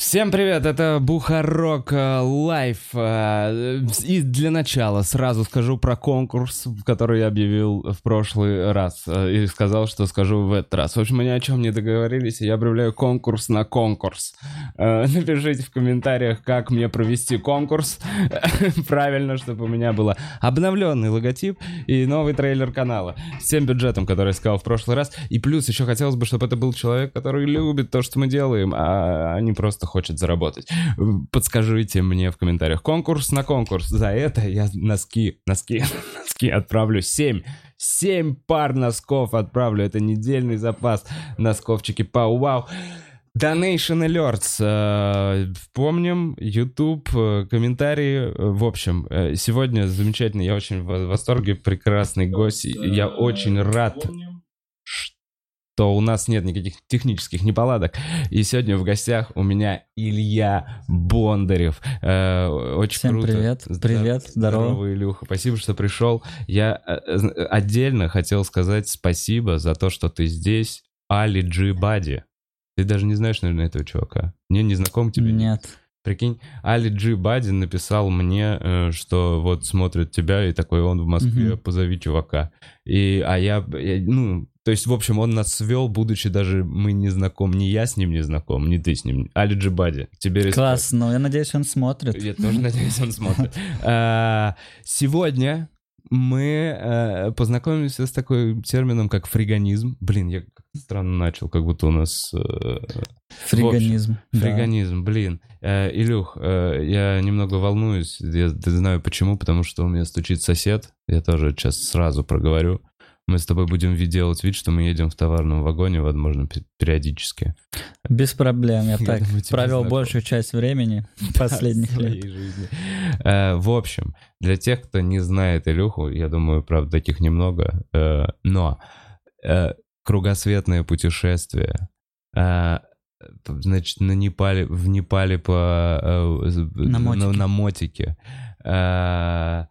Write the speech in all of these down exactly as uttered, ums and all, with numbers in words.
Всем привет, это Бухарок Лайф. И для начала сразу скажу про конкурс, который я объявил в прошлый раз. И сказал, что скажу в этот раз. В общем, мы ни о чем не договорились, и я объявляю конкурс на конкурс. Напишите в комментариях, как мне провести конкурс. Правильно, чтобы у меня был обновленный логотип и новый трейлер канала. С тем бюджетом, который я сказал в прошлый раз. И плюс еще хотелось бы, чтобы это был человек, который любит то, что мы делаем, а не просто хочет заработать. Подскажите мне в комментариях. Конкурс на конкурс. За это я носки, носки, носки отправлю. Семь. Семь пар носков отправлю. Это недельный запас. Носков чики-пау-вау. Donation Alerts. Помним, YouTube, комментарии. В общем, сегодня замечательно. Я очень в восторге. Прекрасный гость. Я очень рад, что у нас нет никаких технических неполадок. И сегодня в гостях у меня Илья Бондарев. Э, очень Всем круто. привет, привет, здорово. Здорово, Илюха. Спасибо, что пришел. Я э, отдельно хотел сказать спасибо за то, что ты здесь. Али Джи Бади. Ты даже не знаешь, наверное, этого чувака. Не, не знаком тебе? Нет. Прикинь, Али Джи Бади написал мне, э, что вот смотрит тебя, и такой, он в Москве, Мгм. позови чувака. И, а я, я, ну, то есть, в общем, он нас свел, будучи даже мы не знаком, ни я с ним не знаком, ни ты с ним. Али Джи Бади, тебе респект. Класс, ну я надеюсь, он смотрит. Я тоже надеюсь, он смотрит. А, Сегодня мы э, познакомимся с таким термином, как фриганизм. Блин, я как-то странно начал, как будто у нас... э, Фриганизм. в общем, фриганизм, блин. Э, Илюх, э, я немного волнуюсь. Я да, знаю почему, потому что у меня стучит сосед. Я тоже сейчас сразу проговорю. Мы с тобой будем делать вид, что мы едем в товарном вагоне, возможно, периодически. Без проблем, я Я так думаю, тебе провел знакомо. большую часть времени последних своей лет. жизни. Э, В общем, для тех, кто не знает Илюху, я думаю, правда, таких немного, э, но э, кругосветное путешествие, э, значит, на Непале, в Непале по, э, На мотике. на, на мотике, э,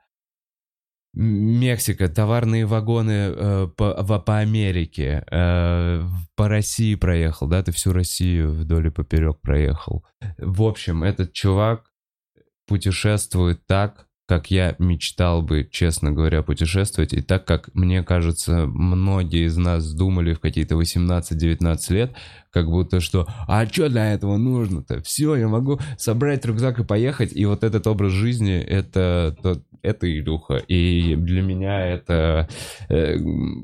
Мексика, товарные вагоны э, по, в- по Америке, э, по России проехал, да, ты всю Россию вдоль и поперек проехал. В общем, этот чувак путешествует так, как я мечтал бы, честно говоря, путешествовать, и так, как, мне кажется, многие из нас думали в какие-то восемнадцать-девятнадцать лет, как будто что, а что для этого нужно-то? Все, я могу собрать рюкзак и поехать, и вот этот образ жизни, это, то- это Илюха, и для меня это... э,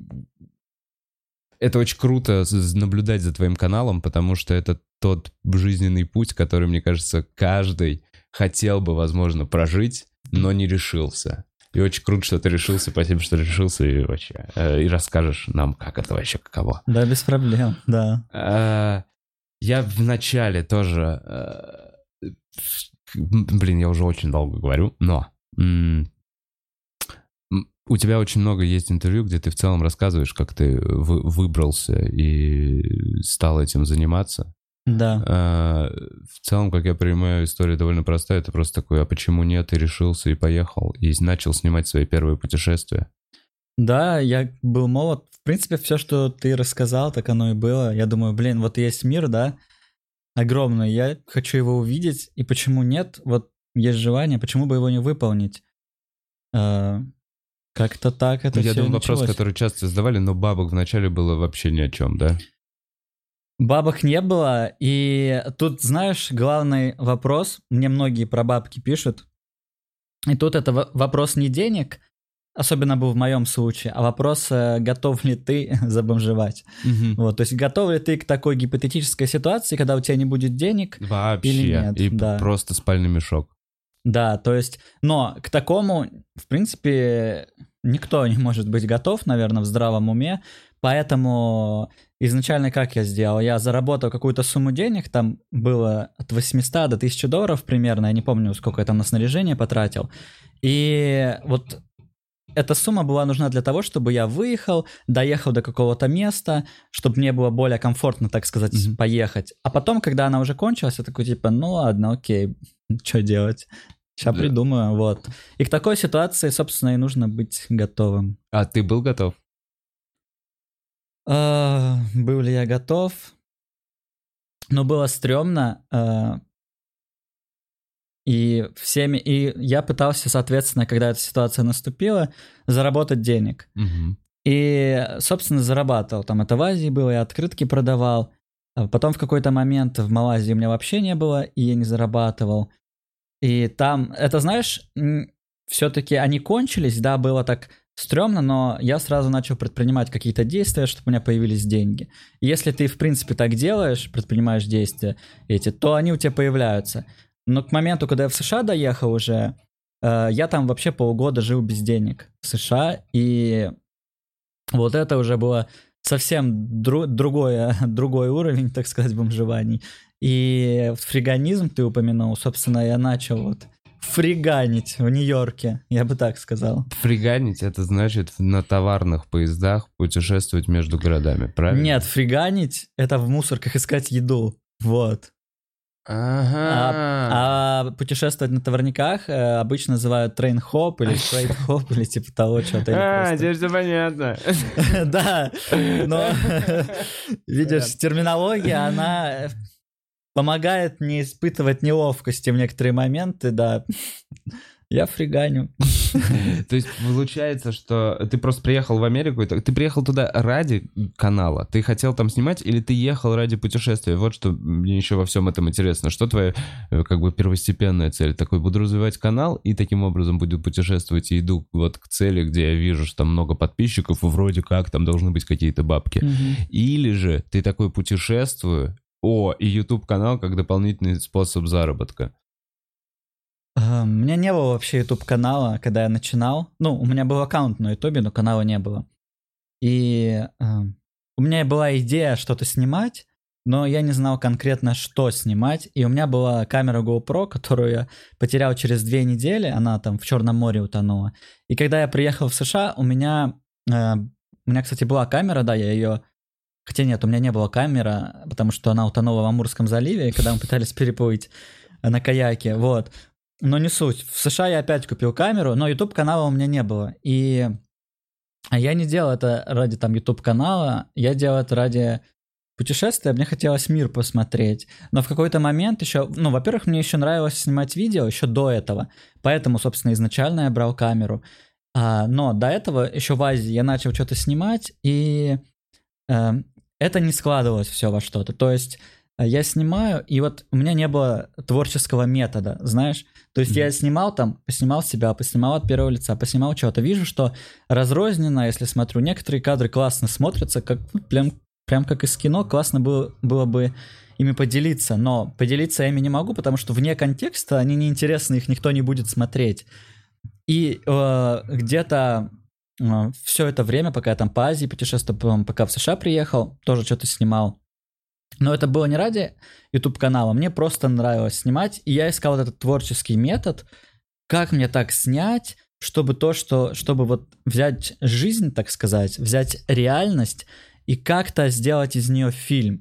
Это очень круто с- наблюдать за твоим каналом, потому что это тот жизненный путь, который, мне кажется, каждый хотел бы, возможно, прожить, но не решился. И очень круто, что ты решился. Спасибо, что решился и вообще. э, И расскажешь нам, как это вообще, каково. Да, без проблем, да. Э, Я в начале тоже... э, Блин, я уже очень долго говорю, но... м, м, У тебя очень много есть интервью, где ты в целом рассказываешь, как ты вы- выбрался и стал этим заниматься. Да. А, В целом, как я понимаю, история довольно простая. Это просто такой, а почему нет, и решился, и поехал, и начал снимать свои первые путешествия. Да, я был молод. В принципе, все, что ты рассказал, так оно и было. Я думаю, блин, вот есть мир, да, огромный, я хочу его увидеть, и почему нет? Вот есть желание, почему бы его не выполнить? Э, Как-то так это Ну, я все думаю, вопрос, началось. который часто задавали, но бабок вначале было вообще ни о чем, да? Бабок не было, и тут, знаешь, главный вопрос, мне многие про бабки пишут, и тут это во- вопрос не денег, особенно был в моем случае, а вопрос, э, готов ли ты забомжевать. Вот, то есть готов ли ты к такой гипотетической ситуации, когда у тебя не будет денег? Вообще. Или нет, И да. просто спальный мешок. Да, то есть, но к такому, в принципе, никто не может быть готов, наверное, в здравом уме, поэтому изначально как я сделал? Я заработал какую-то сумму денег, там было от восьмисот до тысячи долларов примерно, я не помню, сколько я там на снаряжение потратил, и вот эта сумма была нужна для того, чтобы я выехал, доехал до какого-то места, чтобы мне было более комфортно, так сказать, Мгм. поехать. А потом, когда она уже кончилась, я такой типа, ну ладно, окей, что делать? Сейчас Да. придумаю, вот. И к такой ситуации, собственно, и нужно быть готовым. А ты был готов? А, был ли я готов? Но было стрёмно, а, И всеми, и я пытался, соответственно, когда эта ситуация наступила, заработать денег. Мгм. И, собственно, зарабатывал. Там это в Азии было, я открытки продавал. А потом в какой-то момент в Малайзии у меня вообще не было, и я не зарабатывал. И там, это, знаешь, все-таки они кончились, да, было так стрёмно, но я сразу начал предпринимать какие-то действия, чтобы у меня появились деньги. И если ты, в принципе, так делаешь, предпринимаешь действия эти, то они у тебя появляются. Но к моменту, когда я в США доехал уже, э, я там вообще полгода жил без денег в США, и вот это уже было совсем дру- другое, другой уровень, так сказать, бомжеваний. И фриганизм ты упомянул, собственно, я начал вот фриганить в Нью-Йорке, я бы так сказал. Фриганить — это значит на товарных поездах путешествовать между городами, правильно? Нет, фриганить — это в мусорках искать еду, вот. Ага. А, а путешествовать на товарниках э, обычно называют трейн-хоп или фрейт-хоп или типа того, что-то. А, теперь все понятно. Да, но видишь, терминология, она помогает не испытывать неловкости в некоторые моменты, да. Я фриганю. То есть получается, что ты просто приехал в Америку, и ты приехал туда ради канала? Ты хотел там снимать или ты ехал ради путешествия? Вот что мне еще во всем этом интересно. Что твоя как бы первостепенная цель? Такой, буду развивать канал и таким образом буду путешествовать и иду вот к цели, где я вижу, что там много подписчиков, и вроде как там должны быть какие-то бабки. Мгм. Или же ты такой путешествую, о, и YouTube-канал как дополнительный способ заработка. А, У меня не было вообще YouTube-канала, когда я начинал. Ну, у меня был аккаунт на YouTube, но канала не было. И э, у меня была идея что-то снимать, но я не знал конкретно, что снимать. И у меня была камера GoPro, которую я потерял через две недели. Она там в Черном море утонула. И когда я приехал в США, у меня... э, у меня, кстати, была камера, да, я ее... Хотя нет, у меня не было камеры, потому что она утонула в Амурском заливе, когда мы пытались переплыть на каяке, вот. Но не суть. В США я опять купил камеру, но YouTube-канала у меня не было. И я не делал это ради там YouTube-канала, я делал это ради путешествия, мне хотелось мир посмотреть. Но в какой-то момент еще, ну, во-первых, мне еще нравилось снимать видео еще до этого, поэтому, собственно, изначально я брал камеру. А, но до этого еще в Азии я начал что-то снимать, и э, это не складывалось все во что-то. То есть я снимаю, и вот у меня не было творческого метода, знаешь. То есть mm-hmm. я снимал там, поснимал себя, поснимал от первого лица, поснимал что-то. Вижу, что разрозненно, если смотрю, некоторые кадры классно смотрятся, как прям, прям как из кино, классно было, было бы ими поделиться. Но поделиться я ими не могу, потому что вне контекста они неинтересны, их никто не будет смотреть. И э, где-то э, все это время, пока я там по Азии путешествовал, пока в США приехал, тоже что-то снимал. Но это было не ради YouTube-канала, мне просто нравилось снимать, и я искал вот этот творческий метод, как мне так снять, чтобы то, что, чтобы вот взять жизнь, так сказать, взять реальность и как-то сделать из нее фильм.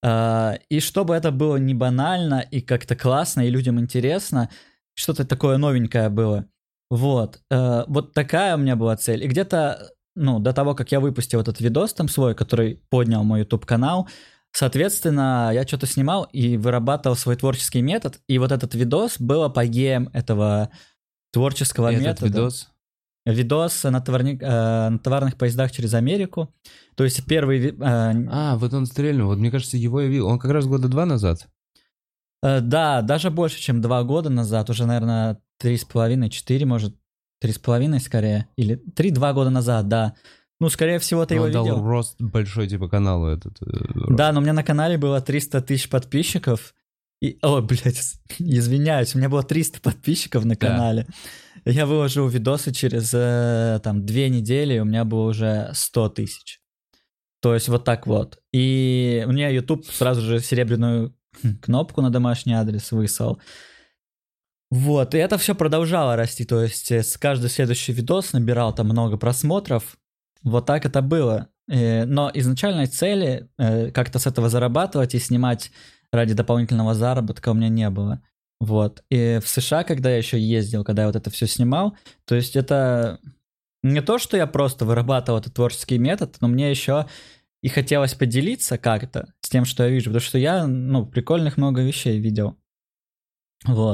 И чтобы это было не банально и как-то классно, и людям интересно, что-то такое новенькое было. Вот, вот такая у меня была цель. И где-то, ну, до того, как я выпустил этот видос там свой, который поднял мой YouTube-канал, соответственно, я что-то снимал и вырабатывал свой творческий метод, и вот этот видос был апогеем этого творческого и метода. Этот видос? Видос на, товарник, э, на товарных поездах через Америку. То есть первый... Э, а, вот он стрельнул. Вот мне кажется, его я видел. Он как раз года два назад. Э, да, даже больше, чем два года назад. Уже, наверное, три с половиной, четыре, может, три с половиной скорее. Или три-два года назад, да. Ну, скорее всего, ты он его дал видел. рост большой, типа, каналу этот. Рост. Да, но у меня на канале было триста тысяч подписчиков. И, о, блядь, извиняюсь, у меня было триста подписчиков на канале. Да. Я выложил видосы через там две недели, у меня было уже сто тысяч. То есть вот так вот. И мне YouTube сразу же серебряную кнопку на домашний адрес выслал. Вот, и это все продолжало расти. То есть с каждый следующий видос набирал там много просмотров. Вот так это было. Но изначальной цели как-то с этого зарабатывать и снимать ради дополнительного заработка у меня не было. Вот. И в США, когда я еще ездил, когда я вот это все снимал, то есть это не то, что я просто вырабатывал этот творческий метод, но мне еще и хотелось поделиться как-то с тем, что я вижу, потому что я, ну, прикольных много вещей видел. Вот.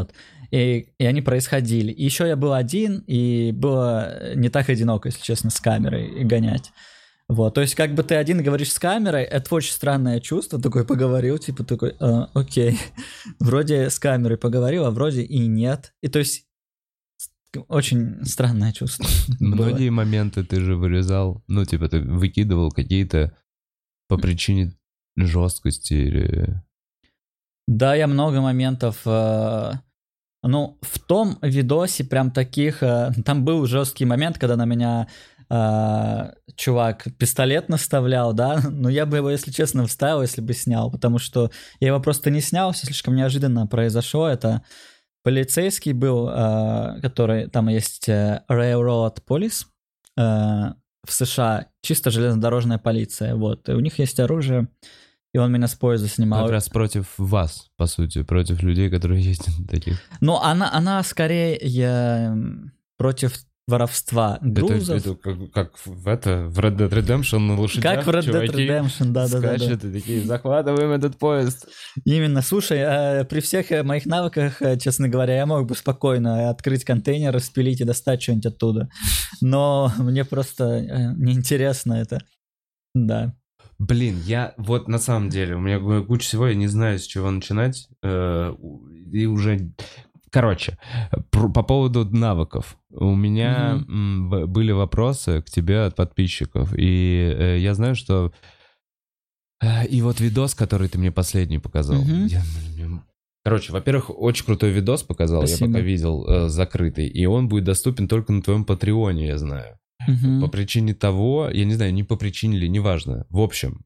и, и они происходили. И еще я был один, и было не так одиноко, если честно, с камерой гонять. Вот, то есть как бы ты один говоришь с камерой, это очень странное чувство, такой поговорил, типа такой, а, окей, вроде с камерой поговорил, а вроде и нет. И то есть очень странное чувство. Многие моменты ты же вырезал, ну типа ты выкидывал какие-то по причине жесткости или... Да, я много моментов... Э, ну, в том видосе прям таких... Э, там был жесткий момент, когда на меня э, чувак пистолет наставлял, да, но я бы его, если честно, вставил, если бы снял, потому что я его просто не снял, все слишком неожиданно произошло. Это полицейский был, э, который... Там есть э, Railroad Police э, в США, чисто железнодорожная полиция, вот. И у них есть оружие... И он меня с поезда снимал. Как раз против вас, по сути, против людей, которые ездят на таких. Ну, она, она скорее я, против воровства грузов. Это, это как, как в, это, в Red Dead Redemption на лошадях, как в Red Dead Redemption, да-да-да. Скачут и такие, захватываем этот поезд. Именно, слушай, э, при всех моих навыках, э, честно говоря, я мог бы спокойно открыть контейнер, распилить и достать что-нибудь оттуда. Но мне просто э, неинтересно это. Да. Блин, я вот на самом деле, у меня куча всего, я не знаю, с чего начинать. Э, и уже... Короче, по поводу навыков. У меня mm-hmm. м, были вопросы к тебе от подписчиков. И э, я знаю, что... Э, и вот видос, который ты мне последний показал. Mm-hmm. Я... Короче, во-первых, очень крутой видос показал. Спасибо. Я пока видел э, закрытый. И он будет доступен только на твоем Патреоне, я знаю. Uh-huh. По причине того, я не знаю, не по причине или, неважно. В общем.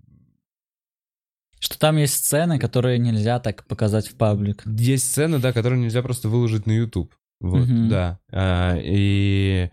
Что там есть сцены, которые нельзя так показать в паблик. Есть сцены, да, которые нельзя просто выложить на YouTube. Вот, uh-huh. да. А, и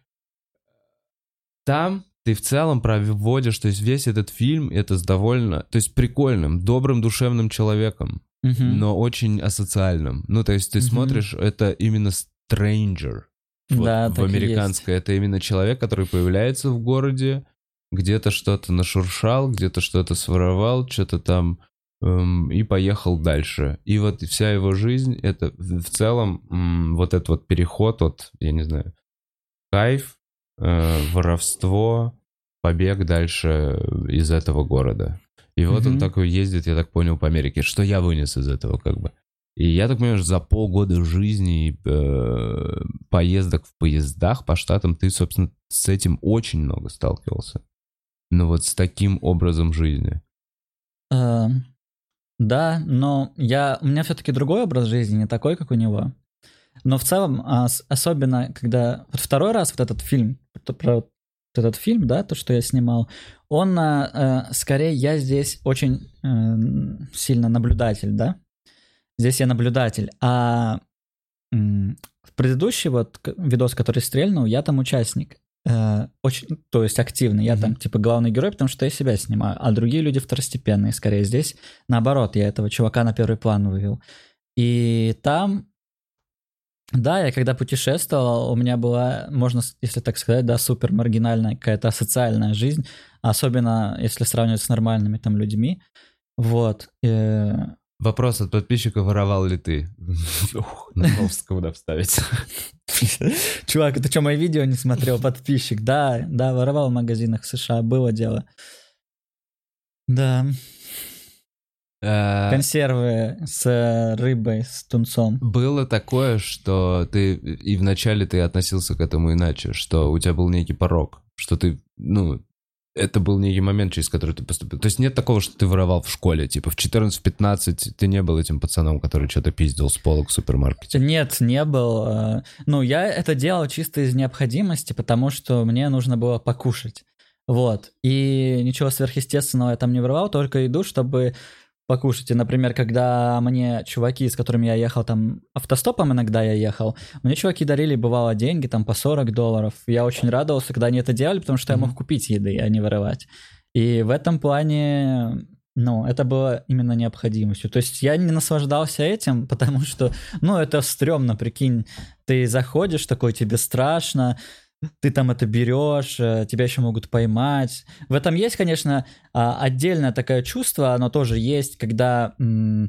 там ты в целом проводишь, то есть весь этот фильм, это с довольно, то есть прикольным, добрым, душевным человеком, uh-huh. но очень асоциальным. Ну, то есть ты uh-huh. смотришь, это именно stranger. Вот да, в американской это именно человек, который появляется в городе, где-то что-то нашуршал, где-то что-то своровал, что-то там эм, и поехал дальше. И вот вся его жизнь, это в целом м, вот этот вот переход от, я не знаю, кайф, э, воровство, побег дальше из этого города. И вот mm-hmm. он такой ездит, я так понял, по Америке. Что я вынес из этого как бы? И я так понимаю, что за полгода жизни э, поездок в поездах по штатам ты, собственно, с этим очень много сталкивался. Ну вот с таким образом жизни. Uh, да, но я, у меня все-таки другой образ жизни, не такой, как у него. Но в целом, особенно когда... Вот второй раз вот этот фильм, про вот этот фильм, да, то, что я снимал, он, э, скорее, я здесь очень э, сильно наблюдатель, да? Здесь я наблюдатель, а м, в предыдущий вот видос, который стрельнул, я там участник, э, очень, то есть активный, я mm-hmm. там типа главный герой, потому что я себя снимаю, а другие люди второстепенные, скорее. Здесь наоборот, я этого чувака на первый план вывел. И там, да, я когда путешествовал, у меня была, можно, если так сказать, да, супер маргинальная какая-то асоциальная жизнь, особенно если сравнивать с нормальными там людьми, вот. И... Вопрос от подписчика: воровал ли ты? Надо куда вставить. Чувак, ты что, мои видео не смотрел, подписчик? Да, да, воровал в магазинах в США, было дело. Да. Консервы с рыбой, с тунцом. Было такое, что ты, и вначале ты относился к этому иначе, что у тебя был некий порог, что ты, ну... Это был некий момент, через который ты поступил. То есть нет такого, что ты воровал в школе. Типа в четырнадцать-пятнадцать ты не был этим пацаном, который что-то пиздил с полок в супермаркете. Нет, не был. Ну, я это делал чисто из необходимости, потому что мне нужно было покушать. Вот. И ничего сверхъестественного я там не воровал, только еду, чтобы покушать. И, например, когда мне чуваки, с которыми я ехал, там автостопом иногда я ехал, мне чуваки дарили, бывало, деньги там по сорок долларов. Я очень радовался, когда они это делали, потому что mm-hmm. я мог купить еды, а не воровать. И в этом плане, ну, это было именно необходимостью. То есть я не наслаждался этим, потому что, ну, это стрёмно, прикинь. Ты заходишь такой, тебе страшно, ты там это берешь, тебя еще могут поймать. В этом есть, конечно, отдельное такое чувство, оно тоже есть, когда м,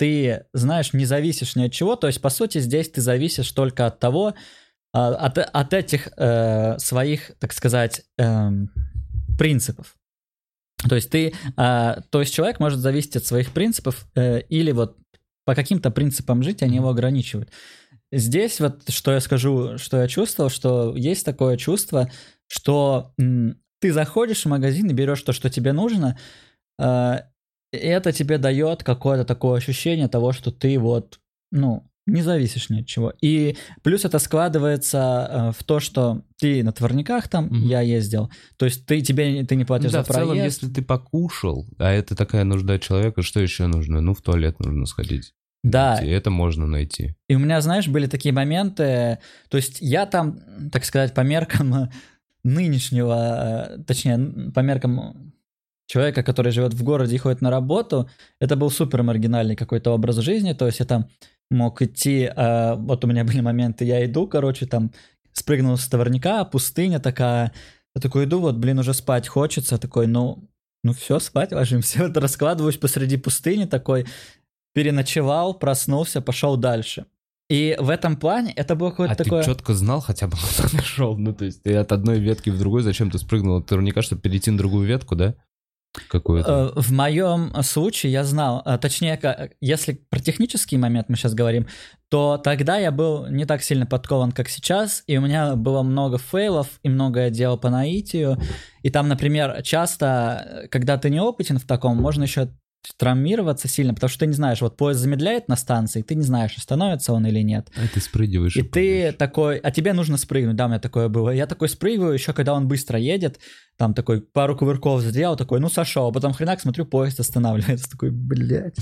ты, знаешь, не зависишь ни от чего, то есть, по сути, здесь ты зависишь только от того, от, от этих э, своих, так сказать, э, принципов. То есть ты, э, то есть человек может зависеть от своих принципов э, или вот по каким-то принципам жить, они его ограничивают. Здесь вот, что я скажу, что я чувствовал, что есть такое чувство, что м, ты заходишь в магазин и берешь то, что тебе нужно, э, и это тебе дает какое-то такое ощущение того, что ты вот, ну, не зависишь ни от чего. И плюс это складывается э, в то, что ты на товарниках там, mm-hmm. я ездил, то есть ты, тебе, ты не платишь да, за проезд. в целом, если ты покушал, а это такая нужда человека, что еще нужно? Ну, в туалет нужно сходить. Да. Найти. Это можно найти. И у меня, знаешь, были такие моменты, то есть я там, так сказать, по меркам нынешнего, точнее, по меркам человека, который живет в городе и ходит на работу, это был супер маргинальный какой-то образ жизни, то есть я там мог идти, а, вот у меня были моменты, я иду, короче, там спрыгнул с товарника, пустыня такая, я такой иду, вот, блин, уже спать хочется, такой, ну, ну все, спать ложимся, вот раскладываюсь посреди пустыни, такой, переночевал, проснулся, пошел дальше. И в этом плане это было какое-то а такое... А ты четко знал хотя бы, куда нашел? Ну, то есть ты от одной ветки в другую, зачем ты спрыгнул от турника, чтобы перейти на другую ветку, да? Какую-то? В моем случае я знал, точнее, если про технический момент мы сейчас говорим, то тогда я был не так сильно подкован, как сейчас, и у меня было много фейлов, и многое делал по наитию. И там, например, часто, когда ты неопытен в таком, можно еще травмироваться сильно, потому что ты не знаешь, вот поезд замедляет на станции, ты не знаешь, остановится он или нет. А ты спрыгиваешь. И, и ты пойдешь. такой, а тебе нужно спрыгнуть, да, у меня такое было. Я такой спрыгиваю, еще когда он быстро едет, там такой пару кувырков сделал, такой, ну сошел, а потом хренак, смотрю, поезд останавливается, такой, блядь.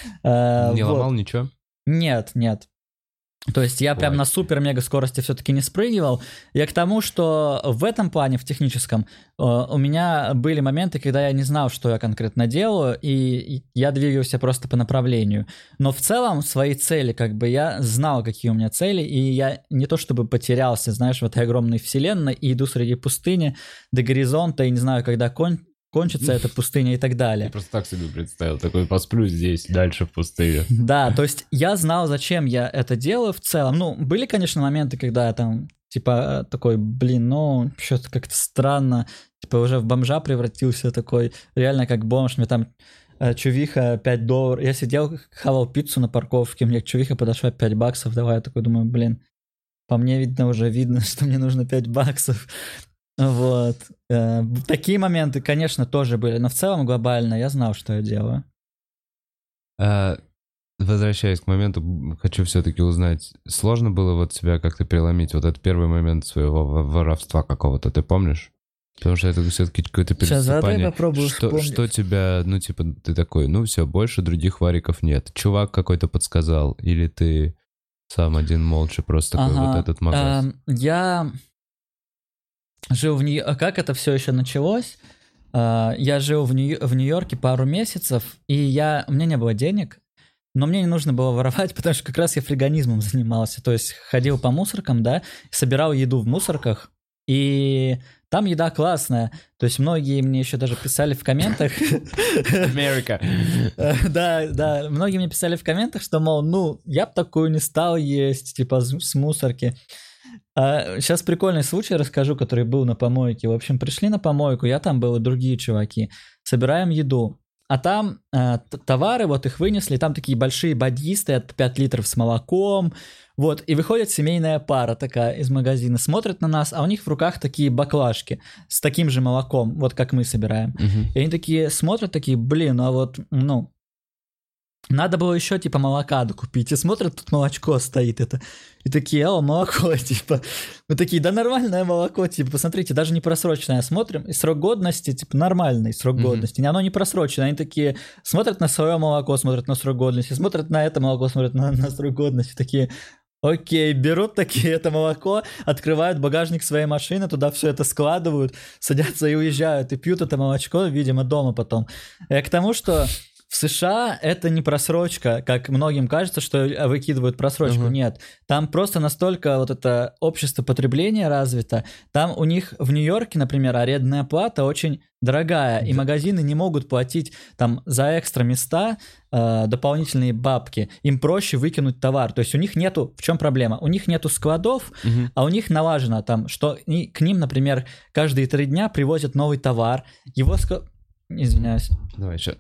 Не ломал ничего? Нет, нет. То есть я Ой. прям на супер-мега скорости все-таки не спрыгивал. Я к тому, что в этом плане, в техническом, у меня были моменты, когда я не знал, что я конкретно делаю, и я двигался просто по направлению. Но в целом свои цели, как бы я знал, какие у меня цели, и я не то чтобы потерялся, знаешь, в этой огромной вселенной, и иду среди пустыни до горизонта, и не знаю, когда конь... кончится эта пустыня и так далее. Я просто так себе представил, такой посплю здесь, дальше в пустыне. Да, то есть я знал, зачем я это делаю в целом. Ну, были, конечно, моменты, когда я там, типа, такой, блин, ну, что-то как-то странно, типа, уже в бомжа превратился такой, реально как бомж, мне там э, чувиха пять долларов, я сидел, хавал пиццу на парковке, мне чувиха подошла пять баксов, давай, я такой думаю, блин, по мне, видно, уже видно, что мне нужно пять баксов. Вот. Э, такие моменты, конечно, тоже были, но в целом глобально я знал, что я делаю. А, возвращаясь к моменту, хочу все-таки узнать, сложно было вот себя как-то переломить, вот этот первый момент своего воровства какого-то, ты помнишь? Потому что это все-таки какое-то переступание. Сейчас попробую что, вспомнить. что тебя, ну типа, ты такой, ну все, больше других вариков нет. Чувак какой-то подсказал, или ты сам один молча просто такой, ага. вот этот магаз? Э, я... жил в Нью... Как это все еще началось? Uh, я жил в, Нью... в Нью-Йорке пару месяцев, и я... у меня не было денег, но мне не нужно было воровать, потому что как раз я фригонизмом занимался. То есть ходил по мусоркам, да, собирал еду в мусорках, и там еда классная. То есть многие мне еще даже писали в комментах... Америка. Да, да, многие мне писали в комментах, что, мол, ну, я бы такую не стал есть, типа, с мусорки. А сейчас прикольный случай расскажу, который был на помойке. В общем, пришли на помойку, я там был и другие чуваки. Собираем еду. А там э, товары, вот их вынесли, там такие большие бадьи стоят, пять литров с молоком. Вот, и выходит семейная пара такая из магазина, смотрят на нас, а у них в руках такие баклажки с таким же молоком, вот как мы собираем. Угу. И они такие смотрят, такие, блин, а вот, ну... надо было еще, типа, молока докупить. И смотрят, тут молочко стоит это. И такие, о, молоко, типа. Мы такие, да нормальное молоко, типа, посмотрите, даже не просроченное. Смотрим, и срок годности, типа, нормальный срок mm-hmm. годности. Оно не просроченное. Они такие смотрят на свое молоко, смотрят на срок годности, смотрят на это молоко, смотрят на, на срок годности. Такие, окей, берут такие это молоко, открывают багажник своей машины, туда все это складывают, садятся и уезжают, и пьют это молочко, видимо, дома потом. Я к тому, что в США это не просрочка, как многим кажется, что выкидывают просрочку. Uh-huh. Нет, там просто настолько вот это общество потребления развито. Там у них в Нью-Йорке, например, арендная плата очень дорогая, и магазины не могут платить там за экстра места э, дополнительные бабки. Им проще выкинуть товар. То есть у них нету... В чем проблема? У них нету складов, uh-huh. а у них налажено там, что и, к ним, например, каждые три дня привозят новый товар. Его... Ск... Извиняюсь. Давай еще.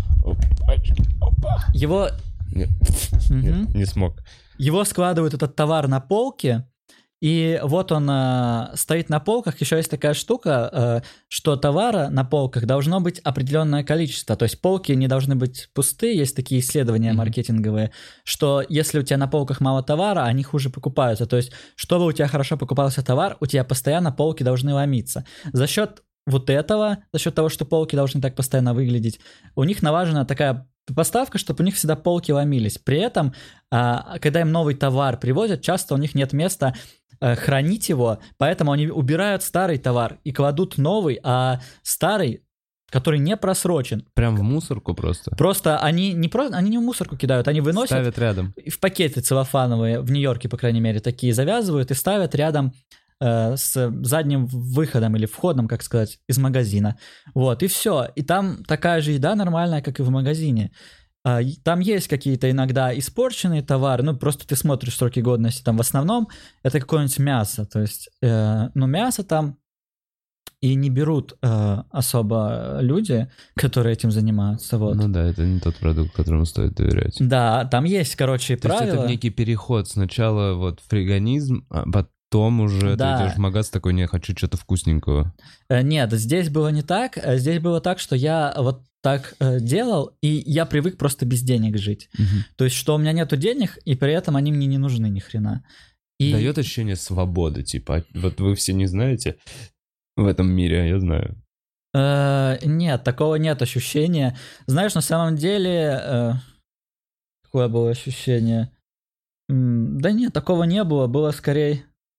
Его... Нет, угу. Нет, не смог. Его складывают этот товар на полке, и вот он э, стоит на полках. Еще есть такая штука, э, что товара на полках должно быть определенное количество. То есть полки не должны быть пустые. Есть такие исследования mm-hmm. маркетинговые, что если у тебя на полках мало товара, они хуже покупаются. То есть, чтобы у тебя хорошо покупался товар, у тебя постоянно полки должны ломиться. За счет вот этого, за счет того, что полки должны так постоянно выглядеть, у них налажена такая поставка, чтобы у них всегда полки ломились. При этом, когда им новый товар привозят, часто у них нет места хранить его, поэтому они убирают старый товар и кладут новый, а старый, который не просрочен. Прям в мусорку просто? Просто они не, про... они не в мусорку кидают, они выносят... Ставят рядом. В пакеты целлофановые, в Нью-Йорке, по крайней мере, такие завязывают и ставят рядом с задним выходом или входом, как сказать, из магазина. Вот, и все. И там такая же еда нормальная, как и в магазине. Там есть какие-то иногда испорченные товары, ну, просто ты смотришь сроки годности, там в основном это какое-нибудь мясо, то есть, э, ну, мясо там и не берут э, особо люди, которые этим занимаются, вот. Ну да, это не тот продукт, которому стоит доверять. Да, там есть, короче, то правила. То есть это некий переход, сначала вот фриганизм, а потом уже да. ты идешь в магаз такой, не, хочу что-то вкусненького. Нет, здесь было не так. Здесь было так, что я вот так э, делал, и я привык просто без денег жить. Угу. То есть, что у меня нету денег, и при этом они мне не нужны ни хрена. И... Дает ощущение свободы, типа, вот вы все не знаете в этом мире, а я знаю. Э, нет, такого нет ощущения. Знаешь, на самом деле, э, какое было ощущение? М- да нет, такого не было, было скорее...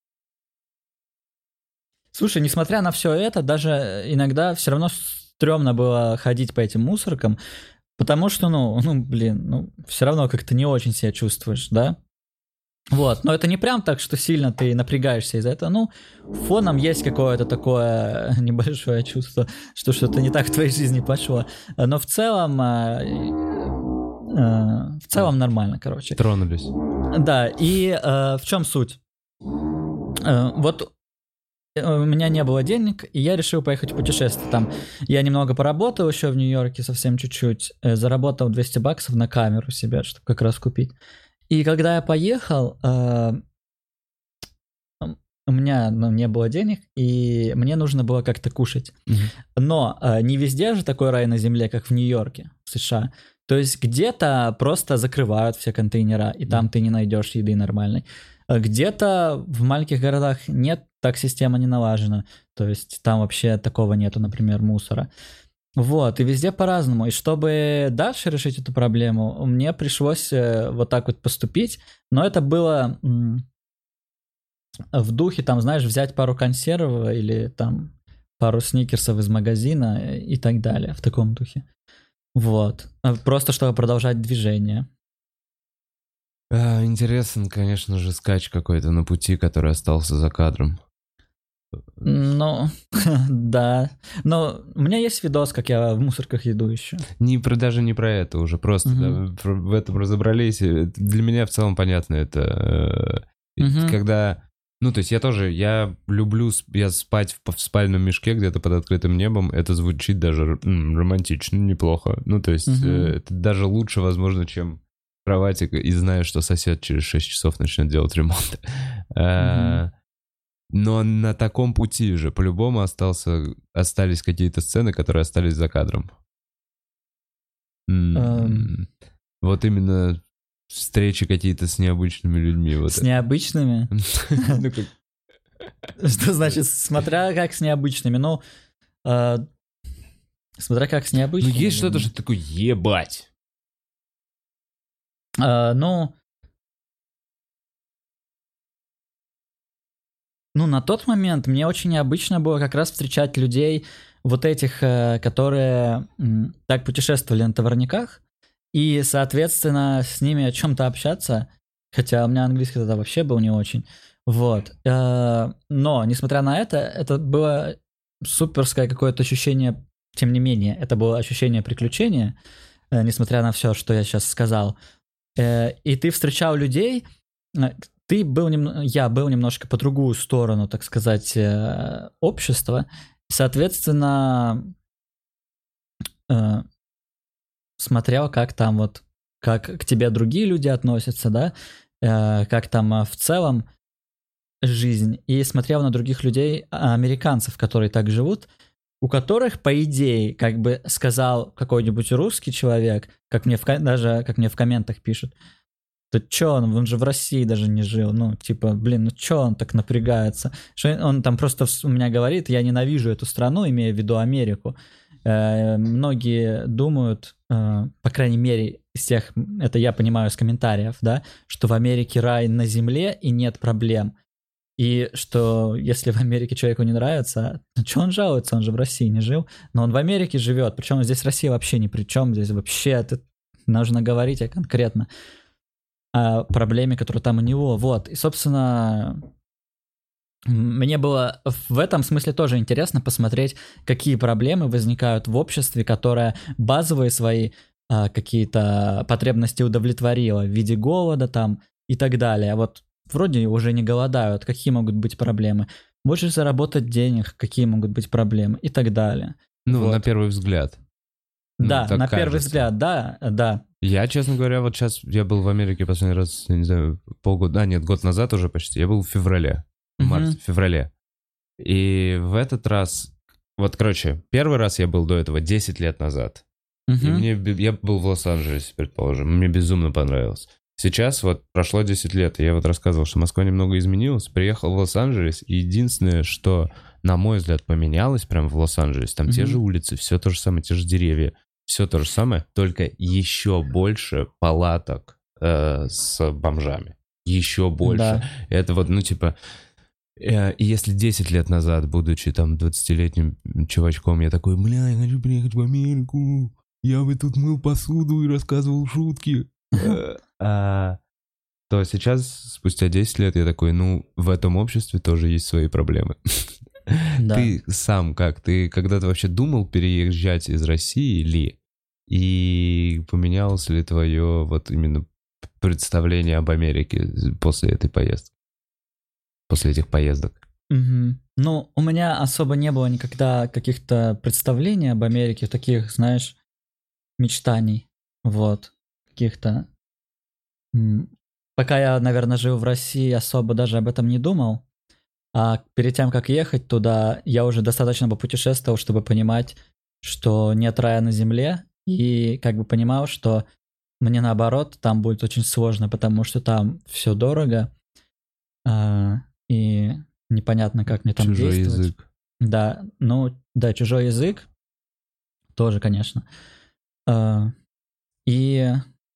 Слушай, несмотря на все это, даже иногда все равно стрёмно было ходить по этим мусоркам, потому что, ну, ну, блин, ну, все равно как-то не очень себя чувствуешь, да? Вот, но это не прям так, что сильно ты напрягаешься из-за этого, ну, фоном есть какое-то такое небольшое чувство, что что-то не так в твоей жизни пошло, но в целом, в целом нормально, короче. Тронулись. Да, и в чем суть? Вот у меня не было денег, и я решил поехать в путешествие. Там я немного поработал еще в Нью-Йорке, совсем чуть-чуть. Заработал двести баксов на камеру себе, чтобы как раз купить. И когда я поехал, э, у меня ну, не было денег, и мне нужно было как-то кушать. Mm-hmm. Но э, не везде же такой рай на земле, как в Нью-Йорке, в США. То есть где-то просто закрывают все контейнера, и там mm-hmm. ты не найдешь еды нормальной. Где-то в маленьких городах нет, так система не налажена. То есть там вообще такого нету, например, мусора. Вот, и везде по-разному. И чтобы дальше решить эту проблему, мне пришлось вот так вот поступить. Но это было в духе, там, знаешь, взять пару консервов или там пару сникерсов из магазина и так далее, в таком духе. Вот. Просто чтобы продолжать движение. А, интересен, конечно же, скач какой-то на пути, который остался за кадром. Ну, да. Но у меня есть видос, как я в мусорках иду еще. Не про, даже не про это уже, просто uh-huh. да, в этом разобрались. Для меня в целом понятно это. Uh-huh. Когда, ну, то есть я тоже, я люблю я спать в, в спальном мешке где-то под открытым небом. Это звучит даже м, романтично, неплохо. Ну, то есть uh-huh. это даже лучше, возможно, чем кровати, и знаю, что сосед через шесть часов начнет делать ремонт. Uh-huh. Но на таком пути же по-любому остался, остались какие-то сцены, которые остались за кадром. Um... Вот именно встречи какие-то с необычными людьми. Вот с это. Необычными? Что значит, смотря как с необычными? Ну, смотря как с необычными. Ну, есть что-то, что такое ебать. Ну... Ну, на тот момент мне очень необычно было как раз встречать людей, вот этих, которые так путешествовали на товарниках, и, соответственно, с ними о чем-то общаться, хотя у меня английский тогда вообще был не очень, вот. Но, несмотря на это, это было суперское какое-то ощущение, тем не менее, это было ощущение приключения, несмотря на все, что я сейчас сказал. И ты встречал людей, ты был, нем... я был немножко по другую сторону, так сказать, общества, соответственно, смотрел, как там вот, как к тебе другие люди относятся, да, как там в целом жизнь, и смотрел на других людей, американцев, которые так живут, у которых, по идее, как бы сказал какой-нибудь русский человек, как мне в, даже как мне в комментах пишут, то чё он, он же в России даже не жил, ну, типа, блин, ну чё он так напрягается? Что он там просто у меня говорит, я ненавижу эту страну, имея в виду Америку. Э, многие думают, э, по крайней мере, из тех, это я понимаю из комментариев, да, что в Америке рай на земле и нет проблем. И что если в Америке человеку не нравится, ну что он жалуется, он же в России не жил, но он в Америке живет, причем здесь Россия вообще ни при чем, здесь вообще это нужно говорить конкретно о проблеме, которая там у него, вот. И, собственно, мне было в этом смысле тоже интересно посмотреть, какие проблемы возникают в обществе, которое базовые свои а, какие-то потребности удовлетворило в виде голода там и так далее. Вот вроде уже не голодают, какие могут быть проблемы? Можешь заработать денег, какие могут быть проблемы и так далее. Ну, вот. На первый взгляд. Да, ну, на кажется. первый взгляд, да, да. Я, честно говоря, вот сейчас, я был в Америке последний раз, я не знаю, полгода, а нет, год назад уже почти, я был в феврале, в Uh-huh. марте, в феврале. И в этот раз, вот, короче, первый раз я был до этого десять лет назад. Uh-huh. И мне, я был в Лос-Анджелесе, предположим, мне безумно понравилось. Сейчас вот прошло десять лет, и я вот рассказывал, что Москва немного изменилась, приехал в Лос-Анджелес, и единственное, что, на мой взгляд, поменялось прямо в Лос-Анджелесе, там mm-hmm. те же улицы, все то же самое, те же деревья, все то же самое, только еще больше палаток э, с бомжами, еще больше. Да. Это вот, ну, типа, э, и если десять лет назад, будучи там двадцатилетним чувачком, я такой, бля, я хочу приехать в Америку, я бы тут мыл посуду и рассказывал шутки. А, то сейчас, спустя десять лет, я такой, ну, в этом обществе тоже есть свои проблемы. Да. Ты сам как? Ты когда-то вообще думал переезжать из России ли? И поменялось ли твое вот именно представление об Америке после этой поездки? После этих поездок? Угу. Ну, у меня особо не было никогда каких-то представлений об Америке, таких, знаешь, мечтаний, вот, каких-то. Пока я, наверное, жил в России, особо даже об этом не думал. А перед тем, как ехать туда, я уже достаточно попутешествовал, чтобы понимать, что нет рая на земле. И как бы понимал, что мне наоборот, там будет очень сложно, потому что там все дорого. А, и непонятно, как мне там чужой действовать. Чужой язык. Да, ну, да, чужой язык тоже, конечно. А, и...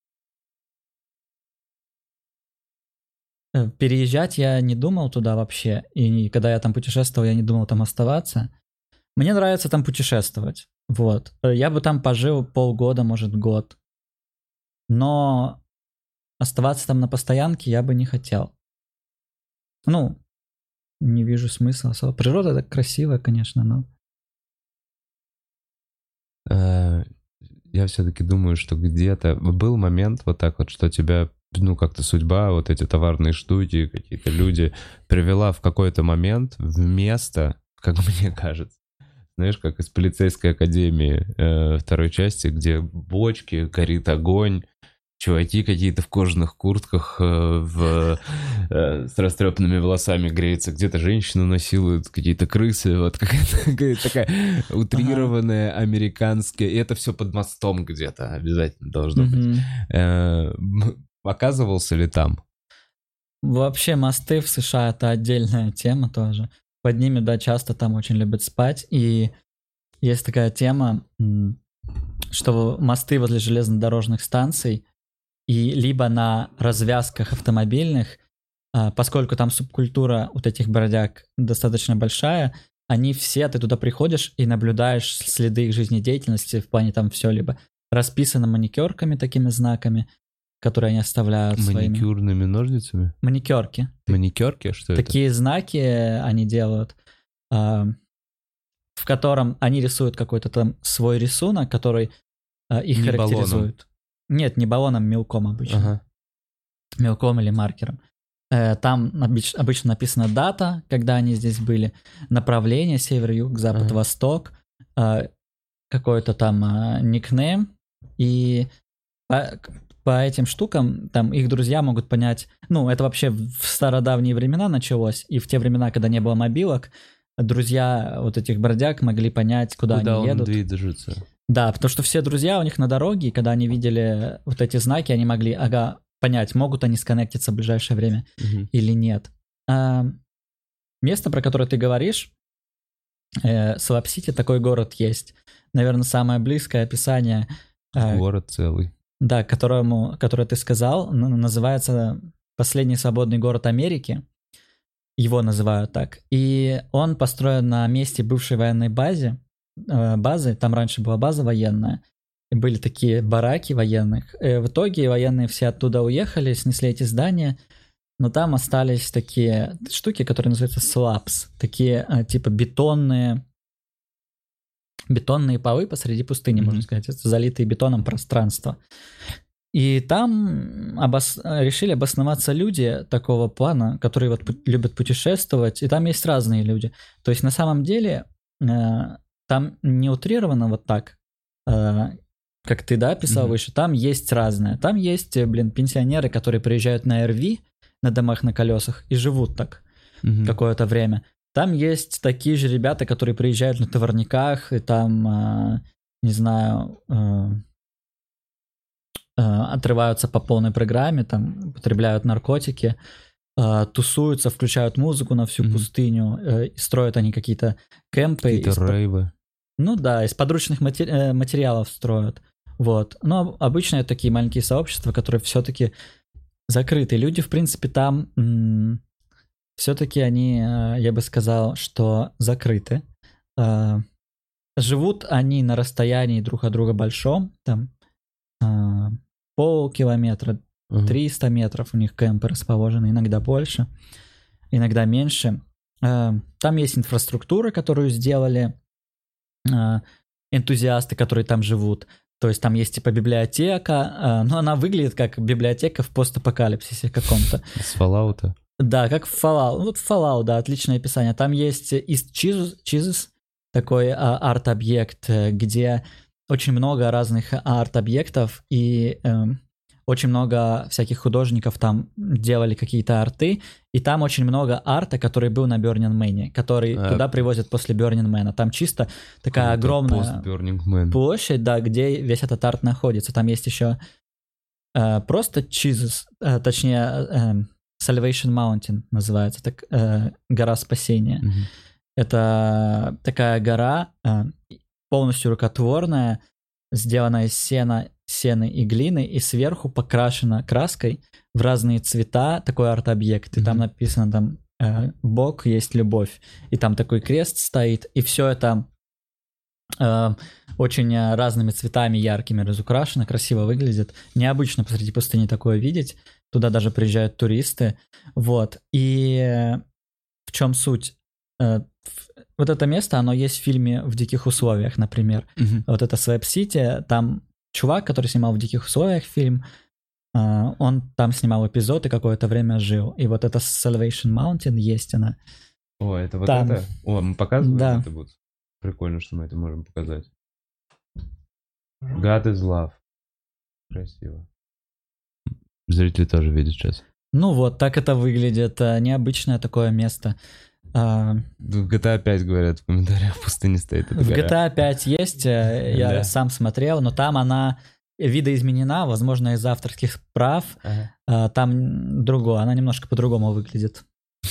Переезжать я не думал туда вообще, и когда я там путешествовал, я не думал там оставаться. Мне нравится там путешествовать, вот. Я бы там пожил полгода, может, год. Но оставаться там на постоянке я бы не хотел. Ну, не вижу смысла особо. Природа так красивая, конечно, но... Я все-таки думаю, что где-то был момент вот так вот, что тебя... ну, как-то судьба, вот эти товарные штуки, какие-то люди привела в какой-то момент в место, как мне кажется, знаешь, как из полицейской академии э, второй части, где бочки, горит огонь, чуваки какие-то в кожаных куртках э, в, э, с растрепанными волосами греются, где-то женщину насилуют, какие-то крысы, вот какая-то, какая-то такая утрированная ага. американская, и это все под мостом где-то обязательно должно mm-hmm. быть. Э, Оказывался ли там? Вообще мосты в США — это отдельная тема тоже. Под ними, да, часто там очень любят спать. И есть такая тема, что мосты возле железнодорожных станций и либо на развязках автомобильных, поскольку там субкультура вот этих бродяг достаточно большая, они все, ты туда приходишь и наблюдаешь следы их жизнедеятельности в плане там все, либо расписано маникюрками, такими знаками, которые они оставляют своими. Маникюрными ножницами? Маникюрки. Маникюрки? Что это? Такие знаки они делают, а, в котором они рисуют какой-то там свой рисунок, который а, их Не характеризует. баллоном. Нет, не баллоном, мелком обычно. Ага. Мелком или маркером. Э, Там обыч- обычно написана дата, когда они здесь были, направление, север, юг, запад, Ага. восток, э, какой-то там э, никнейм, и по, по этим штукам там их друзья могут понять, ну, это вообще в стародавние времена началось, и в те времена, когда не было мобилок, друзья вот этих бродяг могли понять, куда, Куда они он едут. движется? Да, потому что все друзья у них на дороге, и когда они видели вот эти знаки, они могли, ага, понять, могут они сконнектиться в ближайшее время Мгм. или нет. А, место, про которое ты говоришь, э, Слап-Сити, такой город есть. Наверное, самое близкое описание, э, Город целый. да, которому, которое ты сказал, н- называется «Последний свободный город Америки». Его называют так. И он построен на месте бывшей военной базы, э, базы, там раньше была база военная, и были такие бараки военных. Э, В итоге военные все оттуда уехали, снесли эти здания, но там остались такие штуки, которые называются слабс, такие э, типа бетонные, бетонные полы посреди пустыни, Мгм. можно сказать, это залитые бетоном пространства. И там обос... решили обосноваться люди такого плана, которые вот пу- любят путешествовать, и там есть разные люди. То есть на самом деле э, там не утрировано вот так, э, как ты, да, писал Мгм. выше, там есть разное. Там есть, э, блин, пенсионеры, которые приезжают на эр ви, на домах на колесах, и живут так Мгм. какое-то время. Там есть такие же ребята, которые приезжают на товарниках, и там, э, не знаю, э, э, отрываются по полной программе, там употребляют наркотики, э, тусуются, включают музыку на всю Мгм. пустыню, э, и строят они какие-то кемпы. Какие-то из по- рейвы. Ну да, из подручных мате- э, материалов строят. Вот. Но обычно это такие маленькие сообщества, которые все-таки закрыты. Люди, в принципе, там все-таки они, э, я бы сказал, что закрыты. Э, Живут они на расстоянии друг от друга большом, там э, полкилометра, Ага. триста метров у них кемпы расположены, иногда больше, иногда меньше. Э, Там есть инфраструктура, которую сделали э, энтузиасты, которые там живут. То есть там есть типа библиотека, э, но она выглядит как библиотека в постапокалипсисе каком-то. С Fallout. Да, как в Fallout. Вот Fallout, да, отличное описание. Там есть East Jesus, такой а, арт-объект, э, где очень много разных арт-объектов, и эм, очень много всяких художников там делали какие-то арты, и там очень много арта, который был на Burning Man, который А, туда привозят после Burning Man. Там чисто такая огромная Пост-Burning Man. площадь, да, где весь этот арт находится. Там есть еще э, просто Jesus, э, точнее э, Salvation Mountain называется, так, э, гора спасения. Мгм. Это такая гора, э, полностью рукотворная, сделана из сена, сены и глины, и сверху покрашена краской в разные цвета, такой арт-объект. И там Мгм. написано там э, «Бог есть любовь». И там такой крест стоит, и все это э, очень э, разными цветами яркими разукрашено, красиво выглядит. Необычно посреди пустыни такое видеть. Туда даже приезжают туристы. Вот. И э, в чем суть? Э, в- Вот это место, оно есть в фильме «В диких условиях», например. Мгм. Вот это Слэп-Сити, там чувак, который снимал «В диких условиях» фильм, э, он там снимал эпизод и какое-то время жил. И вот это Salvation Mountain есть она. О, это вот Там. это? О, мы показываем Да. это будет? Прикольно, что мы это можем показать. God is love. Красиво. Зрители тоже видят сейчас. Ну вот, так это выглядит. э, Необычное такое место. А, В джи ти эй пять говорят в комментариях, в пустыне стоит эта В гора. джи ти эй пять есть, э, я Да. сам смотрел, но там она видоизменена, возможно, из авторских прав. Ага. а, Там другое, она немножко по-другому выглядит.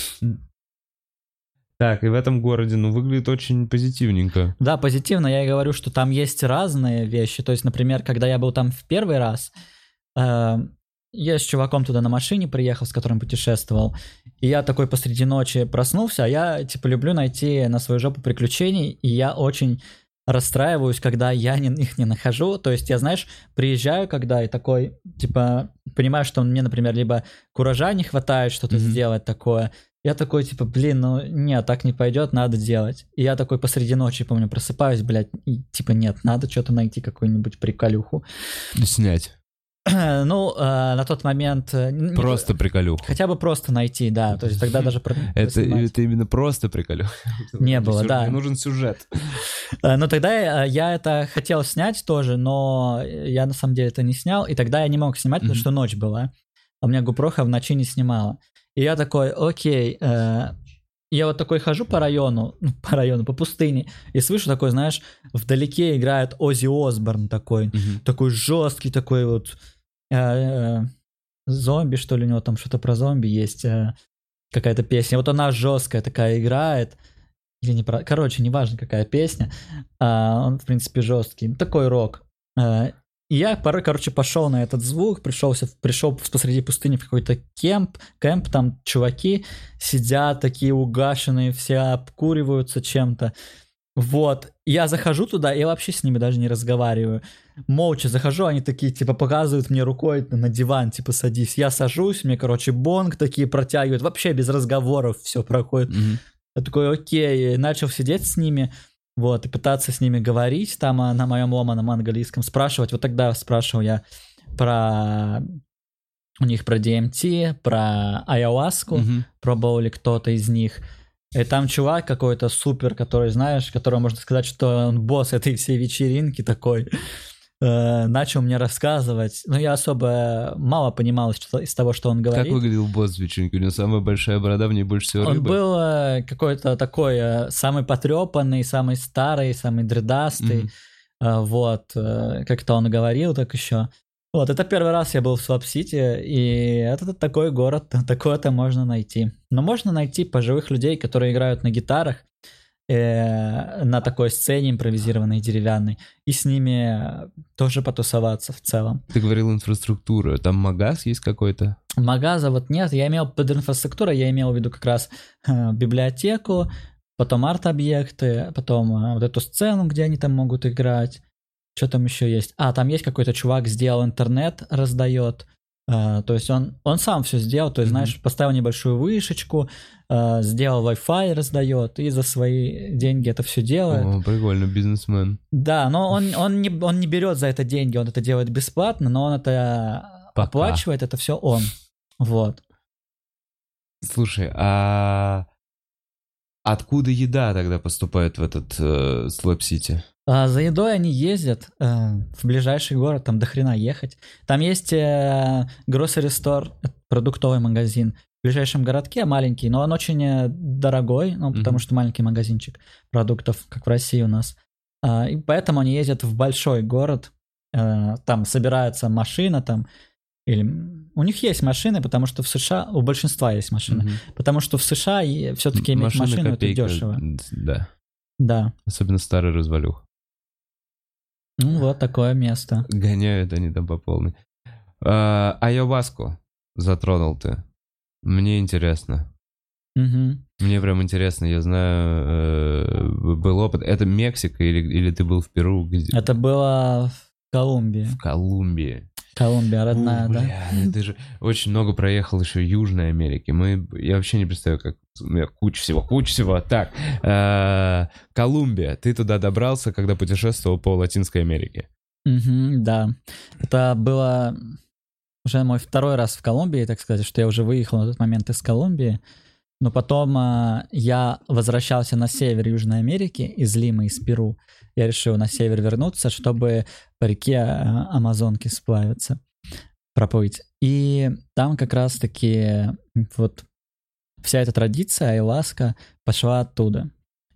Так, и в этом городе, ну, выглядит очень позитивненько. Да, позитивно я и говорю, что там есть разные вещи. То есть, например, когда я был там в первый раз, э, я с чуваком туда на машине приехал, с которым путешествовал, и я такой посреди ночи проснулся, а я, типа, люблю найти на свою жопу приключений, и я очень расстраиваюсь, когда я не, их не нахожу. То есть я, знаешь, приезжаю когда и такой, типа, понимаю, что мне, например, либо куража не хватает что-то mm-hmm. сделать такое. Я такой, типа, блин, ну нет, так не пойдет, надо делать. И я такой посреди ночи, помню, просыпаюсь, блядь, и типа, нет, надо что-то найти, какую-нибудь приколюху. Снять. Ну, э, на тот момент... Просто не, приколюху. Хотя бы просто найти, да. То есть тогда даже... Это, это именно просто приколюху. Не было, да. Мне нужен сюжет. Но тогда я это хотел снять тоже, но я на самом деле это не снял. И тогда я не мог снимать, потому что ночь была. А у меня GoPro в ночи не снимала. И я такой, окей... Э, я вот такой хожу по району, по району, по пустыне, и слышу такой, знаешь, вдалеке играет Оззи Осборн такой, mm-hmm. такой жесткий, такой вот э, э, зомби, что ли, у него там что-то про зомби есть, э, какая-то песня. Вот она жесткая такая играет, или не про... Короче, неважно, какая песня, э, он, в принципе, жесткий, такой рок. Э, И я порой, короче, пошел на этот звук, пришелся, пришел посреди пустыни в какой-то кемп, кемп, там чуваки сидят такие угашенные, все обкуриваются чем-то. Вот, я захожу туда, я вообще с ними даже не разговариваю. Молча захожу, они такие, типа, показывают мне рукой на диван, типа, садись. Я сажусь, мне, короче, бонг такие протягивают, вообще без разговоров все проходит. Mm-hmm. Я такой, окей, начал сидеть с ними. Вот, и пытаться с ними говорить там на моем ломаном английском, спрашивать. Вот тогда спрашивал я про у них про ди эм ти, про айаваску, mm-hmm. пробовал ли кто-то из них. И там чувак какой-то супер, который, знаешь, которого можно сказать, что он босс этой всей вечеринки такой, э, начал мне рассказывать. Но я особо мало понимал из того, что он говорит. Как выглядел босс вечеринки? У него самая большая борода, в ней больше всего рыбы. Он был э, какой-то такой э, самый потрепанный, самый старый, самый дредастый. Mm-hmm. Э, вот, э, как-то он говорил так еще. Вот, это первый раз я был в Swap-City, и это такой город, такое-то можно найти. Но можно найти пожилых людей, которые играют на гитарах, э, на такой сцене импровизированной, деревянной, и с ними тоже потусоваться в целом. Ты говорил инфраструктура, там магаз есть какой-то? Магаза вот нет, я имел под инфраструктурой, я имел в виду как раз э, библиотеку, потом арт-объекты, потом э, вот эту сцену, где они там могут играть. Что там еще есть? А, там есть какой-то чувак, сделал интернет, раздает. Uh, то есть он, он сам все сделал, то есть, mm-hmm. знаешь, поставил небольшую вышечку, uh, сделал Wi-Fi, раздает, и за свои деньги это все делает. О, прикольно, бизнесмен. Да, но он, он, не, он не берет за это деньги, он это делает бесплатно, но он это Пока. оплачивает, это все он. Вот. Слушай, а откуда еда тогда поступает в этот э, Swap-City? А за едой они ездят э, в ближайший город, там до хрена ехать. Там есть э, grocery store, продуктовый магазин в ближайшем городке, маленький, но он очень дорогой, ну, потому mm-hmm. что маленький магазинчик продуктов, как в России у нас. А, и поэтому они ездят в большой город, э, там собирается машина, там, или... У них есть машины, потому что в США, у большинства есть машины, mm-hmm. потому что в США все-таки иметь машина машину копейка, это дешево. Да. Да. Особенно старый развалюх. Ну, вот такое место. Гоняют они там по полной. А, айаваску затронул ты. Мне интересно. Угу. Мне прям интересно. Я знаю, э, был опыт. Это Мексика или, или ты был в Перу? Где... Это было в Колумбии. В Колумбии. Колумбия родная, О, да? Бля, ты же очень много проехал еще Южной Америки. Мы, я вообще не представляю, как... У меня куча всего, куча всего. Так, э, Колумбия. Ты туда добрался, когда путешествовал по Латинской Америке? Угу, да. Это было уже мой второй раз в Колумбии, так сказать, что я уже выехал на тот момент из Колумбии. Но потом э, я возвращался на север Южной Америки, из Лимы, из Перу. Я решил на север вернуться, чтобы по реке э, Амазонки сплавиться, проплыть. И там как раз-таки вот вся эта традиция, айваска, пошла оттуда.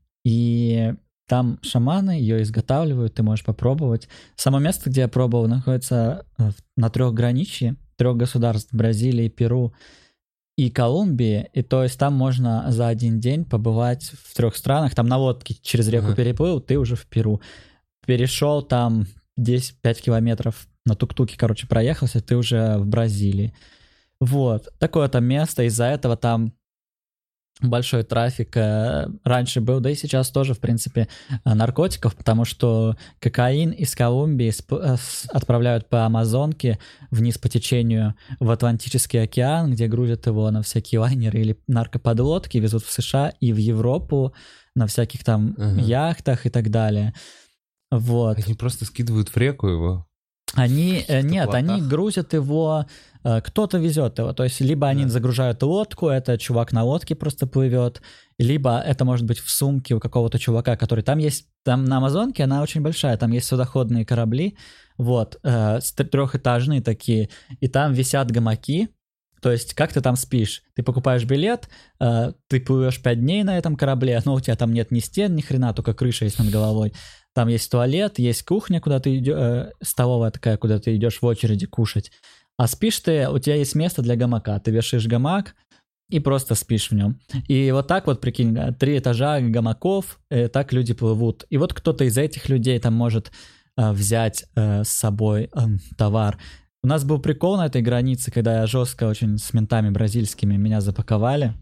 И там шаманы ее изготавливают, ты можешь попробовать. Само место, где я пробовал, находится на трехграничье, трех государств: Бразилии, Перу и Колумбии, и то есть там можно за один день побывать в трех странах, там на лодке через реку uh-huh. переплыл, ты уже в Перу. Перешел там десять-пять километров, на тук-туке, короче, проехался, ты уже в Бразилии. Вот, такое там место, из-за этого там большой трафик э, раньше был, да и сейчас тоже, в принципе, э, наркотиков, потому что кокаин из Колумбии сп- э, с- отправляют по Амазонке вниз по течению в Атлантический океан, где грузят его на всякие лайнеры или наркоподлодки, везут в США и в Европу на всяких там Ага. яхтах и так далее. Вот. Они просто скидывают в реку его. Они, э, В нет, теплотах. они грузят его, э, кто-то везет его, то есть либо они Да. загружают лодку, это чувак на лодке просто плывет, либо это может быть в сумке у какого-то чувака, который там есть, там на Амазонке она очень большая, там есть судоходные корабли, вот, э, с- трехэтажные такие, и там висят гамаки, то есть как ты там спишь? Ты покупаешь билет, э, ты плывешь пять дней на этом корабле, но у тебя там нет ни стен, ни хрена, только крыша есть над головой. Там есть туалет, есть кухня, куда ты идешь, э, столовая такая, куда ты идешь в очереди кушать. А спишь ты, у тебя есть место для гамака. Ты вешаешь гамак и просто спишь в нем. И вот так вот, прикинь, три этажа гамаков, э, так люди плывут. И вот кто-то из этих людей там может э, взять э, с собой э, товар. У нас был прикол на этой границе, когда я жестко очень с ментами бразильскими меня запаковали.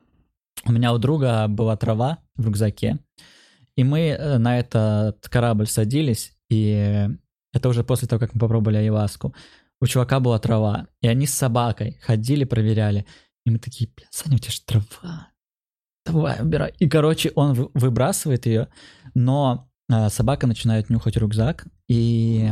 У меня у друга была трава в рюкзаке. И мы э, на этот корабль садились, и это уже после того, как мы попробовали айваску. У чувака была трава, и они с собакой ходили, проверяли. И мы такие, бля, Саня, у тебя же трава. Давай, убирай. И, короче, он вы- выбрасывает ее, но э, собака начинает нюхать рюкзак, и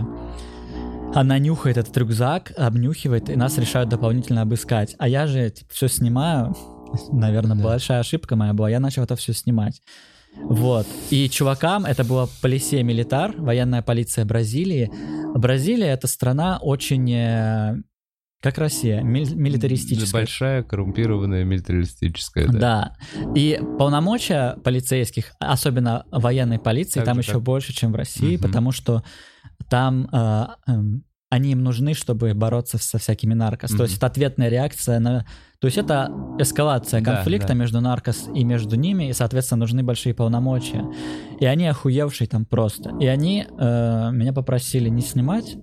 она нюхает этот рюкзак, обнюхивает, и нас решают дополнительно обыскать. А я же типа, все снимаю. Наверное, Да. большая ошибка моя была. Я начал это все снимать. Вот. И чувакам, это была полиция милитар, военная полиция Бразилии. Бразилия — это страна очень, э, как Россия, мили- милитаристическая. Большая, коррумпированная, милитаристическая, да. Да. И полномочия полицейских, особенно военной полиции, Так там же, еще как- больше, чем в России, Мгм. потому что там э, эм, они им нужны, чтобы бороться со всякими наркос. Мгм. То есть это ответная реакция на... То есть это эскалация Да, конфликта да. между наркос и между ними, и, соответственно, нужны большие полномочия. И они охуевшие там просто. И они э, меня попросили не снимать.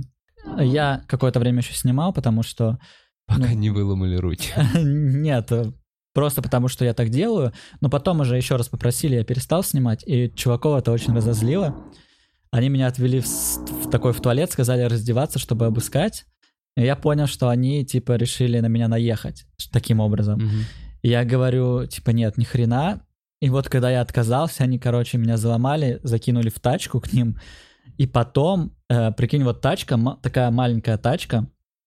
Я какое-то время еще снимал, потому что... Пока ну, не выломали руки. Нет, э, просто потому что я так делаю. Но потом уже еще раз попросили, я перестал снимать, и чуваков это очень разозлило. Они меня отвели в, с- в такой в туалет, сказали раздеваться, чтобы обыскать. И я понял, что они, типа, решили на меня наехать таким образом. Мгм. И я говорю, типа, нет, ни хрена. И вот когда я отказался, они, короче, меня заломали, закинули в тачку к ним. И потом, э, прикинь, вот тачка, ма- такая маленькая тачка.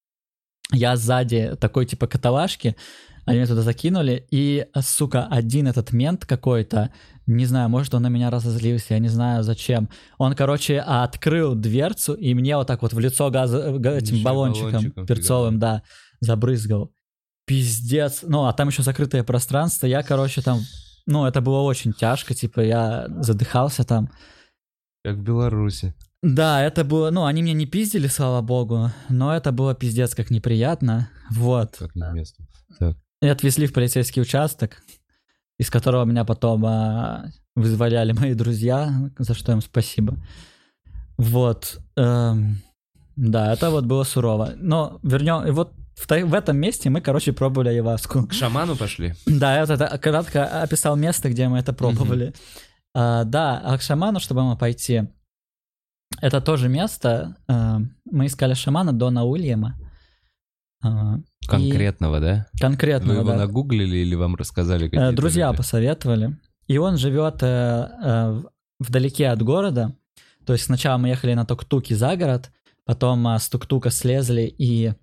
Я сзади такой, типа, каталажки. Они меня туда закинули. И, сука, один этот мент какой-то, не знаю, может, он на меня разозлился, я не знаю, зачем. Он, короче, открыл дверцу, и мне вот так вот в лицо газ, га- этим Ещё баллончиком, баллончиком перцовым, да, забрызгал. Пиздец. Ну, а там еще закрытое пространство. Я, короче, там... Ну, это было очень тяжко, типа, я задыхался там. Как в Беларуси. Да, это было... Ну, они меня не пиздили, слава богу, но это было пиздец как неприятно. Вот. Как не к месту. Так. И отвезли в полицейский участок, из которого меня потом а, вызволяли мои друзья, за что им спасибо. Вот. эм, да, это вот было сурово. Но вернем... И вот в, та- в этом месте мы, короче, пробовали айваску. К шаману пошли? Да, я вот это кратко описал место, где мы это пробовали. А, да, а к шаману, чтобы мы пойти, это тоже место. а, мы искали шамана Дона Уильяма. А, и- Конкретного, да? Вы Конкретного, его да. нагуглили или вам рассказали Э, какие-то Друзья люди? посоветовали. И он живет э, э, в- вдалеке от города. То есть сначала мы ехали на тук-туке за город, потом а, с тук-тука слезли и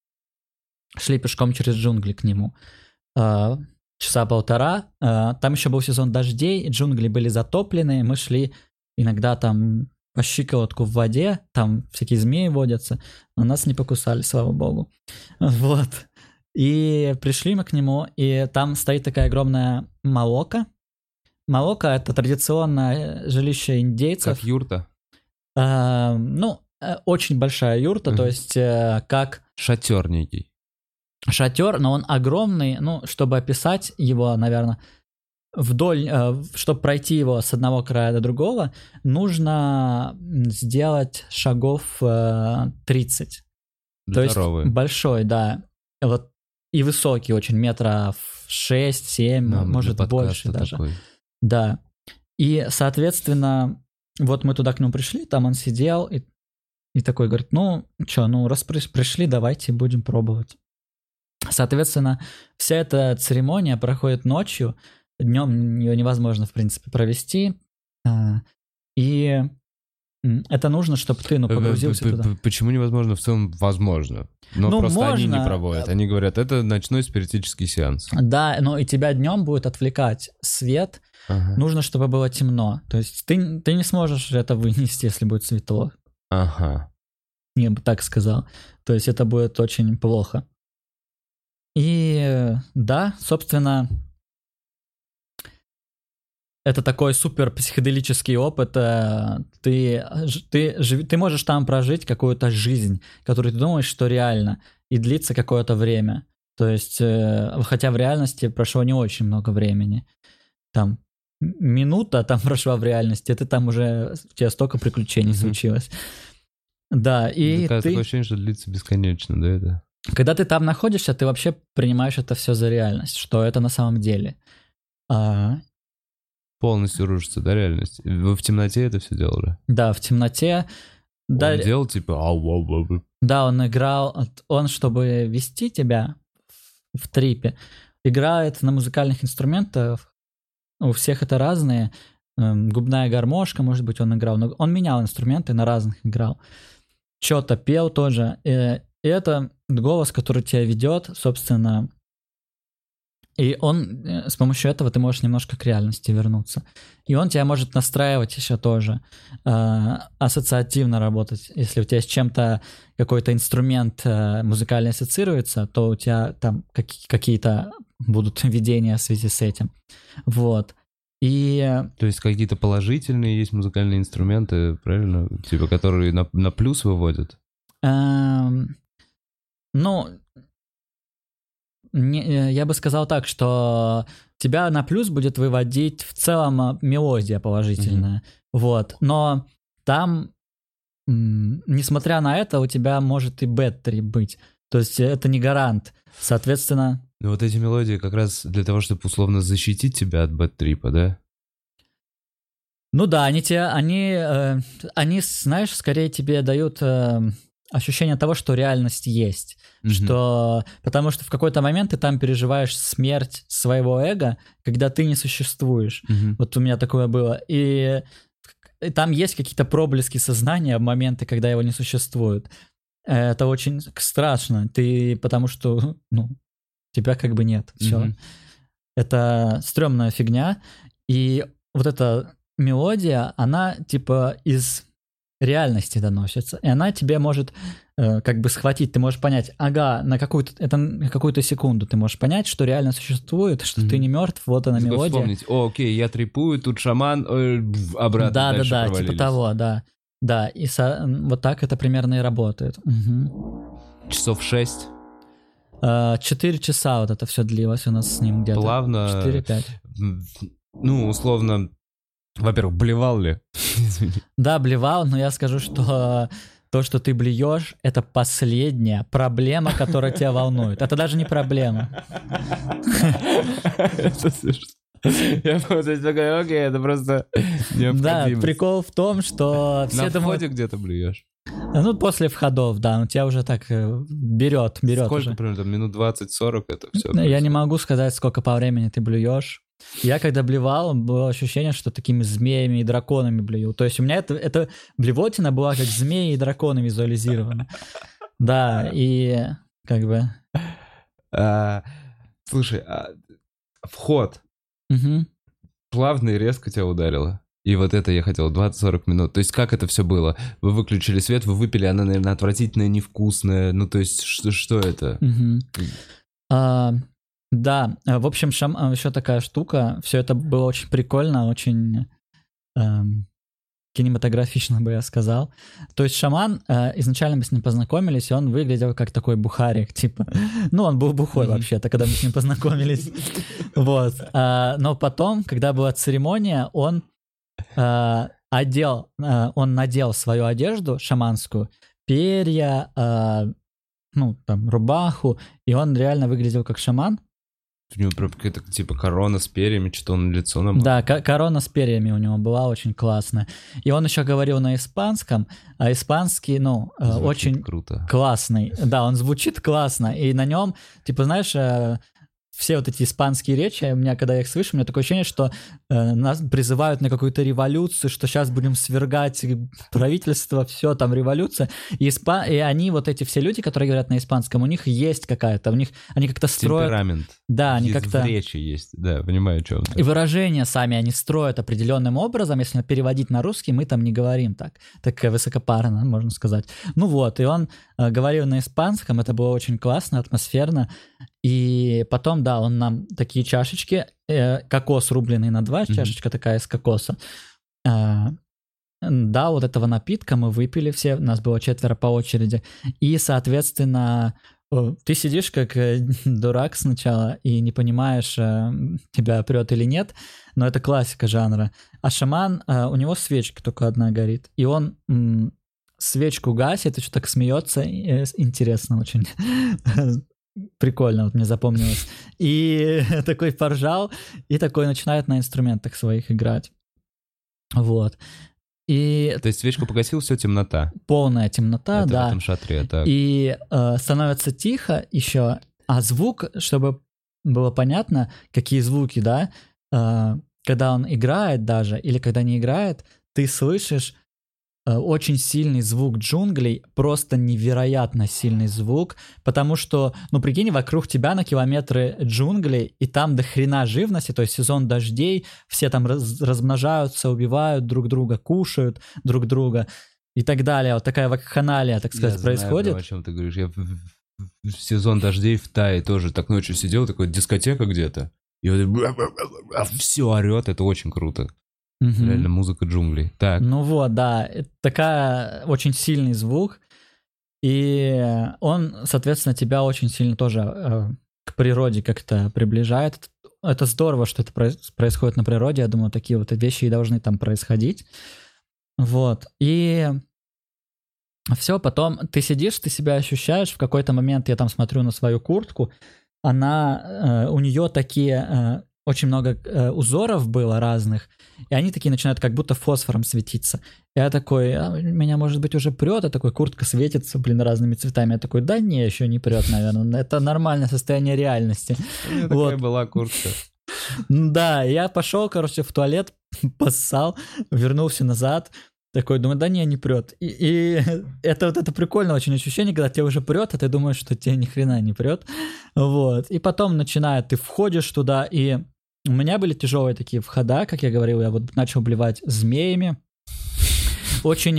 шли пешком через джунгли к нему. Э, часа полтора. Э, там еще был сезон дождей, джунгли были затоплены, мы шли иногда там по щиколотку в воде, там всякие змеи водятся, но нас не покусали, слава богу. Вот. И пришли мы к нему, и там стоит такая огромная молока. Молока — это традиционное жилище индейцев. Как юрта? Э, ну, э, очень большая юрта, то Мгм. есть э, как Шатер некий. шатер, но он огромный. Ну, чтобы описать его, наверное, вдоль, э, чтобы пройти его с одного края до другого, нужно м, сделать шагов э, тридцать. То есть Здоровый. большой, да. Вот и высокий очень, метров шесть-семь, Да, может для больше подкаста даже. такой. Да. И, соответственно, вот мы туда к нему пришли, там он сидел и, и такой говорит, ну, что, ну, раз при- пришли, давайте будем пробовать. Соответственно, вся эта церемония проходит ночью, днем ее невозможно, в принципе, провести, а, и м, это нужно, чтобы ты, ну, погрузился П- п- туда. п- Почему невозможно? В целом возможно. Но Ну, просто они не можно. проводят. Они говорят, это ночной спиритический сеанс. Да, но и тебя днем будет отвлекать свет, Ага. нужно, чтобы было темно. То есть ты, ты не сможешь это вынести, если будет светло. Ага. Я бы так сказал. То есть это будет очень плохо. И э, да, собственно, это такой супер психоделический опыт. э, Ты, ж- ты, жив- ты можешь там прожить какую-то жизнь, которую ты думаешь, что реально, и длится какое-то время. То есть, э, хотя в реальности прошло не очень много времени. Там м- минута там прошла в реальности, это там уже у тебя столько приключений Мгм. случилось. Да, и Такое, ты, такое ощущение, что длится бесконечно, да, это? когда ты там находишься, ты вообще принимаешь это все за реальность, что это на самом деле. А, Полностью рушится, да, реальность? Вы в темноте это все делали? да, в темноте. Да, Он делал типа ау ау ау. да, он играл, он, чтобы вести тебя в, в трипе, играет на музыкальных инструментах, у всех это разные, эм, губная гармошка, может быть, он играл, но он менял инструменты, на разных играл. Что-то пел тоже, э, и это голос, который тебя ведет, собственно, и он, э, с помощью этого ты можешь немножко к реальности вернуться. И он тебя может настраивать еще тоже, э, ассоциативно работать. Если у тебя с чем-то какой-то инструмент э, музыкальный ассоциируется, то у тебя там каки- какие-то будут видения в связи с этим. Вот. И э, То есть какие-то положительные есть музыкальные инструменты, правильно? Типа, которые на, на плюс выводят? эм, ну, не- э, я бы сказал так, что тебя на плюс будет выводить в целом э, мелодия положительная. Вот. Но там, м, несмотря на это, у тебя может и бэд три быть. То есть это не гарант. Соответственно, Ну вот эти мелодии как раз для того, чтобы условно защитить тебя от бэд-трипа, да? ну да, они тебе, они, э, они, знаешь, скорее тебе дают э, ощущение того, что реальность есть. Мгм. Что, потому что в какой-то момент ты там переживаешь смерть своего эго, когда ты не существуешь. Мгм. Вот у меня такое было. И, и там есть какие-то проблески сознания, моменты, когда его не существует. Это очень страшно. Ты, потому что, ну, тебя как бы нет. Все. Мгм. Это стрёмная фигня. И вот эта мелодия, она типа из реальности доносится. И она тебе может э, как бы схватить. Ты можешь понять, ага, на какую-то, это на какую-то секунду ты можешь понять, что реально существует, что Мгм. ты не мертв, вот она Такой мелодия. вспомнить, о, окей, я трипую, тут шаман, ой, бф, обратно Да, да, дальше да, провалились. типа того, да. Да, и со- вот так это примерно и работает. Мгм. Часов шесть. Э, Четыре часа вот это все длилось у нас с ним где-то. Плавно. Четыре-пять. М, Ну, условно, во-первых, блевал ли? Извини. Да, блевал, но я скажу, что то, что ты блюешь, это последняя проблема, которая тебя волнует. Это даже не проблема. Это смешно. Я просто такой, окей, это просто Да, необходимость. прикол в том, что все На думают... входе где-то блюешь? Ну, после входов, да, ну тебя уже так э, берет, берет Сколько, уже. примерно, там, минут двадцать-сорок это все? Я не могу сказать, сколько по времени ты блюешь. Я когда блевал, было ощущение, что такими змеями и драконами блюю. То есть у меня это, это блевотина была как змеи и драконы визуализированы. Да, и как бы... А, слушай, а вход Мгм. плавно и резко тебя ударило. И вот это я хотел, двадцать-сорок минут. То есть как это все было? Вы выключили свет, вы выпили, она, наверное, отвратительная, невкусная. Ну, то есть что, что это? Мгм. А, да, а, в общем, шам... а, еще такая штука. Все это было очень прикольно, очень эм, кинематографично, бы я сказал. То есть шаман, э, изначально мы с ним познакомились, и он выглядел как такой бухарик, типа. Ну, он был бухой Мгм. вообще-то, когда мы с ним познакомились. Вот. А, но потом, когда была церемония, он э, одел, э, он надел свою одежду шаманскую, перья, э, ну, там, рубаху, и он реально выглядел как шаман. У него прям какая-то типа корона с перьями, что-то он на лицо набрал. Да, к- корона с перьями у него была очень классная. И он еще говорил на испанском, а испанский, ну, э, Звучит очень круто. классный. Да, он звучит классно, и на нем, типа, знаешь, э, все вот эти испанские речи, у меня, когда я их слышу, у меня такое ощущение, что э, нас призывают на какую-то революцию, что сейчас будем свергать правительство, все, там революция. И, испа... и они, вот эти все люди, которые говорят на испанском, у них есть какая-то, у них, они как-то строят... Темперамент. Да, они Есть как-то... в речи есть, да, понимаю, о чем ты. И выражения сами они строят определенным образом, если переводить на русский, мы там не говорим так, так высокопарно, можно сказать. Ну вот, и он э, говорил на испанском, это было очень классно, атмосферно. И потом, да, он нам такие чашечки, э, кокос рубленый на два, mm-hmm. чашечка такая из кокоса. Э, да, вот этого напитка мы выпили все, нас было четверо по очереди. И, соответственно, ты сидишь как дурак сначала и не понимаешь, тебя прет или нет, но это классика жанра. А шаман, у него свечка только одна горит, и он м, свечку гасит и что-то так смеется, интересно очень. Прикольно, вот мне запомнилось. И такой поржал, и такой начинает на инструментах своих играть. Вот. И... То есть свечку погасил, все, темнота. Полная темнота, это да. в этом шатре, так. И э, становится тихо еще, а звук, чтобы было понятно, какие звуки, да, э, когда он играет даже, или когда не играет, ты слышишь э, очень сильный звук джунглей, просто невероятно сильный звук, потому что, ну прикинь, вокруг тебя на километры джунглей, и там до хрена живности, то есть сезон дождей, все там раз, размножаются, убивают друг друга, кушают друг друга и так далее. Вот такая вакханалия, так сказать, я происходит. Знаю, о чем ты говоришь. Я в, в, в сезон дождей в Тае тоже так ночью сидел, такой дискотека где-то, и вот все орет, это очень круто. Угу. Реально музыка джунглей. Так. Ну вот, да, такая очень сильный звук, и он, соответственно, тебя очень сильно тоже э, к природе как-то приближает. Это здорово, что это происходит на природе, я думаю, такие вот вещи и должны там происходить. Вот, и все, потом ты сидишь, ты себя ощущаешь, в какой-то момент я там смотрю на свою куртку, она, э, у нее такие... Э, очень много э, узоров было разных, и они такие начинают как будто фосфором светиться. Я такой, а, меня, может быть, уже прет, а такой куртка светится, блин, разными цветами. Я такой, да не, еще не прет, наверное. Это нормальное состояние реальности. У меня такая была куртка. Да, я пошел, короче, в туалет, поссал, вернулся назад, такой, думаю, да не, не прет. И, и это вот это прикольное очень ощущение, когда тебе уже прет, а ты думаешь, что тебе ни хрена не прет. Вот. И потом начинает, ты входишь туда, и у меня были тяжелые такие входа, как я говорил, я вот начал блевать змеями. Очень,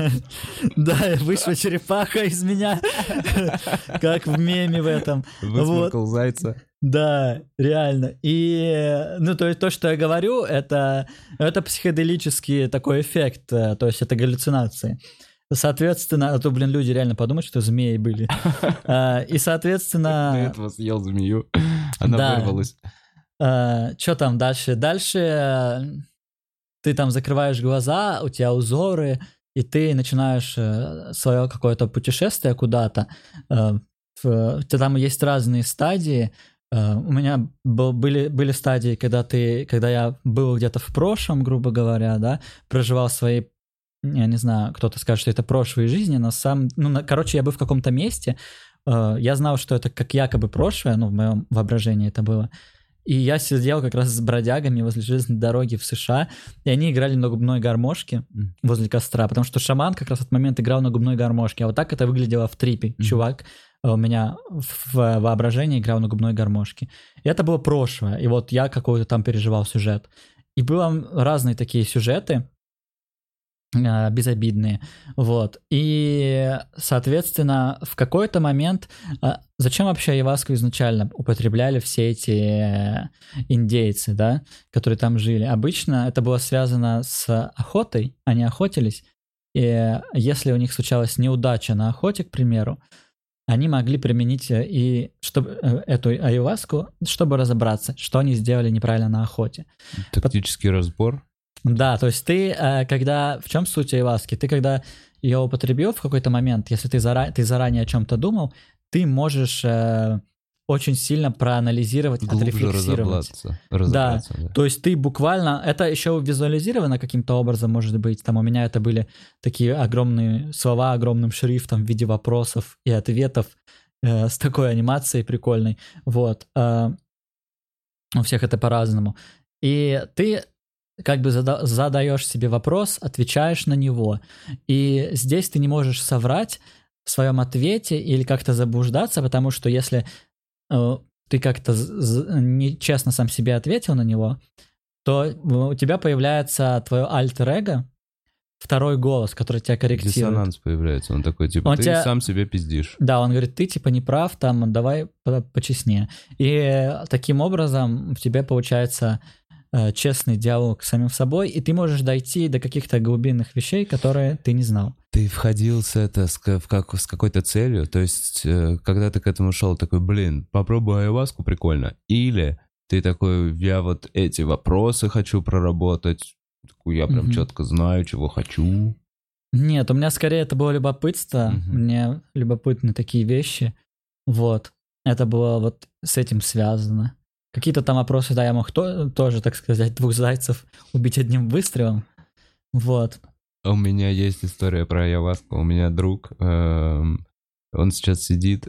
да, вышла черепаха из меня, как в меме в этом. Высморкал зайца. Да, реально. И, ну, то есть то, что я говорю, это, это психоделический такой эффект, то есть это галлюцинации. Соответственно, а то, блин, люди реально подумают, что змеи были. И, соответственно... До этого съел змею, она вырвалась. Что там дальше? Дальше ты там закрываешь глаза, у тебя узоры, и ты начинаешь свое какое-то путешествие куда-то. Там есть разные стадии. У меня был, были, были стадии, когда, ты, когда я был где-то в прошлом, грубо говоря, да, проживал свои, я не знаю, кто-то скажет, что это прошлые жизни, но сам, ну, на, короче, я был в каком-то месте, я знал, что это как якобы прошлое, ну, в моем воображении это было. И я сидел как раз с бродягами возле железной дороги в США, и они играли на губной гармошке возле костра, потому что шаман как раз в этот момент играл на губной гармошке, а вот так это выглядело в трипе. Mm-hmm. Чувак у меня в воображении играл на губной гармошке. И это было прошлое, и вот я какой-то там переживал сюжет. И были разные такие сюжеты, безобидные, вот, и, соответственно, в какой-то момент, зачем вообще айваску изначально употребляли все эти индейцы, да, которые там жили? Обычно это было связано с охотой, они охотились, и если у них случалась неудача на охоте, к примеру, они могли применить и чтобы, эту айваску, чтобы разобраться, что они сделали неправильно на охоте. Тактический разбор. Да, то есть ты, когда... В чем суть айваски? Ты, когда ее употребил в какой-то момент, если ты, зара... ты заранее о чем-то думал, ты можешь э, очень сильно проанализировать, Глубже отрефлексировать. разобраться. разобраться Да, да. то есть ты буквально, это еще визуализировано каким-то образом, может быть, там у меня это были такие огромные слова огромным шрифтом в виде вопросов и ответов э, с такой анимацией прикольной, вот. Э, у всех это по-разному. И ты как бы зада- задаешь себе вопрос, отвечаешь на него. И здесь ты не можешь соврать в своем ответе или как-то заблуждаться, потому что если э, ты как-то з- з- нечестно сам себе ответил на него, то у тебя появляется твое альтер-эго, второй голос, который тебя корректирует. Диссонанс появляется, он такой, типа, Он ты тебя- сам себе пиздишь. Да, он говорит, ты типа не прав, там, давай по- почестнее. И таким образом в тебе получается э, честный диалог с самим собой, и ты можешь дойти до каких-то глубинных вещей, которые ты не знал. Ты входил с, это, с, ка- в как, с какой-то целью, то есть, э, когда ты к этому шел, такой, блин, попробуй айваску, прикольно. Или ты такой, я вот эти вопросы хочу проработать, такой, я прям Мгм. четко знаю, чего хочу. Нет, у меня скорее это было любопытство, Мгм. мне любопытны такие вещи, вот. Это было вот с этим связано. Какие-то там вопросы, да, я мог то- тоже, так сказать, двух зайцев убить одним выстрелом, вот. У меня есть история про айваску. У меня друг, эм, он сейчас сидит,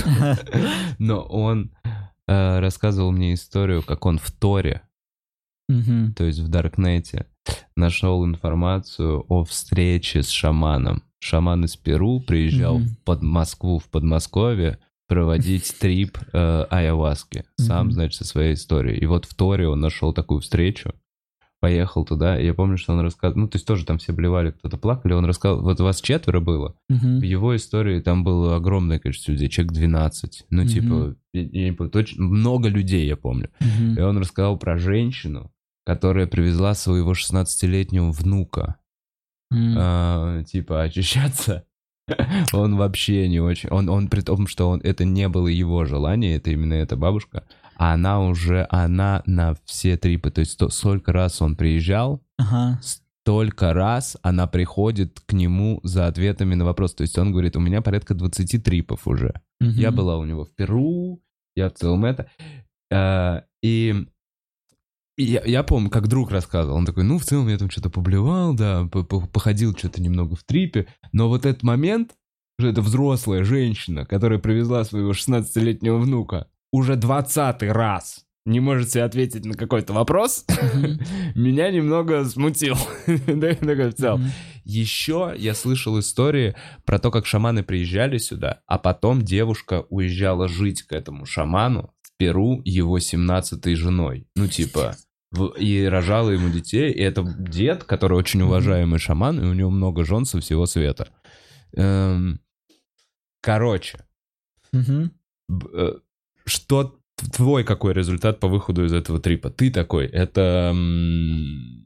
но он э, рассказывал мне историю, как он в Торе, Мгм. то есть в Даркнете, нашел информацию о встрече с шаманом. Шаман из Перу приезжал Мгм. в под Москву, в Подмосковье, проводить трип э, айваски. Сам, Мгм. значит, со своей историей. И вот в Торе он нашел такую встречу, поехал туда, и я помню, что он рассказывал, ну, то есть тоже там все блевали, кто-то плакали, он рассказал, вот вас четверо было, Мгм. в его истории там было огромное количество людей, человек двенадцать, ну, Мгм. типа, я, я не помню, точно, много людей, я помню. Мгм. И он рассказал про женщину, которая привезла своего шестнадцатилетнего внука, М. а, типа, очищаться. Он вообще не очень... Он, он при том, что он, это не было его желание, это именно эта бабушка, а она уже, она на все трипы, то есть сто- столько раз он приезжал, Ага. столько раз она приходит к нему за ответами на вопрос. То есть он говорит, у меня порядка двадцать трипов уже. Мгм. Я была у него в Перу, я в целом это. А, И и я, я помню, как друг рассказывал, он такой, ну, в целом я там что-то поблевал, да, по- по- походил что-то немного в трипе, но вот этот момент, что это взрослая женщина, которая привезла своего шестнадцатилетнего внука, уже двадцатый раз не может себе ответить на какой-то вопрос, Мгм. меня немного смутил. Да, я такой в целом. Мгм. Еще я слышал истории про то, как шаманы приезжали сюда, а потом девушка уезжала жить к этому шаману в Перу его семнадцатой женой. Ну, типа, в- и рожала ему детей. И это дед, который очень Мгм. уважаемый шаман, и у него много жен со всего света. Эм, Короче, Мгм. б- э, что т- твой какой результат по выходу из этого трипа? Ты такой, это... м,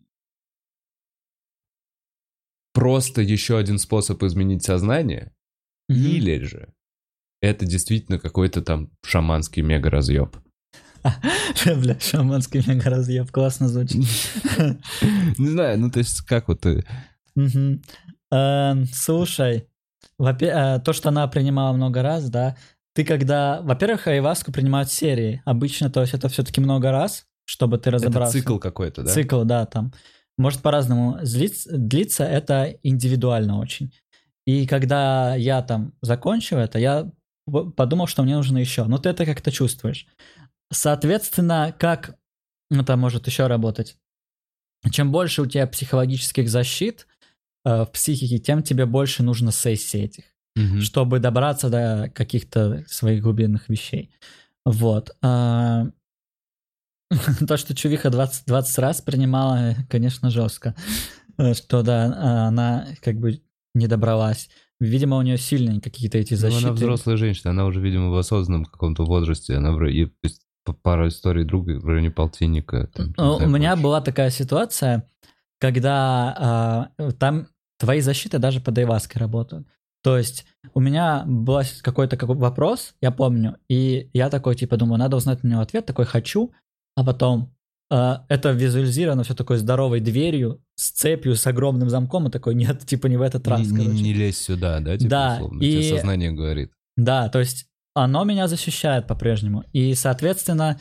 просто еще один способ изменить сознание? Мгм. Или же это действительно какой-то там шаманский мега-разъеб? Бля, шаманский мега-разъеб, классно звучит. Не знаю, ну то есть как вот ты... Мгм. Эм, Слушай, вопе- э, то, что она принимала много раз, да, ты когда, во-первых, айваску принимают серии, обычно, то есть это все-таки много раз, чтобы ты Это разобрался. цикл какой-то, да? Цикл, да, там. Может по-разному злиться- длиться, это индивидуально очень. И когда я там закончил это, я в- подумал, что мне нужно еще. Но ты это как-то чувствуешь. Соответственно, как это может еще работать? Чем больше у тебя психологических защит э, в психике, тем тебе больше нужно сессий этих, Мгм. чтобы добраться до каких-то своих глубинных вещей. Вот. А, То, что Чувиха двадцать, двадцать раз принимала, конечно, жестко. Э, Что, да, а, она как бы не добралась. Видимо, у нее сильные какие-то эти Ну, защиты. она взрослая женщина, она уже, видимо, в осознанном каком-то возрасте, она в районе... то есть, п- пара историй друга в районе полтинника. там, не Ну, знаю, у меня больше. была такая ситуация, когда а, там твои защиты даже под айваской работают. То есть у меня был какой-то какой вопрос, я помню, и я такой, типа, думаю, надо узнать на него ответ, такой хочу, а потом а, это визуализировано все такой здоровой дверью, с цепью, с огромным замком, и такой, нет, типа не в этот раз, Не, не- короче. не лезь сюда, да, типа, Да, условно, и- тебе сознание говорит. Да, то есть оно меня защищает по-прежнему. И, соответственно,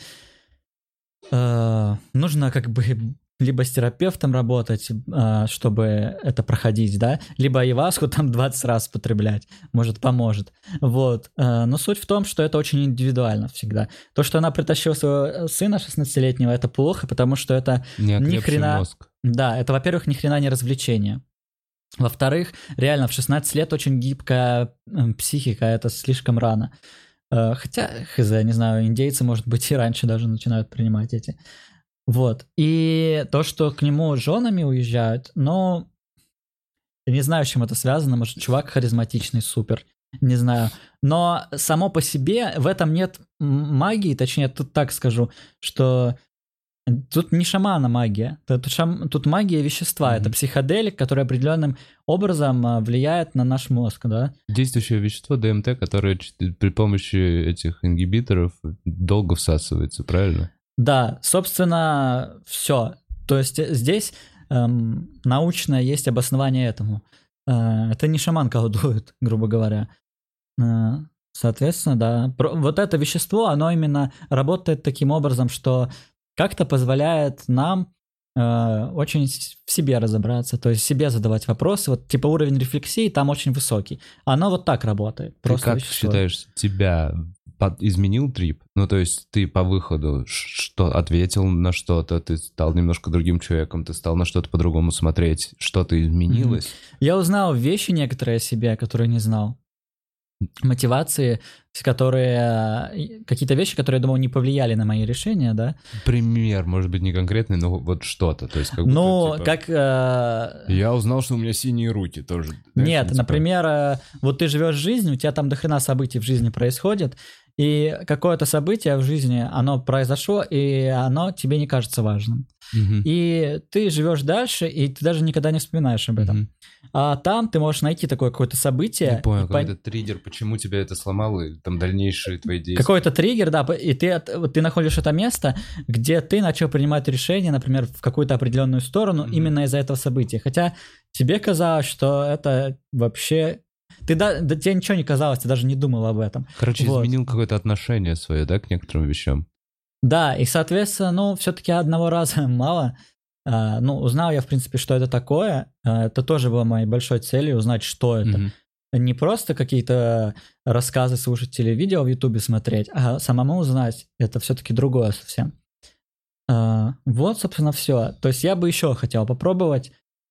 э, нужно как бы либо с терапевтом работать, э, чтобы это проходить, да, либо айваску там двадцать раз потреблять, может, поможет. Вот. Э, но суть в том, что это очень индивидуально всегда. То, что она притащила своего сына шестнадцатилетнего, это плохо, потому что это ни хрена... мозг. Да, это, во-первых, ни хрена не развлечение. Во-вторых, реально в шестнадцать лет очень гибкая э, психика, это слишком рано. Э, хотя, хз, не знаю, индейцы, может быть, и раньше даже начинают принимать эти. Вот. И то, что к нему женами уезжают, ну, я не знаю, с чем это связано, может, чувак харизматичный, супер, не знаю. Но само по себе в этом нет магии, точнее, тут так скажу, что тут не шамана магия, тут, шам... тут магия вещества, mm-hmm. это психоделик, который определенным образом влияет на наш мозг, да. Действующее вещество ДМТ, которое при помощи этих ингибиторов долго всасывается, правильно? Да, собственно, все. То есть здесь эм, научное есть обоснование этому. Э, это не шаман колдует, грубо говоря. Э, соответственно, да. Про... Вот это вещество, оно именно работает таким образом, что как-то позволяет нам э, очень в себе разобраться, то есть себе задавать вопросы. Вот типа уровень рефлексии там очень высокий. Оно вот так работает. Ты как вещество. Считаешь, тебя под... изменил трип? Ну, то есть ты по выходу что ответил на что-то, ты стал немножко другим человеком, ты стал на что-то по-другому смотреть, что-то изменилось? Mm-hmm. Я узнал вещи некоторые о себе, которые не знал. Мотивации, которые... Какие-то вещи, которые, я думал, не повлияли на мои решения, да? Пример, может быть, не конкретный, но вот что-то. То есть как будто, ну, типа, как... Э... Я узнал, что у меня синие руки тоже. Нет, типа... например, э, вот ты живешь жизнь, у тебя там дохрена событий в жизни происходит, и какое-то событие в жизни, оно произошло, и оно тебе не кажется важным. Угу. И ты живешь дальше, и ты даже никогда не вспоминаешь об этом. Угу. А там ты можешь найти такое какое-то событие. Не понял, какой-то пон... триггер, почему тебя это сломало, и там дальнейшие твои действия. Какой-то триггер, да, и ты, ты находишь это место, где ты начал принимать решение, например, в какую-то определенную сторону, угу. именно из-за этого события. Хотя тебе казалось, что это вообще... Ты да, да, тебе ничего не казалось, ты даже не думал об этом. Короче, вот. изменил какое-то отношение свое, да, к некоторым вещам. Да, и, соответственно, ну, все-таки одного раза мало. А, ну, узнал я, в принципе, что это такое. А, это тоже было моей большой целью, узнать, что это. Mm-hmm. Не просто какие-то рассказы слушать или видео в Ютубе смотреть, а самому узнать. Это все-таки другое совсем. А, вот, собственно, все. То есть я бы еще хотел попробовать,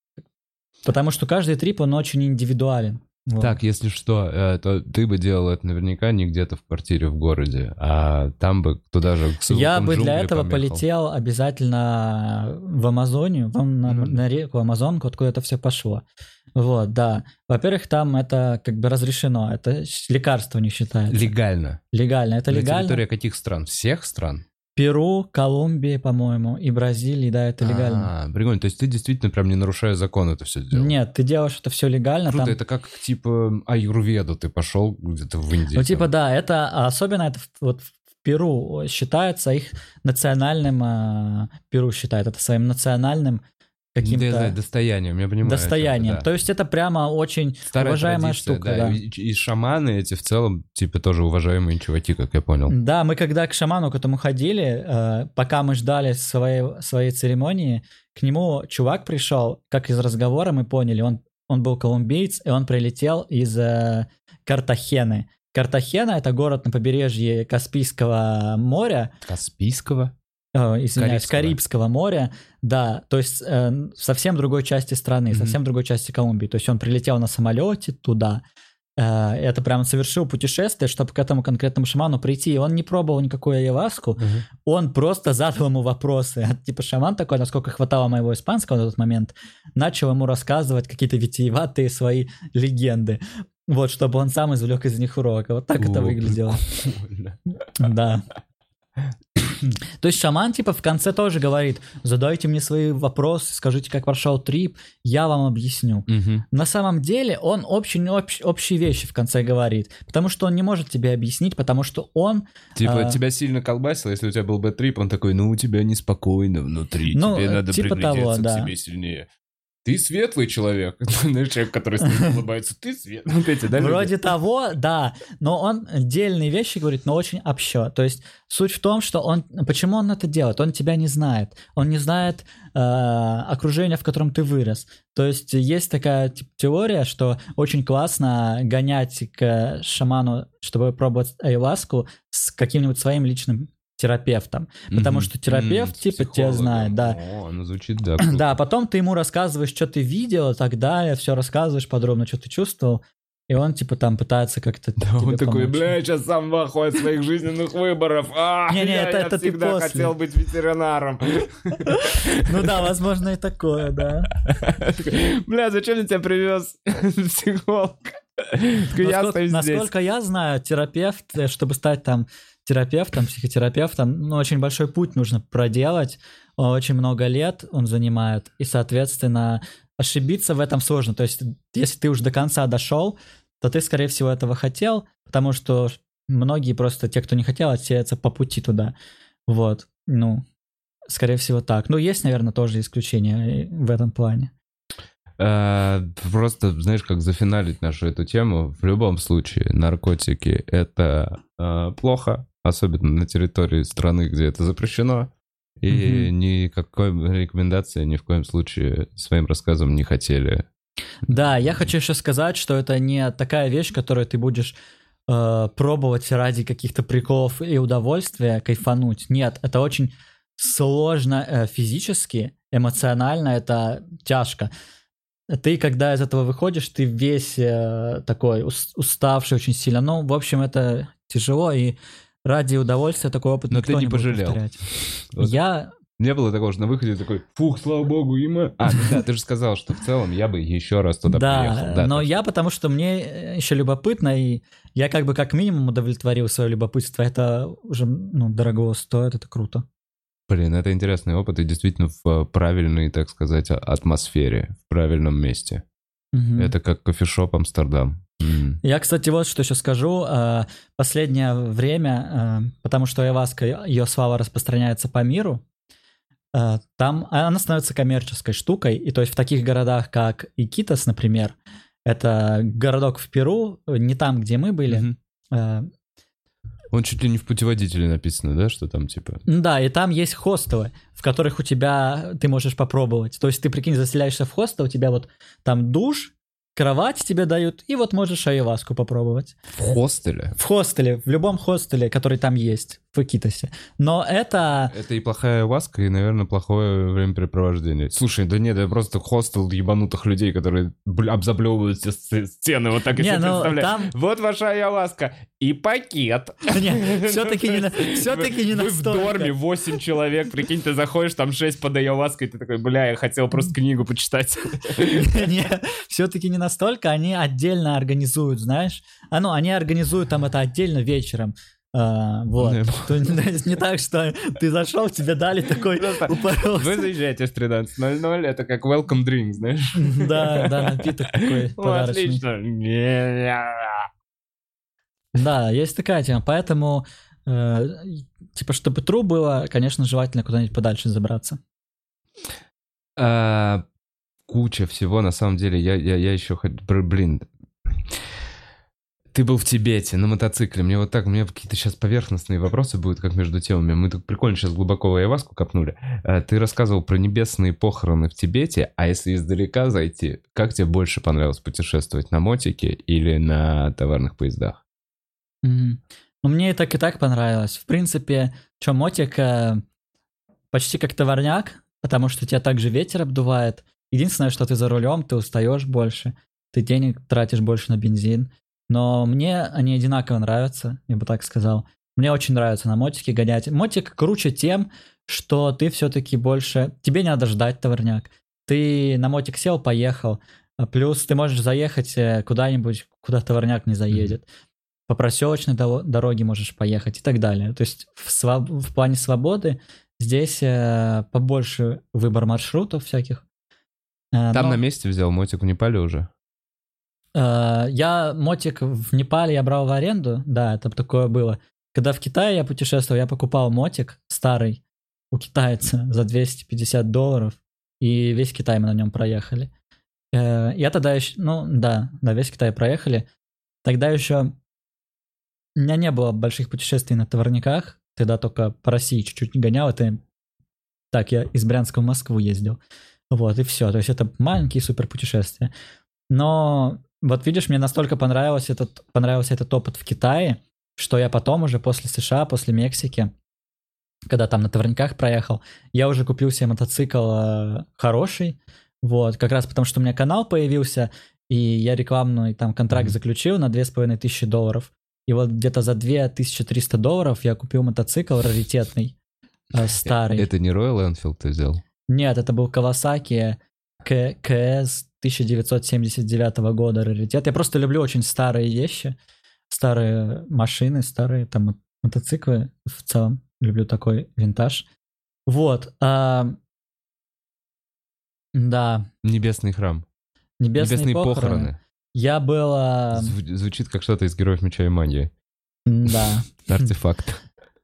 потому что каждый трип, он очень индивидуален. Вот. Так, если что, то ты бы делал это наверняка не где-то в квартире в городе, а там бы туда же... К Я бы для этого помехал. Полетел обязательно в Амазонию, вам на, mm-hmm. на реку Амазонку, откуда это все пошло. Вот, да. Во-первых, там это как бы разрешено, это лекарство не считается. Легально? Легально, это на легально. На территории каких стран? Всех стран? Перу, Колумбии, по-моему, и Бразилии, да, это легально. А, прикольно, то есть ты действительно прям не нарушая закон это все делал? Нет, ты делаешь это все легально. Круто, там... это как в аюрведу ты пошел где-то в Индии. Ну, типа, да, это, особенно это вот в Перу считается их национальным, а, Перу считает это своим национальным каким-то... Да, достоянием, я понимаю. Достоянием, да. то есть это прямо очень старая уважаемая традиция, штука. Да. Да. И, и шаманы эти в целом, типа, тоже уважаемые чуваки, как я понял. Да, мы когда к шаману к этому ходили, э, пока мы ждали своей, своей церемонии, к нему чувак пришел, как из разговора мы поняли, он, он был колумбиец, и он прилетел из э, Картахены. Картахена — это город на побережье Каспийского моря. Каспийского? Э, извиняюсь, Карибского. Карибского моря, да, то есть э, в совсем другой части страны, mm-hmm. совсем другой части Колумбии. То есть он прилетел на самолете туда, э, это прям совершил путешествие, чтобы к этому конкретному шаману прийти. И он не пробовал никакую айваску, mm-hmm. он просто задал ему вопросы. Типа шаман такой, насколько хватало моего испанского на тот момент, начал ему рассказывать какие-то витиеватые свои легенды. Вот, чтобы он сам извлек из них урок. Вот так О, это выглядело. Да. То есть шаман типа в конце тоже говорит: задайте мне свои вопросы, скажите, как прошел трип, я вам объясню. Угу. На самом деле он очень общ, общие вещи в конце говорит, потому что он не может тебе объяснить, потому что он... Типа а... тебя сильно колбасило, если у тебя был бэд-трип, он такой: ну у тебя неспокойно внутри, ну, тебе надо типа приглядеться того, к да. себе сильнее. ты светлый человек. Знаешь, человек, который с ним улыбается, ты светлый. Вот эти, да, Вроде люди? того, да, но он отдельные вещи говорит, но очень общо. То есть суть в том, что он, почему он это делает? Он тебя не знает, он не знает э, окружения, в котором ты вырос. То есть есть такая типа, теория, что очень классно гонять к шаману, чтобы пробовать аюваску с каким-нибудь своим личным терапевтом, потому Мгм. что терапевт М, с типа тебя психологом. знает, да. О, ну звучит, да. круто. Да, потом ты ему рассказываешь, что ты видел и так далее, все рассказываешь подробно, что ты чувствовал, и он типа там пытается как-то Да, тебе он такой, помочь. бля, сейчас сам в ахуе от своих жизненных выборов. А, Не-не, я, это- я это ты всегда после. хотел быть ветеринаром. Ну да, возможно и такое, да. Такой, бля, зачем я тебя привез? Психолог. Такой, я Насколько, остаюсь здесь. насколько я знаю, терапевт, э, чтобы стать там терапевтом, психотерапевтом, ну, очень большой путь нужно проделать, очень много лет он занимает, и, соответственно, ошибиться в этом сложно. То есть, если ты уже до конца дошел, то ты, скорее всего, этого хотел, потому что многие просто, те, кто не хотел, отсеются по пути туда. Вот, ну, скорее всего, так. Ну, есть, наверное, тоже исключения в этом плане. Э, Просто, знаешь, как зафиналить нашу эту тему. В любом случае, наркотики — это э, плохо, особенно на территории страны, где это запрещено. И Мгм. никакой рекомендации ни в коем случае своим рассказом не хотели. Да, я хочу еще сказать, что это не такая вещь, которую ты будешь э, пробовать ради каких-то приколов и удовольствия, кайфануть. Нет, это очень сложно э, физически, эмоционально, это тяжко. Ты, когда из этого выходишь, ты весь э, такой ус- уставший очень сильно. Ну, в общем, это тяжело, и ради удовольствия такой опыт Но никто ты не будет пожалел. повторять. Вот. Я... Не было такого, что на выходе такой, фух, слава богу, има. А, ну да, ты же сказал, что в целом я бы еще раз туда Да, приехал. Да, но так я потому что мне еще любопытно, и я как бы как минимум удовлетворил свое любопытство. Это уже ну, дорого стоит, это круто. Блин, это интересный опыт, и действительно в правильной, так сказать, а- атмосфере, в правильном месте. Мгм. Это как кофешоп Амстердам. М. Я, кстати, вот что еще скажу. э, Последнее время, э, потому что айваска, ее слава распространяется по миру, э, там она становится коммерческой штукой, и то есть в таких городах, как Икитос, например, это городок в Перу, не там, где мы были, Мгм. э, Он чуть ли не в путеводителе написано, да, что там типа... да, и там есть хостелы, в которых у тебя ты можешь попробовать. То есть ты, прикинь, заселяешься в хостел, у тебя вот там душ, кровать тебе дают, и вот можешь айваску попробовать. В хостеле? В хостеле, в любом хостеле, который там есть, в Икитосе. Но это... Это и плохая васка, и, наверное, плохое времяпрепровождение. Слушай, да нет, это просто хостел ебанутых людей, которые бл- обзаблевывают все сц- стены, вот так я Не, себе ну представляю. там... Вот ваша ayahuasca и пакет. Не, все-таки не, на- все-таки не Вы в настолько. дорме восемь человек, прикинь, ты заходишь, там шесть под ayahuasca, и ты такой, бля, я хотел просто книгу почитать. Не, все-таки не настолько, они отдельно организуют, знаешь. А ну, они организуют там это отдельно вечером. А, вот. Не, То есть не так, что ты зашел, тебе дали такой Просто упоролся. Вы заезжаете в тринадцать ноль ноль, это как welcome drink, знаешь? Да, да, напиток такой Ну, подарочный. отлично. Да, есть такая тема, поэтому, э, типа, чтобы true было, конечно, желательно куда-нибудь подальше забраться. А, Куча всего, на самом деле, я, я, я еще... хот- бр- Блин, ты был в Тибете на мотоцикле. Мне вот так, у меня какие-то сейчас поверхностные вопросы будут, как между темами. Мы тут прикольно сейчас глубоко в ayahuasca копнули. А, Ты рассказывал про небесные похороны в Тибете, а если издалека зайти, как тебе больше понравилось путешествовать, на мотике или на товарных поездах? Мгм. Ну, мне и так, и так понравилось. В принципе, что, мотик э, почти как товарняк, потому что тебя также ветер обдувает. Единственное, что ты за рулем, ты устаешь больше, ты денег тратишь больше на бензин. Но мне они одинаково нравятся, я бы так сказал. Мне очень нравится на мотике гонять. Мотик круче тем, что ты все-таки больше... Тебе не надо ждать товарняк. Ты на мотик сел, поехал. А плюс ты можешь заехать э, куда-нибудь, куда товарняк не заедет. По проселочной дало- дороге можешь поехать и так далее. То есть в, своб- в плане свободы здесь э, побольше выбор маршрутов всяких. Э, Там но, на месте взял мотик в Непале уже? э, я мотик в Непале я брал в аренду, да, это такое было. Когда в Китае я путешествовал, я покупал мотик старый у китайца за двести пятьдесят долларов. и весь Китай мы на нем проехали. Э, я тогда еще, ну да, да, весь Китай проехали. Тогда еще у меня не было больших путешествий на товарниках, тогда только по России чуть-чуть гонял, это так, я из Брянска в Москву ездил, вот, и все, то есть это маленькие супер путешествия. Но вот видишь, мне настолько понравился этот, понравился этот опыт в Китае, что я потом уже после США, после Мексики, когда там на товарниках проехал, я уже купил себе мотоцикл э, хороший, вот, как раз потому, что у меня канал появился, и я рекламный там контракт mm-hmm. заключил на две с половиной тысячи долларов. И вот где-то за две тысячи триста долларов я купил мотоцикл раритетный, э, старый. Это не Royal Enfield ты взял? Нет, это был Kawasaki КС тысяча девятьсот семьдесят девятого года раритет. Я просто люблю очень старые вещи, старые машины, старые там мотоциклы в целом. Люблю такой винтаж. Вот. А... Да. Небесный храм. Небесные, Небесные похороны. похороны. Я был... А... Зв- звучит как что-то из Героев Меча и Магии. Да. Артефакт.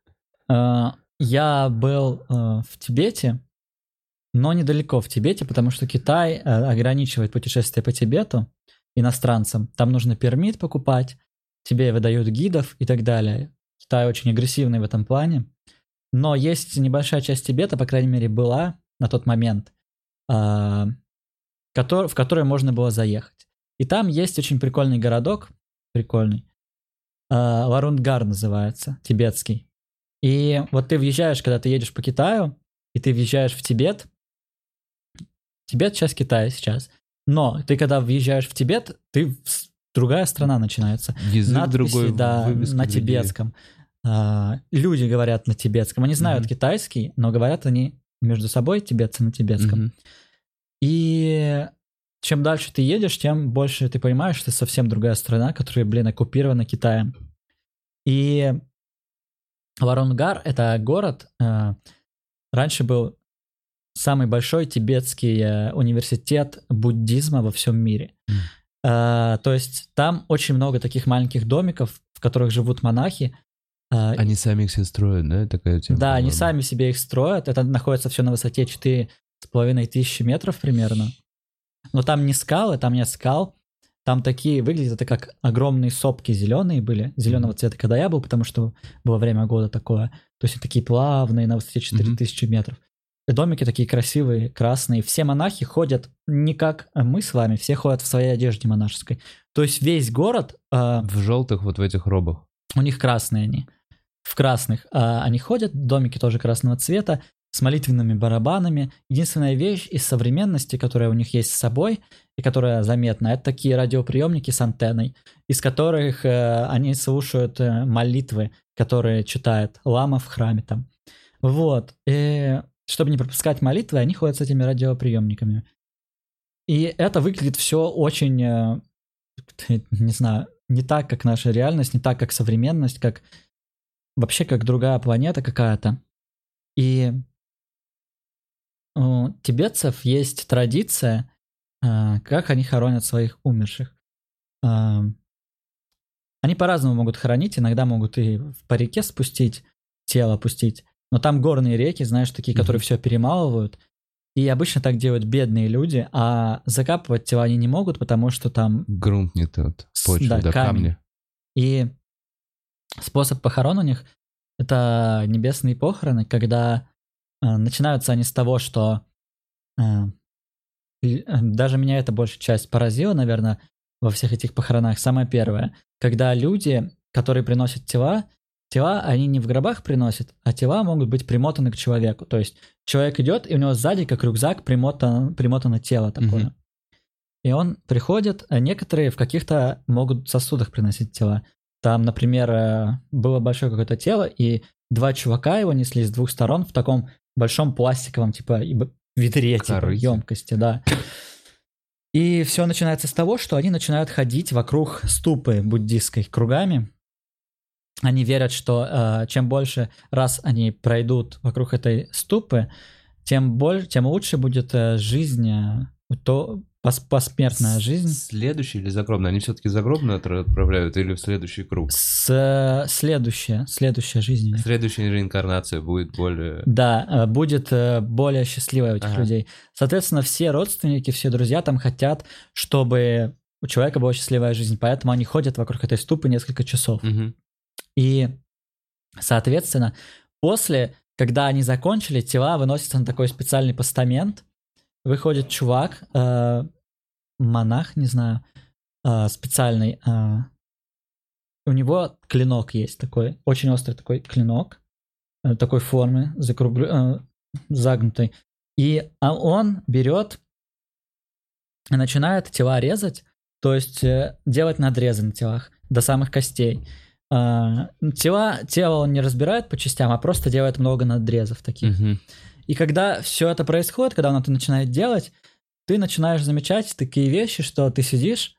Я был в Тибете, но недалеко в Тибете, потому что Китай ограничивает путешествия по Тибету иностранцам. Там нужно пермит покупать, тебе выдают гидов и так далее. Китай очень агрессивный в этом плане. Но есть небольшая часть Тибета, по крайней мере, была на тот момент, в которой можно было заехать. И там есть очень прикольный городок, прикольный, Варунгар называется, тибетский. И вот ты въезжаешь, когда ты едешь по Китаю, и ты въезжаешь в Тибет. Тибет часть Китая сейчас. Но ты когда въезжаешь в Тибет, ты другая страна начинается. Язык надписи, другой, да, на тибетском. А, люди говорят на тибетском. Они знают mm-hmm. китайский, но говорят они между собой, тибетцы, на тибетском. Mm-hmm. И чем дальше ты едешь, тем больше ты понимаешь, что это совсем другая страна, которая, блин, оккупирована Китаем. И Варунгар — это город, э, раньше был самый большой тибетский э, университет буддизма во всем мире. Mm. Э, то есть там очень много таких маленьких домиков, в которых живут монахи. Э, они сами их все строят, да? Такая тема, да, по-моему. они сами себе их строят. Это находится все на высоте четыре с половиной тысячи метров примерно. Но там не скалы, там нет скал. Там такие, выглядят это как огромные сопки зеленые были, зеленого mm-hmm. цвета, когда я был, потому что было время года такое. То есть такие плавные, на высоте четыре тысячи mm-hmm. метров. И домики такие красивые, красные. Все монахи ходят не как мы с вами, все ходят в своей одежде монашеской. То есть весь город... Э, в желтых вот в этих робах. У них красные они. В красных. Э, они ходят, домики тоже красного цвета, с молитвенными барабанами. Единственная вещь из современности, которая у них есть с собой, и которая заметна, это такие радиоприемники с антенной, из которых э, они слушают э, молитвы, которые читает лама в храме там. Вот. И чтобы не пропускать молитвы, они ходят с этими радиоприемниками. И это выглядит все очень, э, не знаю, не так, как наша реальность, не так, как современность, как вообще как другая планета какая-то. И у тибетцев есть традиция, как они хоронят своих умерших. Они по-разному могут хоронить, иногда могут и по реке спустить, тело пустить, но там горные реки, знаешь, такие, которые mm-hmm. все перемалывают, и обычно так делают бедные люди, а закапывать тела они не могут, потому что там... Грунт не тот, почва, да, да камень. камни. И способ похорон у них — это небесные похороны, когда э, начинаются они с того, что... Э, Даже меня это большая часть поразила, наверное, во всех этих похоронах. Самое первое, когда люди, которые приносят тела, тела они не в гробах приносят, а тела могут быть примотаны к человеку. То есть человек идет, и у него сзади, как рюкзак, примотано, примотано тело такое. Mm-hmm. И он приходит, а некоторые в каких-то могут сосудах приносить тела. Там, например, было большое какое-то тело, и два чувака его несли с двух сторон в таком большом пластиковом, типа... ведре, типа, емкости, да. И все начинается с того, что они начинают ходить вокруг ступы буддистской кругами. Они верят, что э, чем больше раз они пройдут вокруг этой ступы, тем, больше, тем лучше будет э, жизнь, э, то пос- посмертная жизнь. Следующий или загробный? Они все-таки загробно отправляют или в следующий круг? С следующая, следующая жизнь. Следующая реинкарнация будет более... Да, э, будет э, более счастливая у этих Ага. людей. Соответственно, все родственники, все друзья там хотят, чтобы у человека была счастливая жизнь, поэтому они ходят вокруг этой ступы несколько часов. Мгм. И, соответственно, после, когда они закончили, тела выносятся на такой специальный постамент, выходит чувак, э, монах, не знаю, э, специальный, э, у него клинок есть такой, очень острый такой клинок, э, такой формы, закругл... э, загнутой. И а он берет и начинает тела резать, то есть э, делать надрезы на телах до самых костей. А, тела, тело он не разбирает по частям, а просто делает много надрезов таких. Мгм. И когда все это происходит, когда он это начинает делать, ты начинаешь замечать такие вещи, что ты сидишь,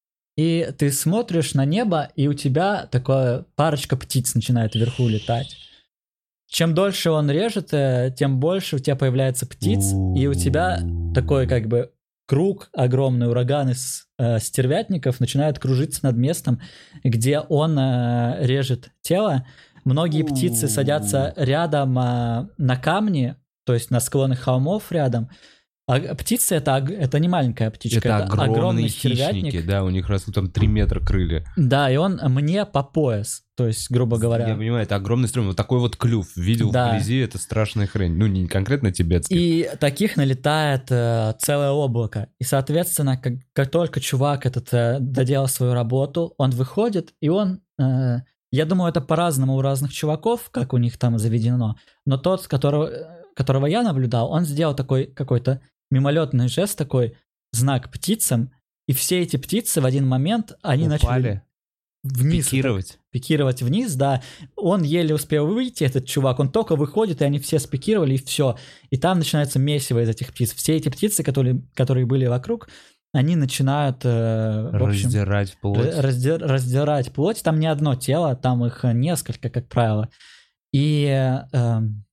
и ты смотришь на небо, и у тебя такая парочка птиц начинает вверху летать. Чем дольше он режет, э, тем больше у тебя появляется птиц, и у тебя такой как бы круг, огромный ураган из э, стервятников начинает кружиться над местом, где он э, режет тело. Многие птицы садятся рядом э, на камни, то есть на склонах холмов рядом. А птица это, ог- это не маленькая птичка, Это огромные огромный хищники, стервятник. да, у них растут там три метра крылья. Да, и он мне по пояс, то есть, грубо говоря. Я понимаю, это огромный стрём, вот такой вот клюв. Видел Да. вблизи, это страшная хрень. Ну, не конкретно тибетский. И таких налетает э, целое облако. И, соответственно, как, как только чувак этот э, доделал свою работу, он выходит, и он... э, я думаю, это по-разному у разных чуваков, как у них там заведено. Но тот, которого, э, которого я наблюдал, он сделал такой какой-то мимолетный жест, такой знак птицам, и все эти птицы в один момент, они начали Упали, вниз. пикировать. Пикировать вниз, да. Он еле успел выйти, этот чувак, он только выходит, и они все спикировали, и все. И там начинается месиво из этих птиц. Все эти птицы, которые, которые были вокруг, они начинают, э, в общем, Раздирать плоть. ра- разди- раздирать плоть. Там не одно тело, там их несколько, как правило. И э, эм,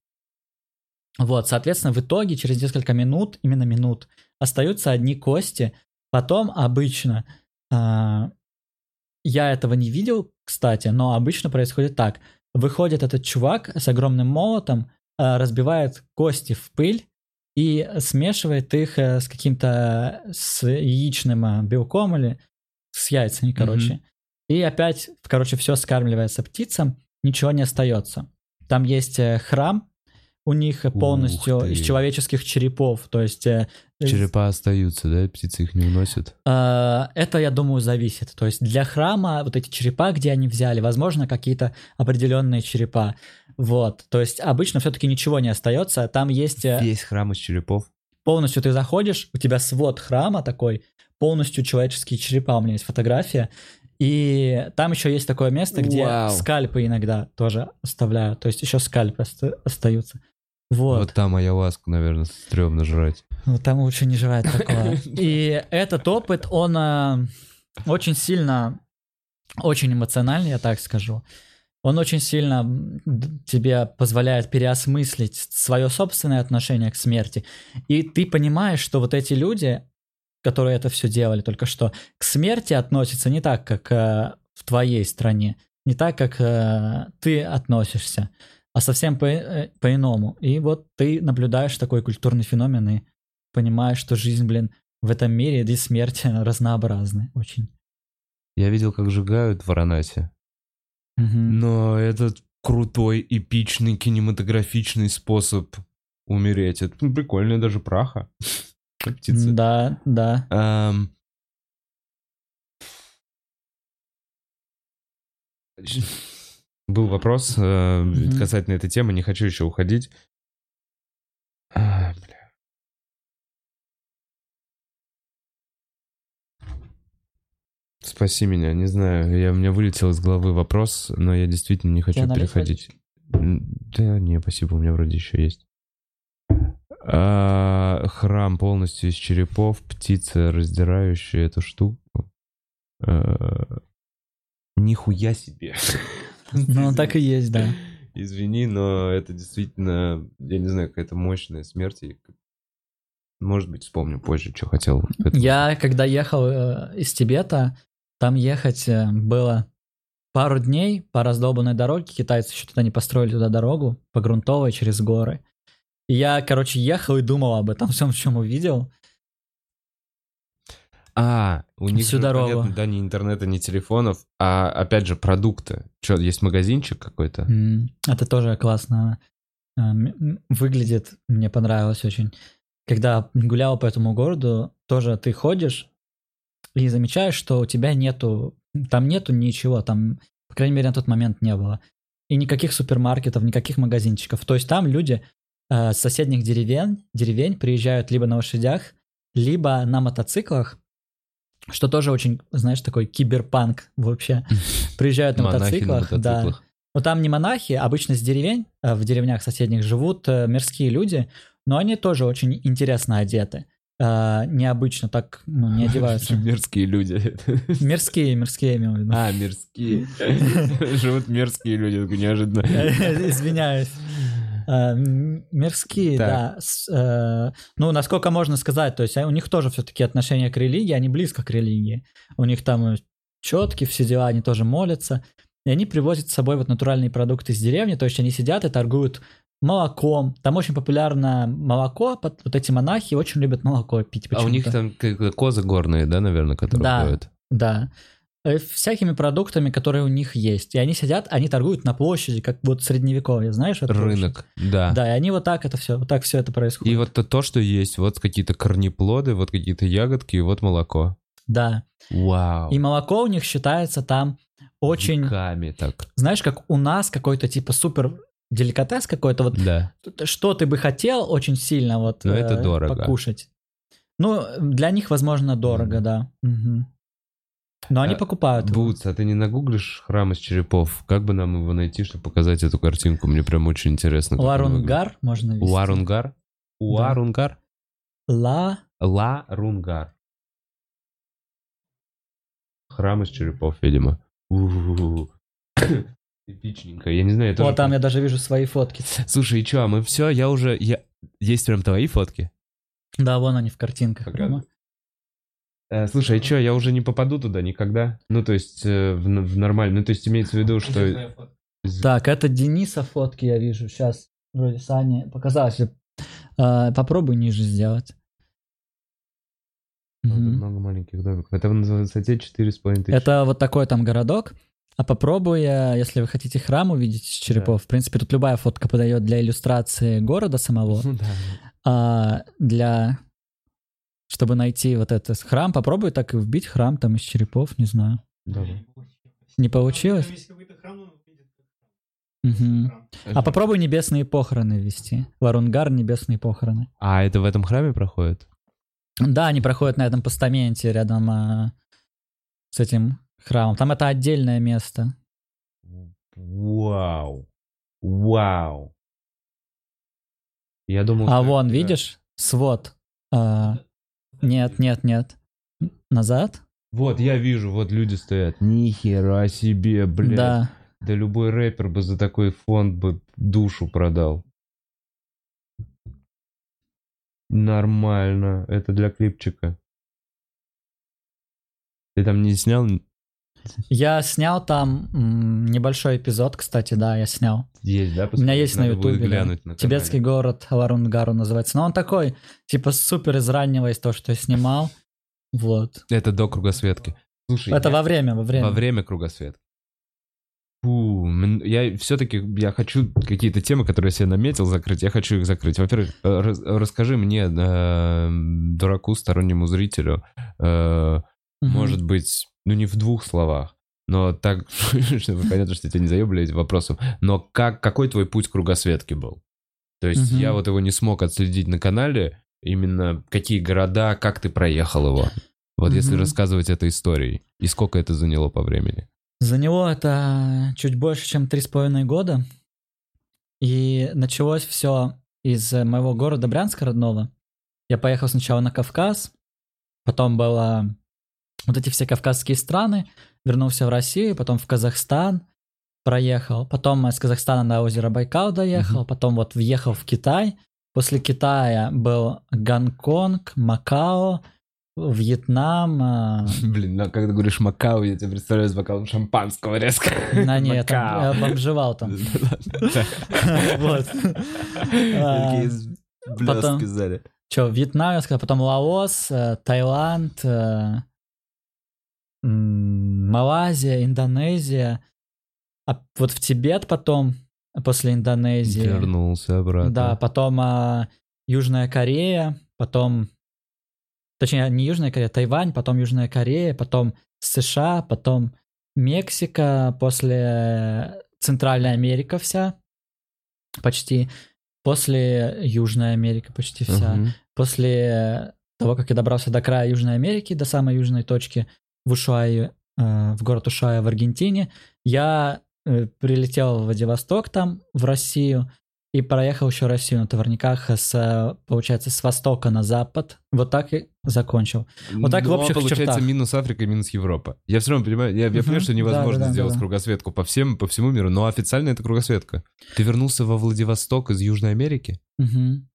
вот, соответственно, в итоге через несколько минут, именно минут, остаются одни кости. Потом обычно... э, я этого не видел, кстати, но обычно происходит так. Выходит этот чувак с огромным молотом, э, разбивает кости в пыль и смешивает их э, с каким-то с яичным э, белком или с яйцами, короче. Мгм. И опять, короче, все скармливается птицам, ничего не остается. Там есть э, храм у них э, Ух полностью ты. из человеческих черепов, то есть... э, Черепа остаются, да? Птицы их не уносят. Э, Это, я думаю, зависит. То есть для храма вот эти черепа, где они взяли, возможно, какие-то определенные черепа. Вот. То есть обычно все-таки ничего не остается. Там есть э, Весь храм из черепов. полностью ты заходишь, у тебя свод храма такой, полностью человеческие черепа. У меня есть фотография. И там еще есть такое место, где Вау. скальпы иногда тоже оставляют. То есть еще скальпы оста- остаются. Вот. Вот там ayahuasку, наверное, стрёмно жрать. Ну, там лучше не жрать такое. И этот опыт, он э, очень сильно, очень эмоциональный, я так скажу. Он очень сильно м, д- тебе позволяет переосмыслить свое собственное отношение к смерти. И ты понимаешь, что вот эти люди, которые это все делали только что, к смерти относятся не так, как э, в твоей стране, не так, как э, ты относишься, а совсем по- э, по-иному. И вот ты наблюдаешь такой культурный феномен и понимаешь, что жизнь, блин, в этом мире и смерть разнообразны очень. Я видел, как сжигают в Варанаси. Мгм. Но это крутой, эпичный, кинематографичный способ умереть. Это ну, прикольно, даже праха. Как птицы. Да, да. Ам. Был вопрос э, Мгм. касательно этой темы, не хочу еще уходить. А, бля. Спаси меня, не знаю, я, у меня вылетел из головы вопрос, но я действительно не хочу Тебе налить переходить. М, Да не, спасибо, у меня вроде еще есть. А, храм полностью из черепов, птица, раздирающая эту штуку. А, нихуя себе. Ну, так и есть, да. Извини, но это действительно, я не знаю, какая-то мощная смерть. И Может быть, вспомню позже, что хотел. Я, когда ехал э, из Тибета, там ехать э, было пару дней по раздолбанной дороге. Китайцы еще туда не построили туда дорогу, по грунтовой, через горы. И я, короче, ехал и думал об этом всем, чем увидел. А, у них Всю же, дорогу. понятно, да, ни интернета, ни телефонов, а, опять же, продукты. Что, есть магазинчик какой-то? Mm, это тоже классно э, м- выглядит, мне понравилось очень. Когда гулял по этому городу, тоже ты ходишь и замечаешь, что у тебя нету, там нету ничего, там, по крайней мере, на тот момент не было. И никаких супермаркетов, никаких магазинчиков. То есть там люди э, с соседних деревень, деревень приезжают либо на лошадях, либо на мотоциклах, что тоже очень, знаешь, такой киберпанк вообще. Приезжают на Монахи на мотоциклах, да. мотоциклах. Но там не монахи, обычно с деревень, э, в деревнях соседних живут э, мирские люди, но они тоже очень интересно одеты. Э, необычно так, ну, не одеваются. Мерзкие люди. Мирские, мирские, я имел в виду. А, мирские. Живут мерзкие люди, так неожиданно. Извиняюсь. Э, м- Мирские, Так. да. С, э, Ну, насколько можно сказать, то есть а у них тоже все-таки отношение к религии, они близко к религии. У них там четки, все дела, они тоже молятся. И они привозят с собой вот натуральные продукты из деревни, то есть они сидят и торгуют молоком. Там очень популярно молоко, под- вот эти монахи очень любят молоко пить А почему-то. у них там как- козы горные, да, наверное, которые Да. ходят? Да. Э, Всякими продуктами, которые у них есть. И они сидят, они торгуют на площади, как вот средневековье, знаешь? вот площадь? Рынок, да. Да, и они вот так это все, вот так все это происходит. И вот то, то, что есть, вот какие-то корнеплоды, вот какие-то ягодки, и вот молоко. Да. Вау. И молоко у них считается там очень, Веками так. знаешь, как у нас какой-то типа супер деликатес какой-то, вот Да. что ты бы хотел очень сильно вот Но это э, дорого. покушать. Ну, для них, возможно, дорого, Мгм. да. Мгм. Но они А, покупают. его. Бутс, а ты не нагуглишь храм из черепов? Как бы нам его найти, чтобы показать эту картинку? Мне прям очень интересно. как он выглядит. Ларунгар можно ввести. Уарунгар? Уарунгар? Ла... Ла-Рунгар. Храм из черепов, видимо. У-у-у. Эпичненько. Я не знаю, я тоже... Вот там я даже вижу свои фотки. Слушай, и чё, а мы все, я уже... Я... Есть прям твои фотки? Да, вон они в картинках. Показывай. прямо. Э, слушай, и чё, я уже не попаду туда никогда? Ну, то есть, э, в, н- в нормально. Ну, то есть, имеется в виду, что... Так, это Дениса фотки я вижу. Сейчас вроде Сане показалось. А, попробуй ниже сделать. Ну, тут Мгм. много маленьких домиков. Это на высоте четыре с половиной тысячи. Это вот такой там городок. А попробуй, э, если вы хотите храм увидеть из черепов, в принципе, тут любая фотка подойдет для иллюстрации города самого. Ну, да. А для... Чтобы найти вот этот храм, попробуй так и вбить храм там из черепов, не знаю. Давай. Не получилось? Мгм. А попробуй небесные похороны ввести. Варунгар небесные похороны. А это в этом храме проходит? Да, они проходят на этом постаменте рядом а, с этим храмом. Там это отдельное место. Вау. Вау. Я думал, А что вон, это- видишь, свод. А, нет, нет, нет. Назад? Вот, я вижу, вот люди стоят. Нихера себе, блядь. Да. Да любой рэпер бы за такой фонд бы душу продал. Нормально. Это для клипчика. Ты там не снял? Я снял там м, небольшой эпизод, кстати, да, я снял. Есть, да? У меня есть на Надо будет ютубе, да. глянуть на канале. Тибетский город Варунгару называется. Но он такой, типа, супер из раннего, из того, что я снимал. Вот. Это до кругосветки. Слушай, Это я- во время, во время. во время кругосветки. Фу, м, я все-таки я хочу какие-то темы, которые я себе наметил закрыть, я хочу их закрыть. Во-первых, э, рас- расскажи мне, э, дураку, стороннему зрителю, э, Мгм. может быть, ну не в двух словах, но так, чтобы понятно, что тебя не заебали этим вопросом, но как, какой твой путь к кругосветке был? То есть Мгм. я вот его не смог отследить на канале, именно какие города, как ты проехал его. Вот если Мгм. рассказывать этой историей, и сколько это заняло по времени? За него это чуть больше, чем три с половиной года. И началось все из э, моего города Брянска родного. Я поехал сначала на Кавказ, потом было вот эти все кавказские страны, вернулся в Россию, потом в Казахстан проехал, потом из Казахстана на озеро Байкал доехал, Мгм. потом вот въехал в Китай, После Китая был Гонконг, Макао, Вьетнам. а, Блин, ну когда говоришь Макао, я тебе представляю с бокалом шампанского резко. На нет, там, Макао. я бомжевал там. Вот. А, Такие потом- блестки сзади. Че, Вьетнам, я сказал, потом Лаос, э, Таиланд, э, м, Малайзия, Индонезия. А вот в Тибет потом, после Индонезии. Вернулся обратно. Да, потом а, Южная Корея, потом, точнее, не Южная Корея, Тайвань, потом Южная Корея, потом США, потом Мексика, после Центральная Америка вся, почти, после Южная Америка почти вся, Мгм. после того, как я добрался до края Южной Америки, до самой южной точки в Ушуае, э, в город Ушуая в Аргентине, я э, прилетел в Владивосток там, в Россию, и проехал еще Россию на товарниках, с, э, получается, с востока на запад. Вот так и закончил. Вот так в Ну, общих получается чертах. минус Африка и минус Европа. Я все равно понимаю, я, я Мгм. понимаю, что невозможно Да-да-да, сделать да-да. кругосветку по всем, по всему миру, но официально это кругосветка. Ты вернулся во Владивосток из Южной Америки? Мгм.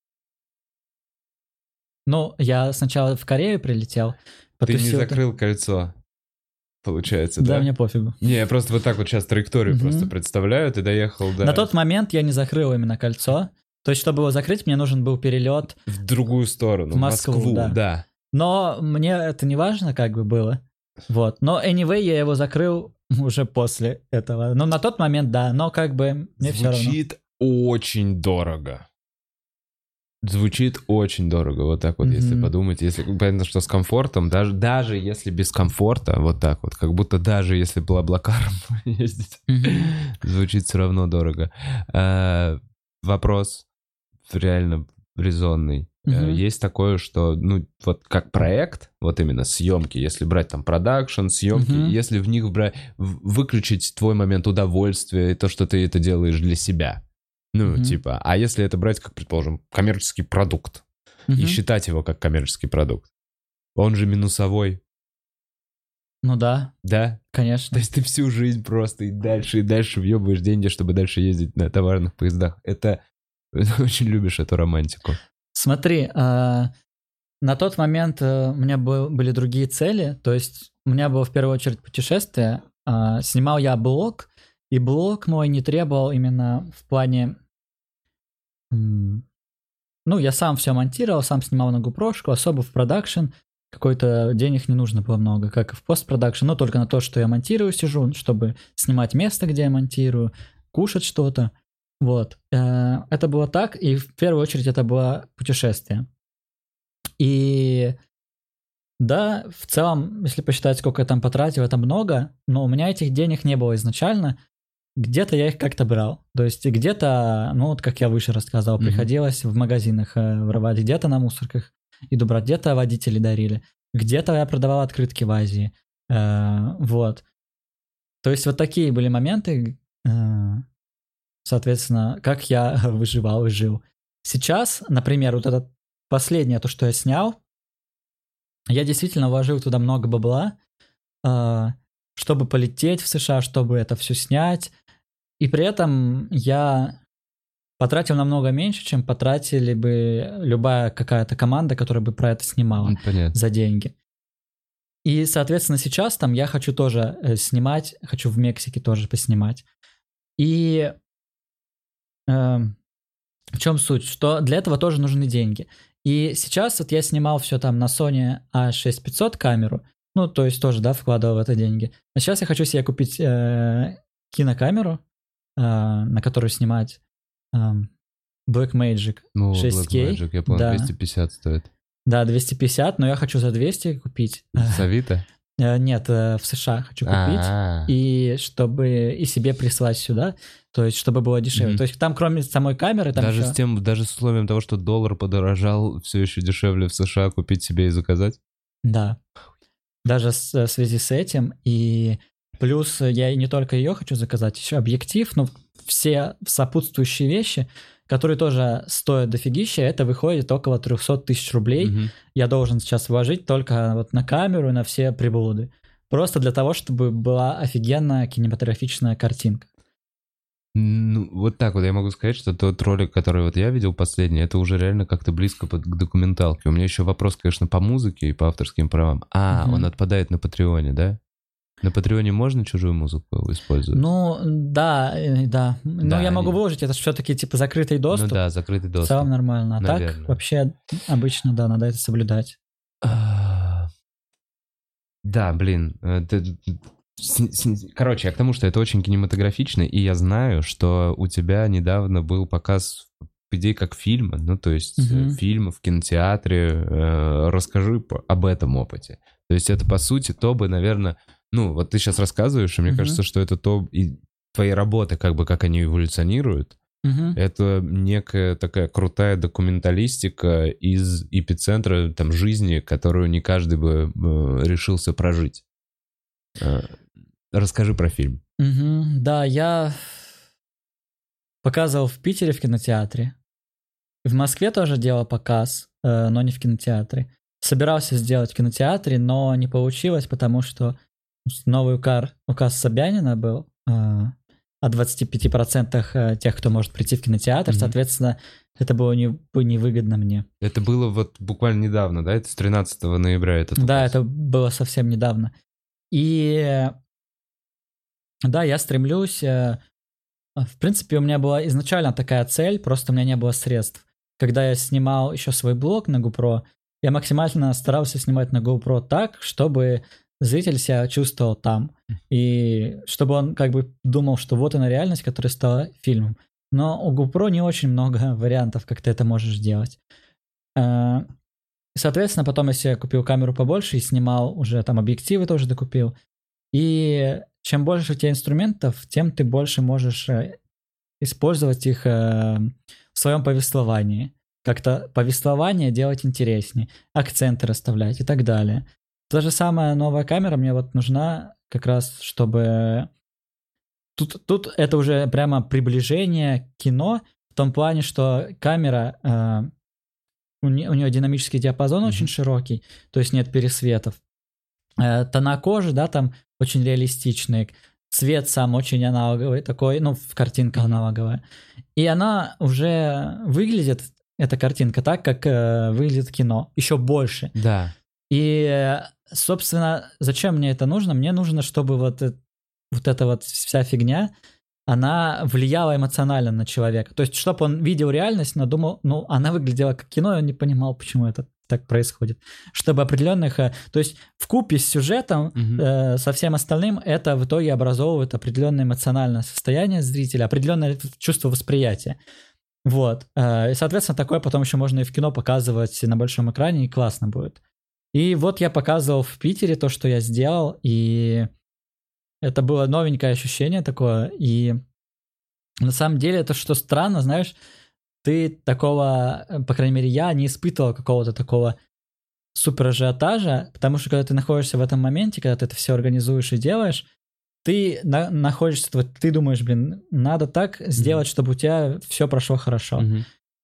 Ну, я сначала в Корею прилетел, Ты не потусил там. закрыл кольцо, получается, Да, да? мне пофигу. Не, я просто вот так вот сейчас траекторию Мгм. просто представляю, ты доехал до... На тот момент я не закрыл именно кольцо. То есть, чтобы его закрыть, мне нужен был перелет. в другую сторону, В Москву, да. да. Но мне это не важно, как бы было. Вот. Но anyway, я его закрыл уже после этого. Ну, на тот момент, да. Но как бы мне все равно. Звучит очень дорого. Звучит очень дорого, вот так вот, если Мгм. подумать. Если, понятно, что с комфортом, даже, даже если без комфорта, вот так вот, как будто даже если блаблакаром ездить, Мгм. звучит все равно дорого. А, вопрос реально резонный. Мгм. Э, Есть такое, что, ну, вот как проект, вот именно съемки, если брать там продакшн, съемки, Мгм. если в них брать, в- выключить твой момент удовольствия и то, что ты это делаешь для себя. Ну, Мгм. типа, а если это брать, как, предположим, коммерческий продукт, и Мгм. считать его как коммерческий продукт, он же минусовой, Ну да, да? То конечно. есть ты всю жизнь просто и дальше, и дальше въебываешь деньги, чтобы дальше ездить на товарных поездах. Это... Очень любишь эту романтику. Смотри, а, на тот момент э, у меня был- были другие цели. То есть у меня было в первую очередь путешествие. А, Снимал я блог, и блог мой не требовал именно в плане... м, Ну, я сам все монтировал, сам снимал на GoPro-шку, особо в продакшн какой-то денег не нужно было много, как и в постпродакшн, но только на то, что я монтирую, сижу, чтобы снимать место, где я монтирую, кушать что-то. Вот. Э, Это было так, и в первую очередь это было путешествие. И да, в целом, если посчитать, сколько я там потратил, это много, но у меня этих денег не было изначально. Где-то я их как-то брал. То есть где-то, ну вот как я выше рассказал, Мгм. приходилось в магазинах э, воровать, где-то на мусорках иду брать, где-то водители дарили, где-то я продавал открытки в Азии. Э, вот. То есть вот такие были моменты, э, соответственно, как я выживал и жил. Сейчас, например, вот это последнее, то, что я снял, я действительно вложил туда много бабла, э, чтобы полететь в США, чтобы это все снять. И при этом я потратил намного меньше, чем потратили бы любая какая-то команда, которая бы про это снимала Ну, понятно. за деньги. И, соответственно, сейчас там я хочу тоже э, снимать, хочу в Мексике тоже поснимать. И эм, в чем суть? Что для этого тоже нужны деньги. И сейчас вот я снимал все там на Sony а шесть пятьсот камеру, ну, то есть тоже, да, вкладывал в это деньги. А сейчас я хочу себе купить э, кинокамеру, э, на которую снимать эм, Blackmagic Ну, шесть кей. Blackmagic, я понял, да. двести пятьдесят стоит. Да, двести пятьдесят, но я хочу за двести купить. С Авито? Э, Нет, э, в США хочу купить. А, И чтобы и себе прислать сюда, то есть чтобы было дешевле. Мгм. То есть там кроме самой камеры, там Даже еще... с тем, даже с условием того, что доллар подорожал, все еще дешевле в США купить себе и заказать? Да. Даже с- в связи с этим. И плюс я и не только ее хочу заказать, еще объектив, ну, все сопутствующие вещи, которые тоже стоят дофигища, это выходит около триста тысяч рублей. Мгм. Я должен сейчас вложить только вот на камеру и на все приблуды. Просто для того, чтобы была офигенная кинематографичная картинка. Ну, вот так вот я могу сказать, что тот ролик, который вот я видел последний, это уже реально как-то близко под- к документалке. У меня еще вопрос, конечно, по музыке и по авторским правам. А, Мгм. он отпадает на Патреоне, да? На Патреоне можно чужую музыку использовать? Ну, да, э, да. Но Да, я могу они- выложить, это все-таки типа закрытый Ну доступ. да, закрытый В доступ. целом нормально. А Наверно. так вообще обычно, да, надо это соблюдать. А, Да, блин. это- с- с- Короче, я к тому, что это очень кинематографично, и я знаю, что у тебя недавно был показ, по идее, как фильма, ну, то есть э, Мгм. фильм в кинотеатре. Э, Расскажи по- об этом опыте. То есть это, по сути, то бы, наверное... Ну, вот ты сейчас рассказываешь, и мне Мгм. кажется, что это то... И твои работы, как бы, как они эволюционируют, Мгм. это некая такая крутая документалистика из эпицентра там жизни, которую не каждый бы э, решился прожить. Э, Расскажи про фильм. Мгм. Да, я показывал в Питере в кинотеатре. В Москве тоже делал показ, э, но не в кинотеатре. Собирался сделать в кинотеатре, но не получилось, потому что новый указ, указ Собянина был э, о двадцати пяти процентах э, тех, кто может прийти в кинотеатр. Мгм. Соответственно, это было не, невыгодно мне. Это было вот буквально недавно, да? Это с тринадцатого ноября этот Да, указ. это было совсем недавно. И э, да, я стремлюсь. э, В принципе, у меня была изначально такая цель, просто у меня не было средств. Когда я снимал еще свой блог на GoPro, я максимально старался снимать на GoPro так, чтобы зритель себя чувствовал там. И чтобы он как бы думал, что вот она реальность, которая стала фильмом. Но у GoPro не очень много вариантов, как ты это можешь делать. Э, Соответственно, потом я себе купил камеру побольше и снимал уже там объективы тоже докупил. И чем больше у тебя инструментов, тем ты больше можешь э, использовать их э, в своем повествовании. Как-то повествование делать интереснее, акценты расставлять и так далее. Та же самая новая камера мне вот нужна как раз, чтобы... Тут, тут это уже прямо приближение к кино в том плане, что камера... э, у, не- у нее динамический диапазон Мгм. очень широкий, то есть нет пересветов. Э, тона кожи, да, там очень реалистичные. Цвет сам очень аналоговый такой, ну, в картинка Мгм. аналоговая. И она уже выглядит, эта картинка, так, как э, выглядит кино, еще больше. Да. И, э, собственно, зачем мне это нужно? Мне нужно, чтобы вот, э- вот эта вот вся фигня, она влияла эмоционально на человека. То есть, чтобы он видел реальность, но думал, ну, она выглядела как кино, и он не понимал, почему это так происходит. Чтобы определенных... э, То есть, вкупе с сюжетом, Мгм. э, со всем остальным, это в итоге образовывает определенное эмоциональное состояние зрителя, определенное чувство восприятия. Вот. Э, И, соответственно, такое потом еще можно и в кино показывать на большом экране, и классно будет. И вот я показывал в Питере то, что я сделал, и это было новенькое ощущение такое, и на самом деле это что странно, знаешь, ты такого, э, по крайней мере, я не испытывал какого-то такого супер ажиотажа, потому что когда ты находишься в этом моменте, когда ты это все организуешь и делаешь, ты на- находишься, вот ты думаешь, блин, надо так сделать, чтобы у тебя все прошло хорошо. Мгм.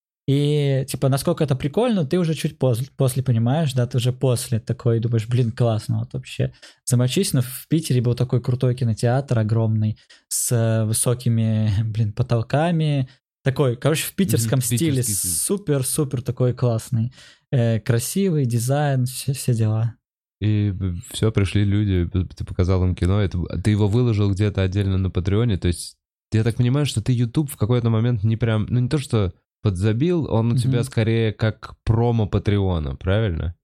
И, типа, насколько это прикольно, ты уже чуть после, после понимаешь, да, ты уже после такой думаешь, блин, классно, вот вообще. Замочись, но в Питере был такой крутой кинотеатр огромный, с э, высокими, блин, потолками, такой, короче, в питерском Мгм, стиле, питерский стиль. супер-супер такой классный, Э, красивый дизайн, все, все дела. И все, пришли люди, ты показал им кино, это, ты его выложил где-то отдельно на Патреоне, то есть я так понимаю, что ты YouTube в какой-то момент не прям, ну не то что подзабил, он у Мгм. тебя скорее как промо Патреона, правильно?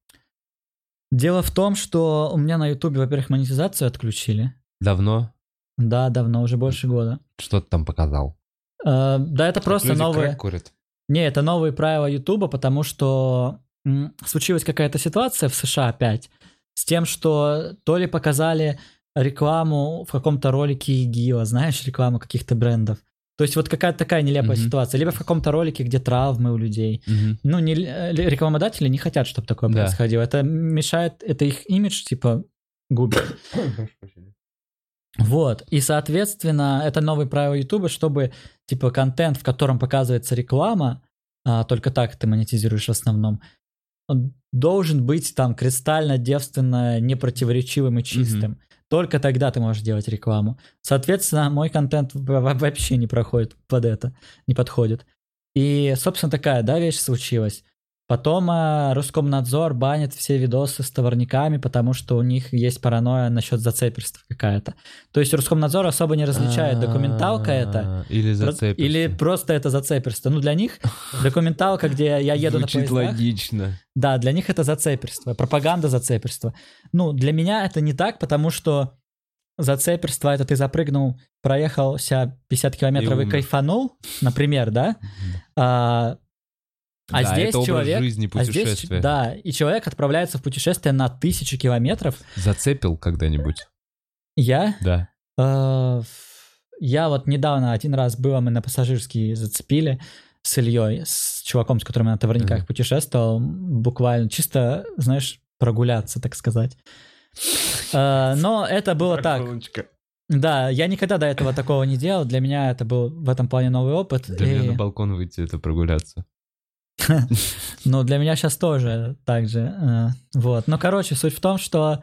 Дело в том, что у меня на Ютубе, во-первых, монетизацию отключили. Давно? Да, давно, уже больше года. Что ты там показал? Э, да, это просто Люди новые... крэк курят. Не, это новые правила Ютуба, потому что м, случилась какая-то ситуация в США опять с тем, что то ли показали рекламу в каком-то ролике ИГИЛа, знаешь, рекламу каких-то брендов. То есть вот какая-то такая нелепая Мгм. ситуация. Либо в каком-то ролике, где травмы у людей. Мгм. Ну, не, э, рекламодатели не хотят, чтобы такое Да. происходило. Это мешает, это их имидж, типа, губит. Вот, и, соответственно, это новые правила Ютуба, чтобы, типа, контент, в котором показывается реклама, а, только так ты монетизируешь в основном, он должен быть там кристально девственно непротиворечивым и чистым. только тогда ты можешь делать рекламу. Соответственно, мой контент вообще не проходит под это, не подходит. И, собственно, такая, да, вещь случилась. Потом э, Роскомнадзор банит все видосы с товарниками, потому что у них есть паранойя насчет зацеперства какая-то. То есть Роскомнадзор особо не различает, документалка это или зацеперство. Или просто это зацеперство. Ну, для них документалка, где я еду на поездах... Звучит логично. Да, для них это зацеперство, пропаганда зацеперства. Ну, для меня это не так, потому что зацеперство — это ты запрыгнул, проехался пятьдесят километров и, и кайфанул, например, да? А, а да, здесь это человек... образ жизни, путешествие. А здесь, да, и человек отправляется в путешествие на тысячи километров. Зацепил когда-нибудь? Я? Да. Э, я вот недавно один раз было, мы на пассажирский зацепили с Ильей, с чуваком, с которым я на товарниках mm-hmm. путешествовал, буквально чисто, знаешь, прогуляться, так сказать. Э, но это было так. Да, я никогда до этого такого не делал, для меня это был в этом плане новый опыт. Для и... меня на балкон выйти — это прогуляться. Ну, для меня сейчас тоже так же. Вот. Ну, короче, суть в том, что...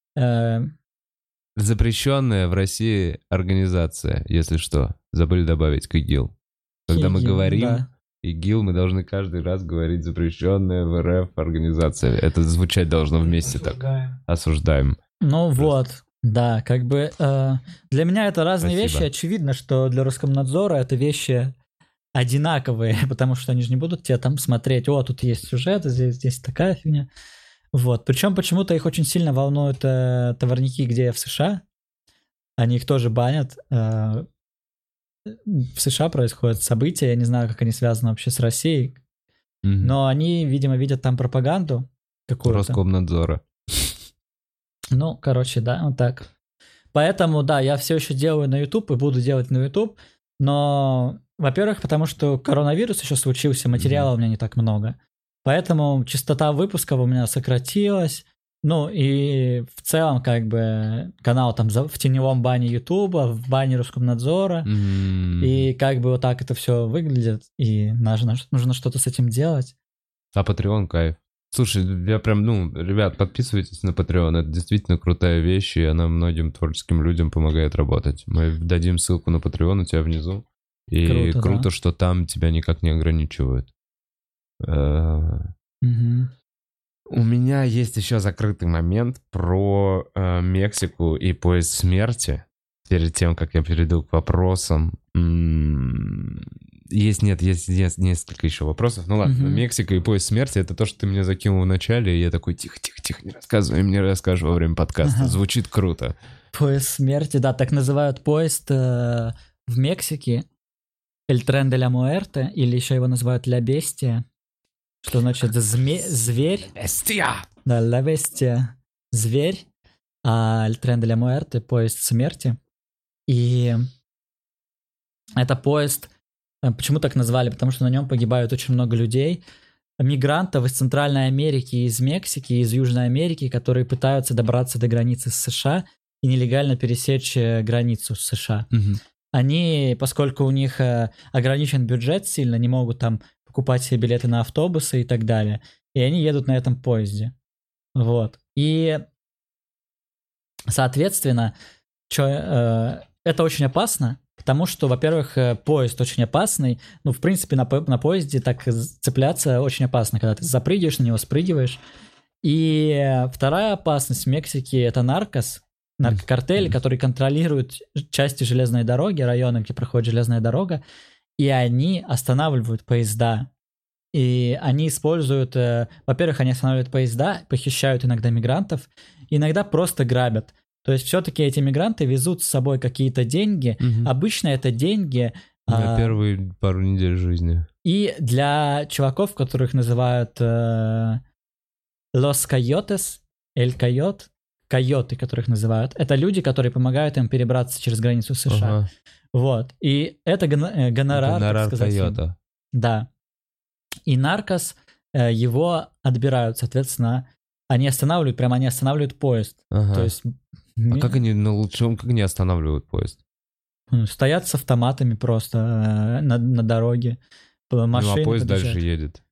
Запрещенная в России организация, если что. Забыли добавить к ИГИЛ. Когда мы говорим ИГИЛ, мы должны каждый раз говорить запрещенная в РФ организация. Это звучать должно вместе так. Осуждаем. Ну вот, да, как бы... Для меня это разные вещи. Очевидно, что для Роскомнадзора это вещи... одинаковые, потому что они же не будут тебе там смотреть, о, тут есть сюжет, здесь, здесь такая фигня. Вот. Причем почему-то их очень сильно волнуют э, товарники, где в США. Они их тоже банят. Э, в США происходят события, я не знаю, как они связаны вообще с Россией, mm-hmm. но они, видимо, видят там пропаганду какую-то. Роскомнадзора. Ну, короче, да, вот так. Поэтому, да, я все еще делаю на YouTube и буду делать на YouTube, но... Во-первых, потому что коронавирус еще случился, материала mm-hmm. у меня не так много. Поэтому частота выпусков у меня сократилась. Ну и в целом как бы канал там в теневом бане Ютуба, в бане Роскомнадзора. Mm-hmm. И как бы вот так это все выглядит. И нужно, нужно что-то с этим делать. А Patreon кайф. Слушай, я прям, ну, ребят, подписывайтесь на Patreon. Это действительно крутая вещь, и она многим творческим людям помогает работать. Мы дадим ссылку на Patreon у тебя внизу. И круто, круто да. что там тебя никак не ограничивают. Угу. У меня есть еще закрытый момент про э, Мексику и поезд смерти. Перед тем, как я перейду к вопросам. М-м- есть, нет, есть, есть несколько еще вопросов. Ну ладно, угу. Мексика и поезд смерти — это то, что ты меня закинул в начале, и я такой, тихо-тихо-тихо, не рассказывай, мне расскажешь во время подкаста. Ага. Звучит круто. Поезд смерти, да, так называют поезд э, в Мексике. El Tren de la Muerte, или еще его называют La Bestia, что значит зме- зверь. Bestia. Да, La Bestia — зверь, а El Tren de la Muerte — поезд смерти. И это поезд, почему так назвали? Потому что на нем погибают очень много людей, мигрантов из Центральной Америки, из Мексики, из Южной Америки, которые пытаются добраться до границы с США и нелегально пересечь границу с США. Угу. Они, поскольку у них э, ограничен бюджет сильно, не могут там покупать себе билеты на автобусы и так далее. И они едут на этом поезде. Вот. И, соответственно, чё, э, это очень опасно, потому что, во-первых, поезд очень опасный. Ну, в принципе, на, на поезде так цепляться очень опасно, когда ты запрыгиваешь на него, спрыгиваешь. И вторая опасность в Мексике — это наркос. Наркокартели, которые контролируют части железной дороги, районы, где проходит железная дорога, и они останавливают поезда. И они используют... Э, во-первых, они останавливают поезда, похищают иногда мигрантов, иногда просто грабят. То есть все-таки эти мигранты везут с собой какие-то деньги. Угу. Обычно это деньги... На э, первые пару недель жизни. И для чуваков, которых называют э, Los Coyotes, El Coyote, койоты, которых называют, это люди, которые помогают им перебраться через границу США. Ага. Вот. И это гон- гонорар, гонорар так сказать. койота. Да. И наркос, э, его отбирают, соответственно, они останавливают, прямо они останавливают поезд. Ага. То есть... А как они на лучшем, как они останавливают поезд? Стоят с автоматами просто э, на, на дороге. Машины ну, а поезд подъезжают. дальше едет.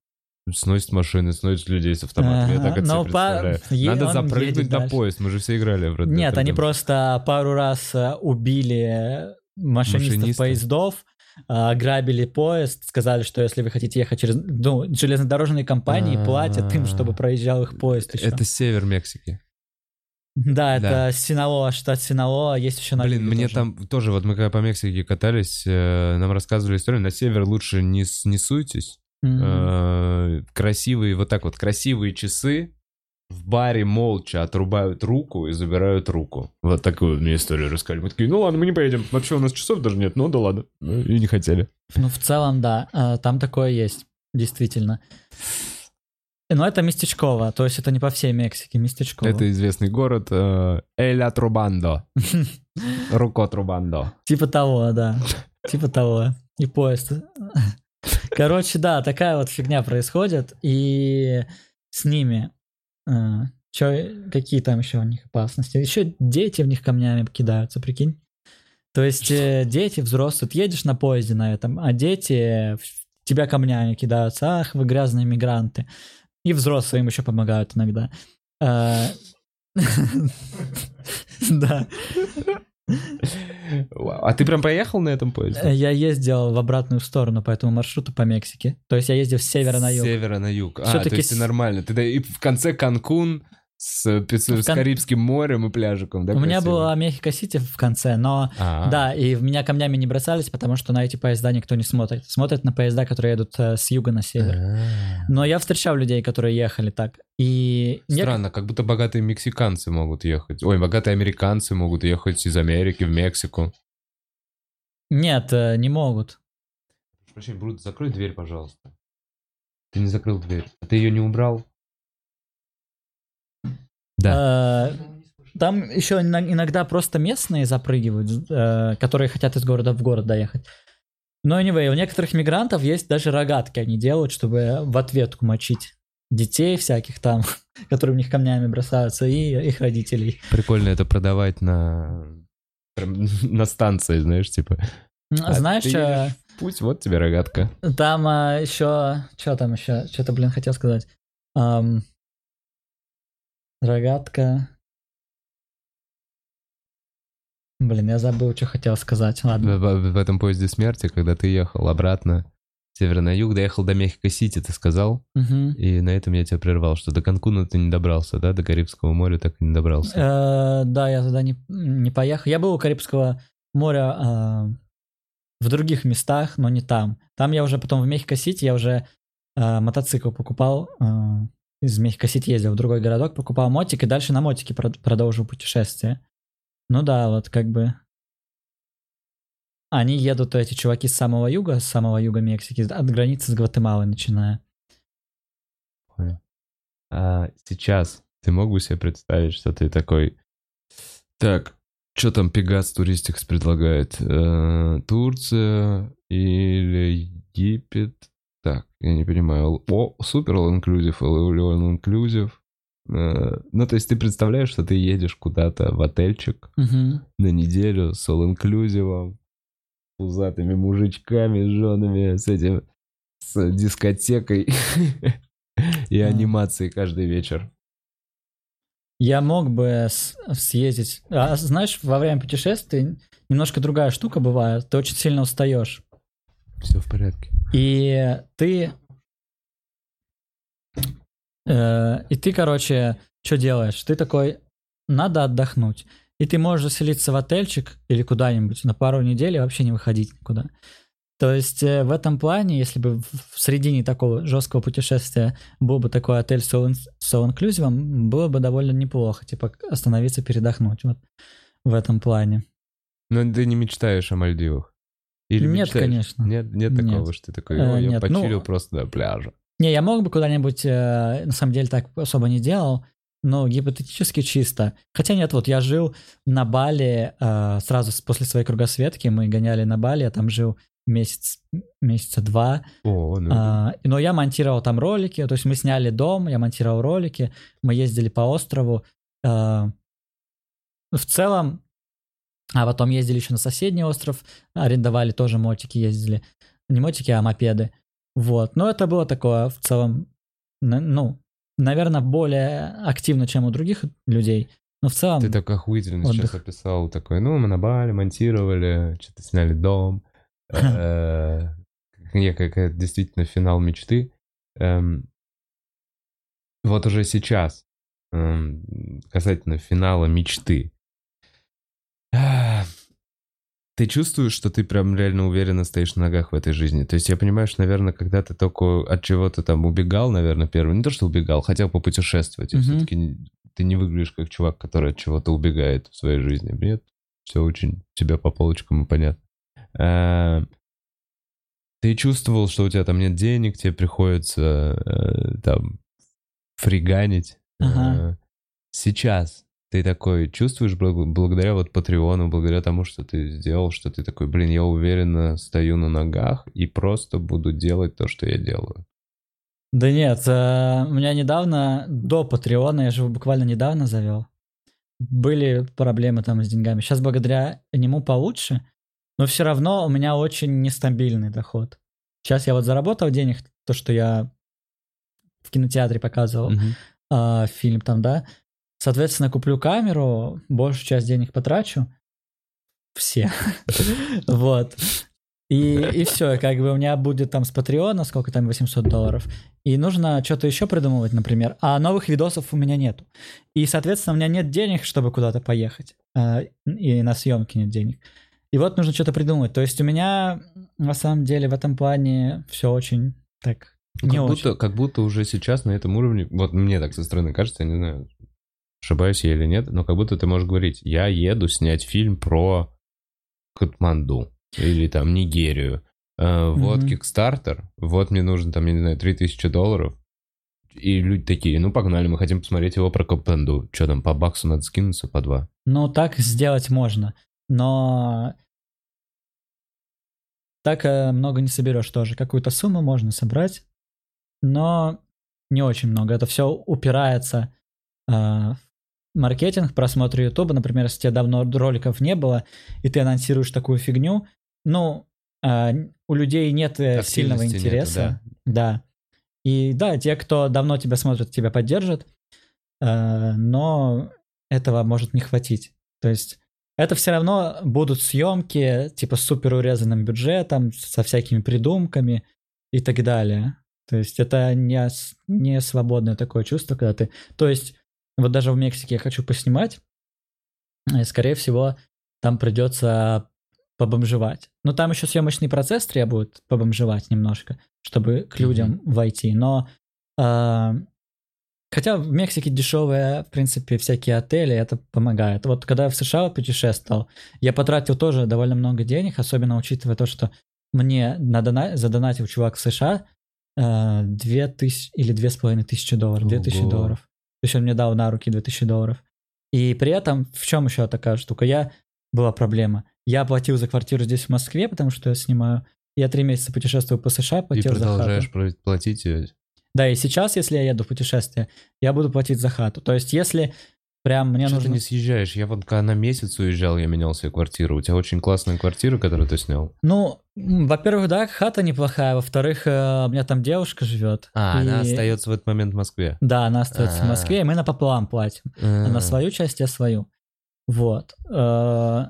сносит машины, сносит людей с автоматами. Ага, Я так это но себе по- представляю. е- Надо он запрыгнуть едет на дальше. поезд. Мы же все играли в Red Dead Нет, они Redemption. просто пару раз э, убили машинистов Машиниста? поездов, э, ограбили поезд, сказали, что если вы хотите ехать через... Ну, железнодорожные компании А. платят им, чтобы проезжал их поезд еще. Это север Мексики. Да, Да. это Синалоа, штат Синалоа, есть еще на Блин, юге мне тоже. там тоже, вот мы когда по Мексике катались, э, нам рассказывали историю, на север лучше не, с- не суйтесь. Мгм. Э, красивые, вот так вот, красивые часы в баре молча отрубают руку и забирают руку. Вот такую мне историю рассказали. Мы такие, ну ладно, мы не поедем. Вообще у нас часов даже нет, ну да ладно. Ну, и не хотели. Ну, в целом, да, э, там такое есть, действительно. Но это местечково, то есть это не по всей Мексике, местечково. Это известный город э, Эль Атрубандо. Руко Трубандо. Типа того, да. Типа того. И поезд. Короче, да, такая вот фигня происходит. И с ними... э, чё, какие там еще у них опасности? Еще дети в них камнями кидаются, прикинь. То есть э, дети, взрослые, ты едешь на поезде на этом, а дети в тебя камнями кидаются. Ах, вы грязные мигранты. И взрослые им еще помогают иногда. Э, Да. Вау. А ты прям поехал на этом поезде? Я ездил в обратную сторону по этому маршруту по Мексике. То есть я ездил с севера на С юг. севера на юг. А, Всё-таки то есть ты с- нормально. Ты да, и в конце Канкун с, пи- с Кан- Карибским морем и пляжиком, да? У меня красиво? была Мехико-Сити в конце, но А, да, и в меня камнями не бросались, потому что на эти поезда никто не смотрит. Смотрят на поезда, которые едут э, с юга на север. А. Но я встречал людей, которые ехали так. И нек- Странно, как будто богатые мексиканцы могут ехать. Ой, богатые американцы могут ехать из Америки в Мексику. нет, э, не могут. Прошу прощения, Брут, закрой дверь, пожалуйста. Ты не закрыл дверь. А ты ее не убрал? Да. Э, Там еще ино- иногда просто местные запрыгивают, э, которые хотят из города в город доехать. Но anyway, у некоторых мигрантов есть даже рогатки, они делают, чтобы в ответку мочить детей всяких там, которые в них камнями бросаются, и их родителей. Прикольно это продавать на... прям на станции, знаешь, типа... а Знаешь, ты э, едешь в путь, вот тебе рогатка. там а, еще... Что там еще? Что-то, блин, хотел сказать. Ам, рогатка... Блин, я забыл, что хотел сказать. В, Ладно. в- в этом поезде смерти, когда ты ехал обратно с севера на юг, доехал до Мехико-Сити, ты сказал, Мгм. и на этом я тебя прервал, что до Канкуна ты не добрался, да? До Карибского моря так и не добрался. Э, Да, я туда не, не поехал. Я был у Карибского моря э, в других местах, но не там. Там я уже потом в Мехико-Сити, я уже э, мотоцикл покупал. э, Из Мехико-Сити ездил в другой городок, покупал мотик и дальше на мотике прод- продолжил путешествие. Ну да, вот как бы... Они едут, эти чуваки, с самого юга, с самого юга Мексики, от границы с Гватемалой начиная. Понял. А сейчас ты мог бы себе представить, что ты такой... Так, что там Пегас Туристикс предлагает? Э, Турция или Египет? Так, я не понимаю. О, супер all inclusive или all inclusive? Э, Ну, то есть ты представляешь, что ты едешь куда-то в отельчик Мгм. на неделю с all inclusive, пузатыми мужичками, с женами, с этим, с дискотекой и А. анимацией каждый вечер. Я мог бы с- съездить. А знаешь, во время путешествий немножко другая штука бывает. Ты очень сильно устаешь. Все в порядке. И ты... э, и ты, короче, что делаешь? Ты такой, надо отдохнуть. И ты можешь заселиться в отельчик или куда-нибудь на пару недель и вообще не выходить никуда. То есть э, в этом плане, если бы в в середине такого жесткого путешествия был бы такой отель с all in- с all inclusive, было бы довольно неплохо, типа остановиться, передохнуть вот в этом плане. Но ты не мечтаешь о Мальдивах? Или Нет, мечтаешь? конечно. Нет, нет Нет. такого, что ты такой, Э, о, я нет, почилил ну- просто на пляже. Не, я мог бы куда-нибудь, э, на самом деле так особо не делал, но гипотетически чисто. Хотя нет, вот я жил на Бали э, сразу с- после своей кругосветки, мы гоняли на Бали, я там жил месяц, месяца два, О, ну, а, но я монтировал там ролики, то есть мы сняли дом, я монтировал ролики, мы ездили по острову. а, В целом, а потом ездили еще на соседний остров, арендовали тоже мотики, ездили. Не мотики, а мопеды. Вот, но это было такое в целом ну, наверное, более активно, чем у других людей. Но в целом... Ты так охуительно отдых. сейчас описал. Такой, ну, мы на Бали монтировали, что-то сняли дом. Некая действительно финал мечты. Вот уже сейчас, касательно финала мечты. Ты чувствуешь, что ты прям реально уверенно стоишь на ногах в этой жизни? То есть я понимаю, что, наверное, когда ты только от чего-то там убегал, наверное, первый, не то, что убегал, хотел попутешествовать, и Мгм. все-таки ты не выглядишь как чувак, который от чего-то убегает в своей жизни. Нет, все очень у тебя по полочкам и понятно. А, Ты чувствовал, что у тебя там нет денег, тебе приходится э, там фриганить. Ага. А, Сейчас ты такой чувствуешь благ- благодаря вот Патреону, благодаря тому, что ты сделал, что ты такой, блин, я уверенно стою на ногах и просто буду делать то, что я делаю. Да нет, э, у меня недавно, до Патреона, я же его буквально недавно завел, были проблемы там с деньгами. Сейчас благодаря нему получше, но все равно у меня очень нестабильный доход. Сейчас я вот заработал денег, то, что я в кинотеатре показывал, Мгм. а, фильм там, да. Соответственно, куплю камеру, большую часть денег потрачу. Все. Вот. И, и все, как бы у меня будет там с Патреона, сколько там, восемьсот долларов. И нужно что-то еще придумывать, например. А новых видосов у меня нету. И, соответственно, у меня нет денег, чтобы куда-то поехать. А, И на съемки нет денег. И вот нужно что-то придумать. То есть у меня, на самом деле, в этом плане все очень так Ну, не как очень. будто, как будто уже сейчас на этом уровне, вот мне так со стороны кажется, я не знаю, ошибаюсь я или нет, но как будто ты можешь говорить, я еду снять фильм про Катманду или там Нигерию. Э, Вот Мгм. Kickstarter, вот мне нужно там, я не знаю, три тысячи долларов. И люди такие, ну погнали, мы хотим посмотреть его про Катманду. Что там, по баксу надо скинуться, по два? Ну, так сделать можно. Но так э, много не соберешь тоже. Какую-то сумму можно собрать, но не очень много. Это все упирается э, в маркетинг, просмотр Ютуба. Например, если у тебя давно роликов не было, и ты анонсируешь такую фигню, ну, э, у людей нет э, сильного Активности нету, интереса. Да. И да, те, кто давно тебя смотрит, тебя поддержат, э, но этого может не хватить. То есть это все равно будут съемки типа с супер урезанным бюджетом, со всякими придумками и так далее. То есть это не, с- не свободное такое чувство, когда ты... То есть вот даже в Мексике я хочу поснимать, и, скорее всего, там придется побомжевать. Но там еще съемочный процесс требует побомжевать немножко, чтобы к людям войти. Но а, хотя в Мексике дешевые, в принципе, всякие отели, это помогает. Вот когда я в США путешествовал, я потратил тоже довольно много денег, особенно учитывая то, что мне надона- задонатил чувак в США э, две тысячи или две с половиной тысячи долларов, две тысячи Ого. долларов. То есть он мне дал на руки две тысячи долларов. И при этом, в чем еще такая штука? Я, была проблема. Я оплатил за квартиру здесь в Москве, потому что я снимаю. Я три месяца путешествую по США, И платил за хату. продолжаешь про- платить ее. Да, и сейчас, если я еду в путешествие, я буду платить за хату. То есть, если прям мне Что нужно... ты не съезжаешь? Я вот когда на месяц уезжал, я менял себе квартиру. У тебя очень классная квартира, которую ты снял. Ну, м, во-первых, да, хата неплохая. Во-вторых, э, у меня там девушка живет. А, она И- остается в этот момент в Москве. Да, она остается в А. Москве, и мы напополам платим. Она А. свою часть, я свою. Вот. Э,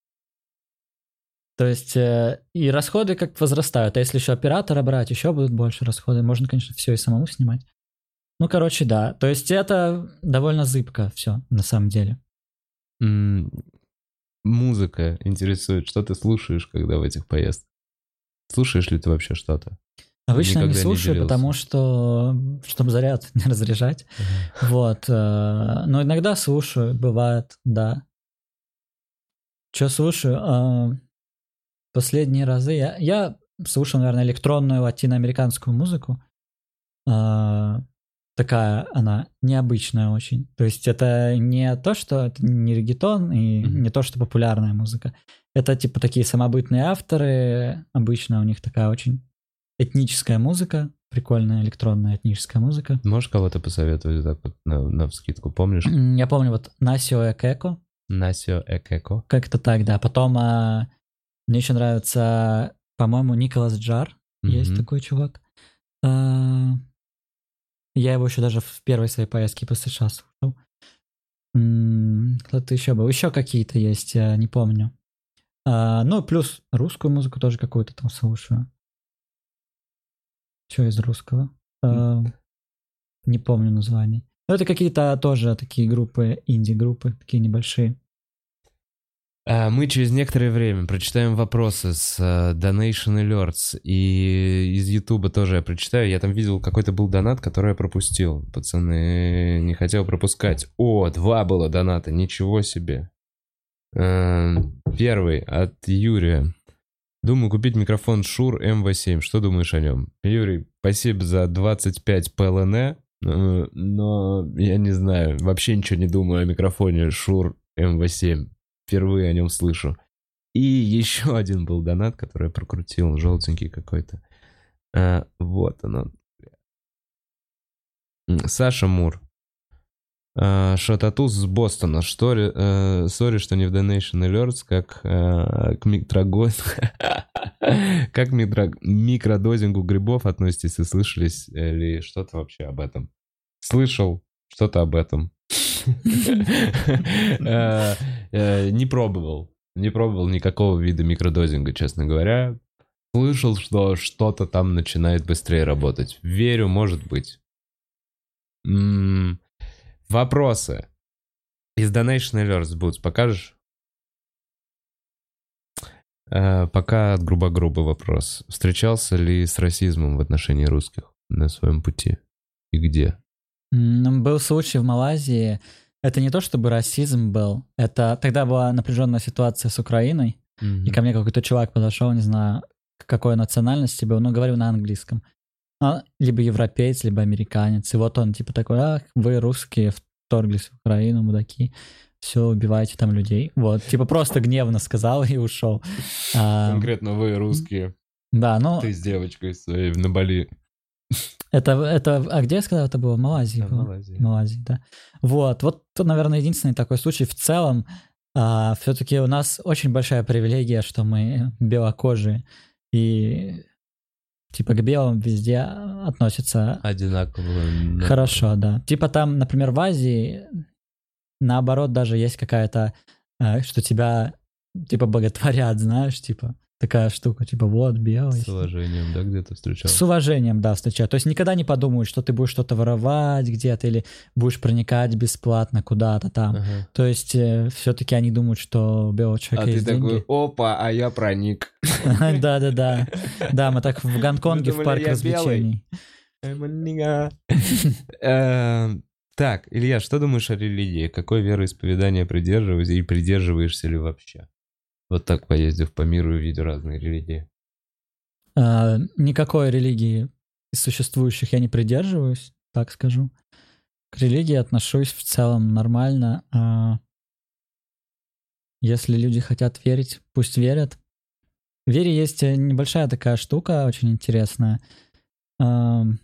То есть, э, и расходы как возрастают. А если еще оператора брать, еще будут больше расходы. Можно, конечно, все и самому снимать. Ну, короче, да. То есть, это довольно зыбко все, на самом деле. М, Музыка интересует. Что ты слушаешь, когда в этих поездках? Слушаешь ли ты вообще что-то? Обычно Никогда не не слушаю, делился. потому что, чтобы заряд не разряжать. Вот. э, Но иногда слушаю, бывает, да. Что слушаю? Э, Последние разы я, я слушал, наверное, электронную латиноамериканскую музыку. Э, Такая она необычная очень. То есть это не то, что это не реггетон и Мгм. не то, что популярная музыка. Это типа такие самобытные авторы. Обычно у них такая очень этническая музыка, прикольная электронная этническая музыка. Можешь кого-то посоветовать так вот на, навскидку? Помнишь? М, Я помню вот Насио Экеко, Насио Экеко. как-то так, да. Потом а, мне еще нравится, по-моему, Николас Джар, есть Мгм. такой чувак. А, Я его еще даже в первой своей поездке по США слушал. М, Кто-то еще был. Еще какие-то есть, я не помню. А, ну, плюс русскую музыку тоже какую-то там слушаю. Что из русского? А, не помню названий. Но это какие-то тоже такие группы, инди-группы, такие небольшие. А, Мы через некоторое время прочитаем вопросы с э, Donation Alerts, и из Ютуба тоже я прочитаю. Я там видел, какой-то был донат, который я пропустил. Пацаны, не хотел пропускать. О, два было доната, ничего себе. Э, Первый от Юрия. Думаю купить микрофон Shure эм ви семь. Что думаешь о нем? Юрий, спасибо за двадцать пять пэ эл эн, э, но я не знаю, вообще ничего не думаю о микрофоне Shure эм ви семь. Впервые о нем слышу. И еще один был донат, который я прокрутил, желтенький какой-то. А, вот оно. Саша Мур. А, Шататус с Бостона. Сори, э, сори, что не в Donation Alerts, как э, к микродозингу как микро- микродозингу грибов относитесь и слышались ли что-то вообще об этом? Слышал что-то об этом. Не пробовал. Не пробовал никакого вида микродозинга, честно говоря. Слышал, что что-то там начинает быстрее работать. Верю, может быть. М, Вопросы. Из Donation Alerts Boots покажешь? Э, Пока от грубо-грубый вопрос. Встречался ли с расизмом в отношении русских на своем пути? И где? М, Был случай в Малайзии. Это не то чтобы расизм был. Это тогда была напряженная ситуация с Украиной. И ко мне какой-то чувак подошел, не знаю, какой национальности был, но говорил на английском. А, либо европеец, либо американец. И вот он типа такой: ах, вы русские вторглись в Украину, мудаки. Все, убивайте там людей. Вот, типа просто гневно сказал и ушел. А, Конкретно вы, русские. да, ну, Ты с девочкой своей на Бали. это, это, а где я сказал, это было? В Малайзии Да, в было. Малайзии. В Малайзии, да. Вот, вот, то, наверное, единственный такой случай. В целом, а, все-таки у нас очень большая привилегия, что мы белокожие, и типа к белым везде относятся Одинаково. хорошо, да. Типа там, например, в Азии, наоборот, даже есть какая-то, э, что тебя типа боготворят, знаешь, типа такая штука, типа вот белый. С уважением, да, где-то встречался? С уважением, да, встречают. То есть никогда не подумают, что ты будешь что-то воровать где-то или будешь проникать бесплатно куда-то там. Ага. То есть э, все-таки они думают, что у белого А человека ты есть такой, деньги. опа, а я проник. Да-да-да. Да, мы так в Гонконге в думали, парк я развлечений. Эм, Так, Илья, что думаешь о религии? Какое вероисповедание придерживаешься и придерживаешься ли вообще? Вот так, поездив по миру и видя разные религии. А, Никакой религии из существующих я не придерживаюсь, так скажу. К религии отношусь в целом нормально. А, Если люди хотят верить, пусть верят. В вере есть небольшая такая штука, очень интересная. Ам,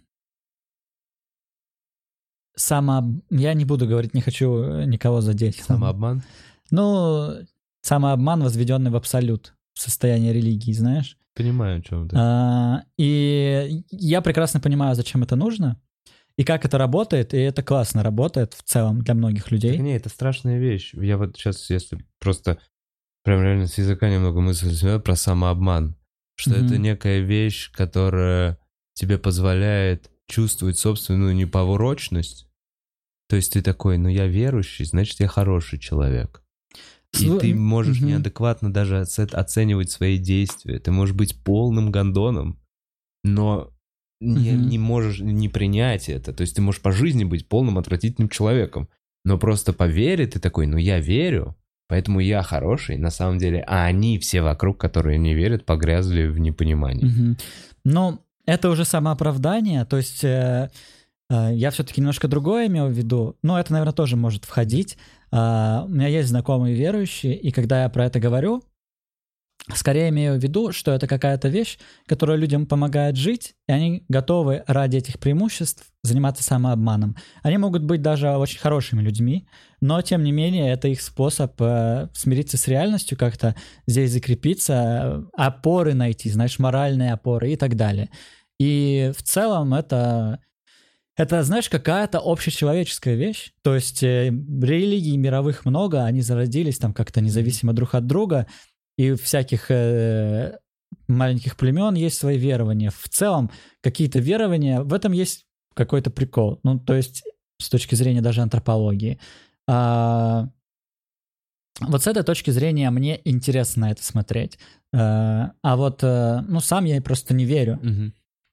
Само... Я не буду говорить, не хочу никого задеть. Самообман? Ну, самообман, возведенный в абсолют, в состоянии религии, знаешь. Понимаю, о чем ты. А, И я прекрасно понимаю, зачем это нужно, и как это работает, и это классно работает в целом для многих людей. Так не, это страшная вещь. Я вот сейчас, если просто прям реально с языка немного мысль себя про самообман, что Мгм. это некая вещь, которая тебе позволяет чувствовать собственную неповорочность. То есть ты такой, ну я верующий, значит я хороший человек. И Сл- ты можешь Мгм. неадекватно даже оце- оценивать свои действия. Ты можешь быть полным гондоном, но не, Мгм. не можешь не принять это. То есть ты можешь по жизни быть полным отвратительным человеком, но просто по вере ты такой, ну я верю, поэтому я хороший на самом деле, а они все вокруг, которые не верят, погрязли в непонимании. Мгм. Ну, это уже самооправдание, то есть э, э, я все-таки немножко другое имел в виду, но это, наверное, тоже может входить. А, у меня есть знакомые верующие, и когда я про это говорю, скорее имею в виду, что это какая-то вещь, которая людям помогает жить, и они готовы ради этих преимуществ заниматься самообманом. Они могут быть даже очень хорошими людьми, но, тем не менее, это их способ э, смириться с реальностью, как-то здесь закрепиться, э, опоры найти, знаешь, моральные опоры и так далее. И в целом это, Это, знаешь, какая-то общечеловеческая вещь. То есть э, религий мировых много, они зародились там как-то независимо друг от друга, и у всяких э, маленьких племен есть свои верования. В целом, какие-то верования, в этом есть какой-то прикол. Ну, то есть, с точки зрения даже антропологии. А, вот с этой точки зрения мне интересно на это смотреть. А, а вот, ну, сам я просто не верю. Мгм.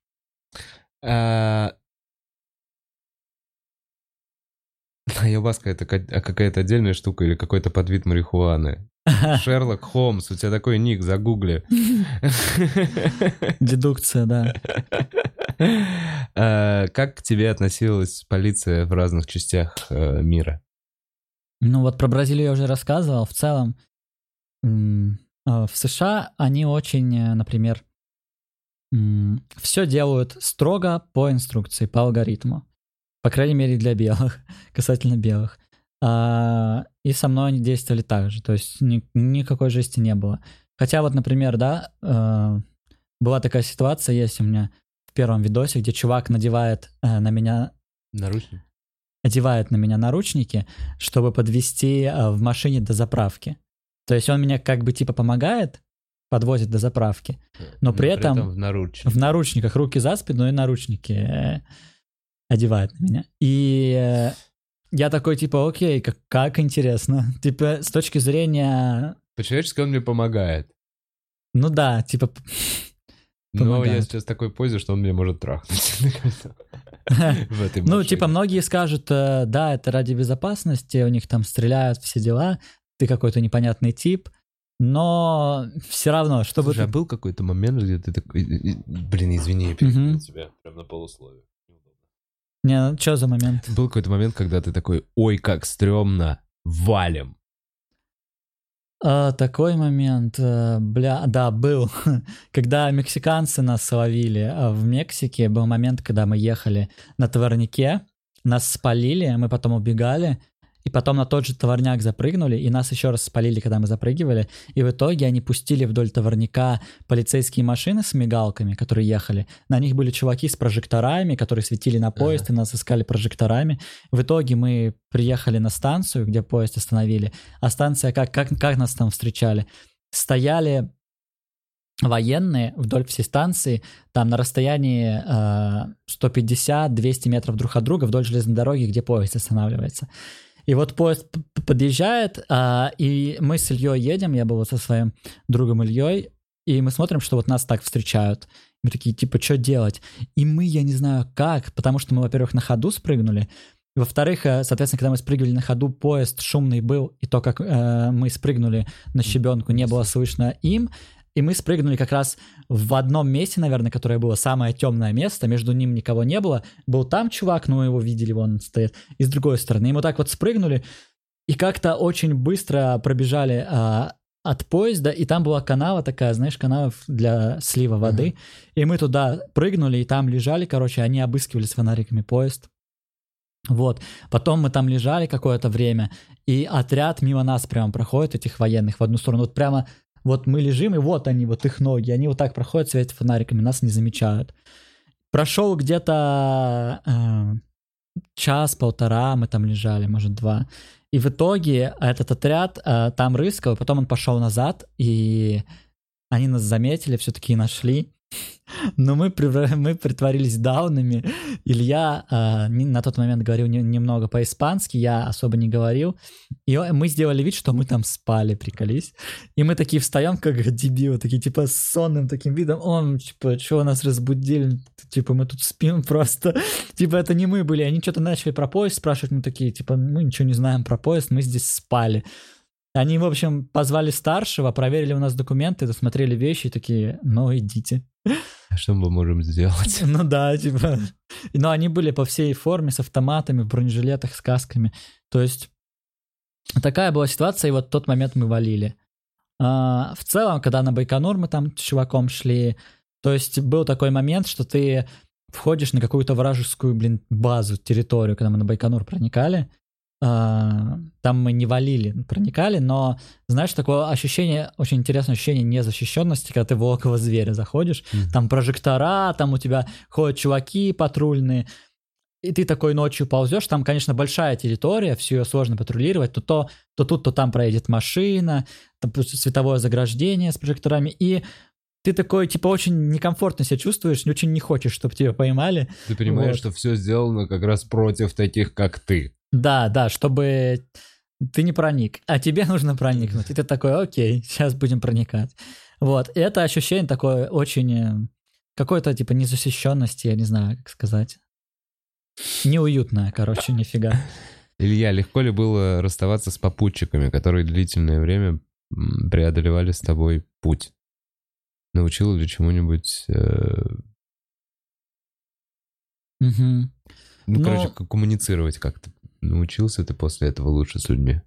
А, Айваска — это ка- какая-то отдельная штука или какой-то подвид марихуаны? Шерлок Холмс, у тебя такой ник, загугли. Дедукция, да. А, Как к тебе относилась полиция в разных частях э, мира? Ну вот про Бразилию я уже рассказывал. В целом, м, а, в США они очень, э, например, все делают строго по инструкции, по алгоритму. По крайней мере, для белых, касательно белых. А, и со мной они действовали так же. То есть ни- никакой жести не было. Хотя вот, например, да, э, была такая ситуация, есть у меня в первом видосе, где чувак надевает э, на меня Наручник? одевает на меня наручники, чтобы подвести э, в машине до заправки. То есть он меня как бы типа помогает, подвозит до заправки, но при этом в наручниках. в наручниках, руки за спину и наручники э, одевает на меня. И э, я такой типа, окей, как, как интересно. Типа с точки зрения, По-человечески он мне помогает. ну да, типа... Но я Помогает. сейчас в такой позе, что он меня может трахнуть. В этой Ну, машине. типа, многие скажут, э, да, это ради безопасности, у них там стреляют, все дела, ты какой-то непонятный тип, но все равно, чтобы... Слушай, а ты- был какой-то момент, где ты такой... и- и- Блин, извини, я перебил Мгм. тебя прям на полусловие. Не, ну, что за момент? Был какой-то момент, когда ты такой, ой, как стрёмно, валим. А, такой момент, э, бля, да, был. Когда мексиканцы нас ловили а, в Мексике, был момент, когда мы ехали на товарнике, нас спалили, мы потом убегали, и потом на тот же товарняк запрыгнули, и нас еще раз спалили, когда мы запрыгивали, и в итоге они пустили вдоль товарника полицейские машины с мигалками, которые ехали. На них были чуваки с прожекторами, которые светили на поезд, Ага. и нас искали прожекторами. В итоге мы приехали на станцию, где поезд остановили, а станция, как, как, как нас там встречали? Стояли военные вдоль всей станции, там на расстоянии э, сто пятьдесят - двести метров друг от друга вдоль железной дороги, где поезд останавливается. И вот поезд п- п- подъезжает, а, и мы с Ильей едем, я был вот со своим другом Ильей, и мы смотрим, что вот нас так встречают. Мы такие, типа, что делать? И мы, я не знаю как, потому что мы, во-первых, на ходу спрыгнули, во-вторых, э, соответственно, когда мы спрыгивали на ходу, поезд шумный был, и то, как э, мы спрыгнули на щебенку, не было слышно им, и мы спрыгнули как раз в одном месте, наверное, которое было самое темное место, между ним никого не было. Был там чувак, но мы его видели, вон он стоит, и с другой стороны. И мы так вот спрыгнули, и как-то очень быстро пробежали а, от поезда, и там была канава такая, знаешь, канава для слива воды. И мы туда прыгнули, и там лежали, короче, они обыскивали с фонариками поезд. Вот, потом мы там лежали какое-то время, и отряд мимо нас прямо проходит, этих военных, в одну сторону. Вот прямо, вот мы лежим, и вот они, вот их ноги, они вот так проходят, светят фонариками, нас не замечают. Прошел где-то э, час-полтора, мы там лежали, может, два. И в итоге этот отряд э, там рыскал, и потом он пошел назад, и они нас заметили, все-таки и нашли. Но мы, превра- мы притворились даунами. Илья э, не- на тот момент говорил не- немного по-испански, я особо не говорил. И о- мы сделали вид, что мы там спали, приколись. И мы такие встаем, как дебилы, такие типа с сонным таким видом. Он, типа, что нас разбудили? Типа, мы тут спим просто. Типа, это не мы были. Они что-то начали про поезд спрашивать. Мы такие, типа, мы ничего не знаем про поезд, мы здесь спали. Они, в общем, позвали старшего, проверили у нас документы, досмотрели вещи и такие, ну, идите. А что мы можем сделать? Ну да, типа. Но они были по всей форме, с автоматами, в бронежилетах, с касками. То есть такая была ситуация, и вот в тот момент мы валили. А, в целом, когда на Байконур мы там с чуваком шли, то есть был такой момент, что ты входишь на какую-то вражескую, блин, базу, территорию, когда мы на Байконур проникали. А, там мы не валили, проникали, но, знаешь, такое ощущение, очень интересное ощущение незащищенности, когда ты в логово зверя заходишь, Мгм. там прожектора, там у тебя ходят чуваки патрульные, и ты такой ночью ползешь, там, конечно, большая территория, все ее сложно патрулировать, то, то, то тут, то там проедет машина, там световое заграждение с прожекторами, и ты такой, типа, очень некомфортно себя чувствуешь, очень не хочешь, чтобы тебя поймали. Ты понимаешь, Вот. что все сделано как раз против таких, как ты. Да, да, чтобы ты не проник, а тебе нужно проникнуть. И ты такой, окей, сейчас будем проникать. Вот, и это ощущение такое очень... Какой-то, типа, незащищенности, я не знаю, как сказать. Неуютное, короче, нифига. Илья, легко ли было расставаться с попутчиками, которые длительное время преодолевали с тобой путь? Научил ли чему-нибудь... Э... Угу. Ну, Но... короче, коммуницировать как-то. Научился ты после этого лучше с людьми?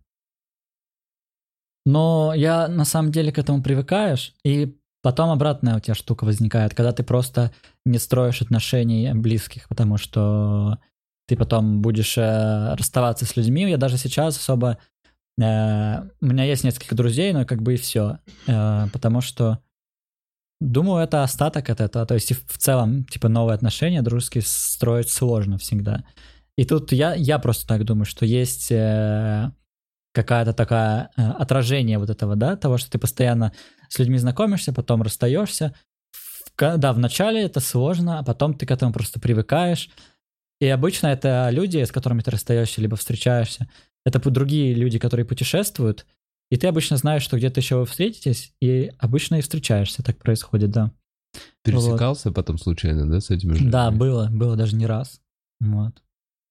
Но я, на самом деле, к этому привыкаешь, и потом обратная у тебя штука возникает, когда ты просто не строишь отношений близких, потому что ты потом будешь э, расставаться с людьми. Я даже сейчас особо... Э, у меня есть несколько друзей, но как бы и все. Э, потому что, думаю, это остаток от этого. То есть в целом, типа, новые отношения дружеские строить сложно всегда. И тут я, я просто так думаю, что есть... Э, какая-то такая э, отражение вот этого, да, того, что ты постоянно с людьми знакомишься, потом расстаешься. В, да, вначале это сложно, а потом ты к этому просто привыкаешь. И обычно это люди, с которыми ты расстаешься, либо встречаешься. Это другие люди, которые путешествуют, и ты обычно знаешь, что где-то еще вы встретитесь, и обычно и встречаешься, так происходит, да. Пересекался вот. Потом случайно, да, с этими людьми? Да, было, было даже не раз. Вот.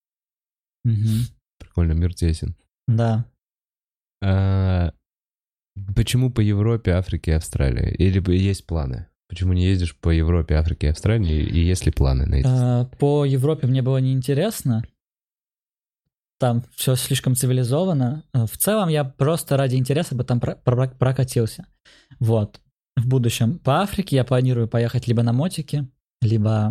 Угу. Прикольно, мир тесен. Да. А, почему по Европе, Африке и Австралии? Или есть планы? Почему не ездишь по Европе, Африке и Австралии? И есть ли планы на эти? А, по Европе мне было неинтересно. Там все слишком цивилизовано. В целом я просто ради интереса бы там прокатился. Вот. В будущем. По Африке я планирую поехать либо на мотике, либо...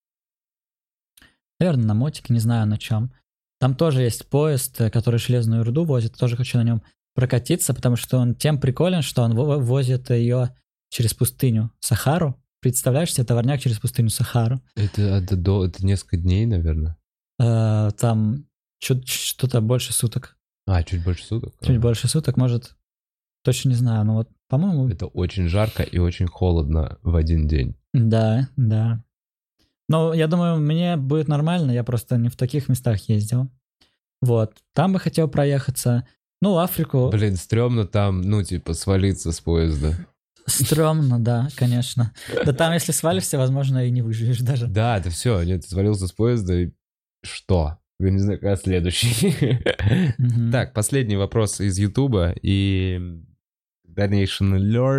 Наверное, на мотике, не знаю на чем. Там тоже есть поезд, который железную руду возит. Тоже хочу на нем прокатиться, потому что он тем приколен, что он возит ее через пустыню Сахару. Представляешь себе товарняк через пустыню Сахару? Это, это, до, это несколько дней, наверное? Э, там что-то больше суток. А, чуть больше суток? Чуть а. больше суток, может, точно не знаю, но вот, по-моему... Это очень жарко и очень холодно в один день. Да, да. Но я думаю, мне будет нормально, я просто не в таких местах ездил. Вот, там бы хотел проехаться. Ну, Африку... Блин, стрёмно там, ну, типа, свалиться с поезда. Стрёмно, да, конечно. Да там, если свалишься, возможно, и не выживешь даже. Да, это все, нет, ты свалился с поезда, и что? Я не знаю, какая следующий. Так, последний вопрос из Ютуба и Donation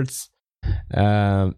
Alerts.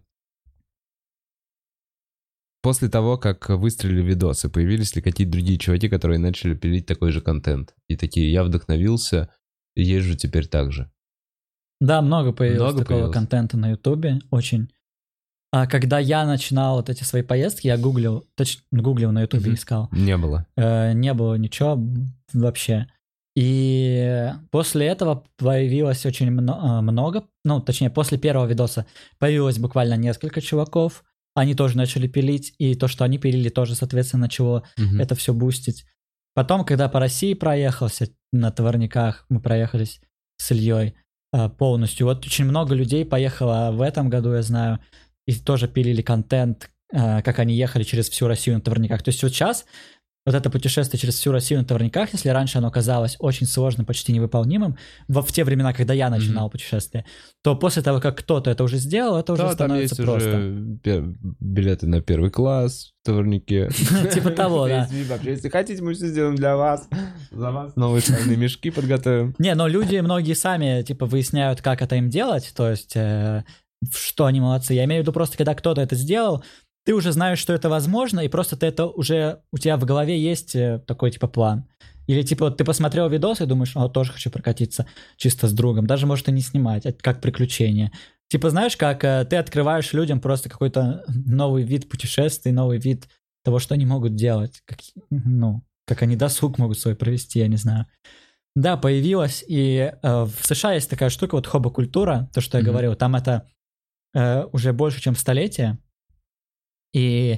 После того, как выстрелили видосы, появились ли какие-то другие чуваки, которые начали пилить такой же контент? И такие, я вдохновился, езжу теперь так же. Да, много появилось много такого появилось? контента на Ютубе, очень. А когда я начинал вот эти свои поездки, я гуглил, точно гуглил на Ютубе, Мгм. искал. Не было. Э, не было ничего вообще. И после этого появилось очень мно- много, ну, точнее, после первого видоса появилось буквально несколько чуваков, они тоже начали пилить, и то, что они пилили, тоже, соответственно, начало Мгм. это все бустить. Потом, когда по России проехался на товарниках, мы проехались с Ильей э, полностью, вот очень много людей поехало в этом году, я знаю, и тоже пилили контент, э, как они ехали через всю Россию на товарниках. То есть вот сейчас вот это путешествие через всю Россию на товарниках, если раньше оно казалось очень сложным, почти невыполнимым, во, в те времена, когда я начинал mm-hmm. путешествие, то после того, как кто-то это уже сделал, это Да, уже становится там есть просто. Уже пер- билеты на первый класс в товарнике. Типа того, да. Если хотите, мы все сделаем для вас. За вас новые спальные мешки подготовим. Не, но люди, многие сами, типа, выясняют, как это им делать, то есть, что они молодцы. Я имею в виду просто, когда кто-то это сделал, ты уже знаешь, что это возможно, и просто ты это уже, у тебя в голове есть такой, типа, план. Или, типа, вот ты посмотрел видос и думаешь, о, тоже хочу прокатиться чисто с другом. Даже, может, и не снимать, это как приключение. Типа, знаешь, как э, ты открываешь людям просто какой-то новый вид путешествий, новый вид того, что они могут делать. Как, ну, как они досуг могут свой провести, я не знаю. Да, появилась, и э, в США есть такая штука, вот хобокультура, то, что я mm-hmm. говорил, там это э, уже больше, чем столетие. И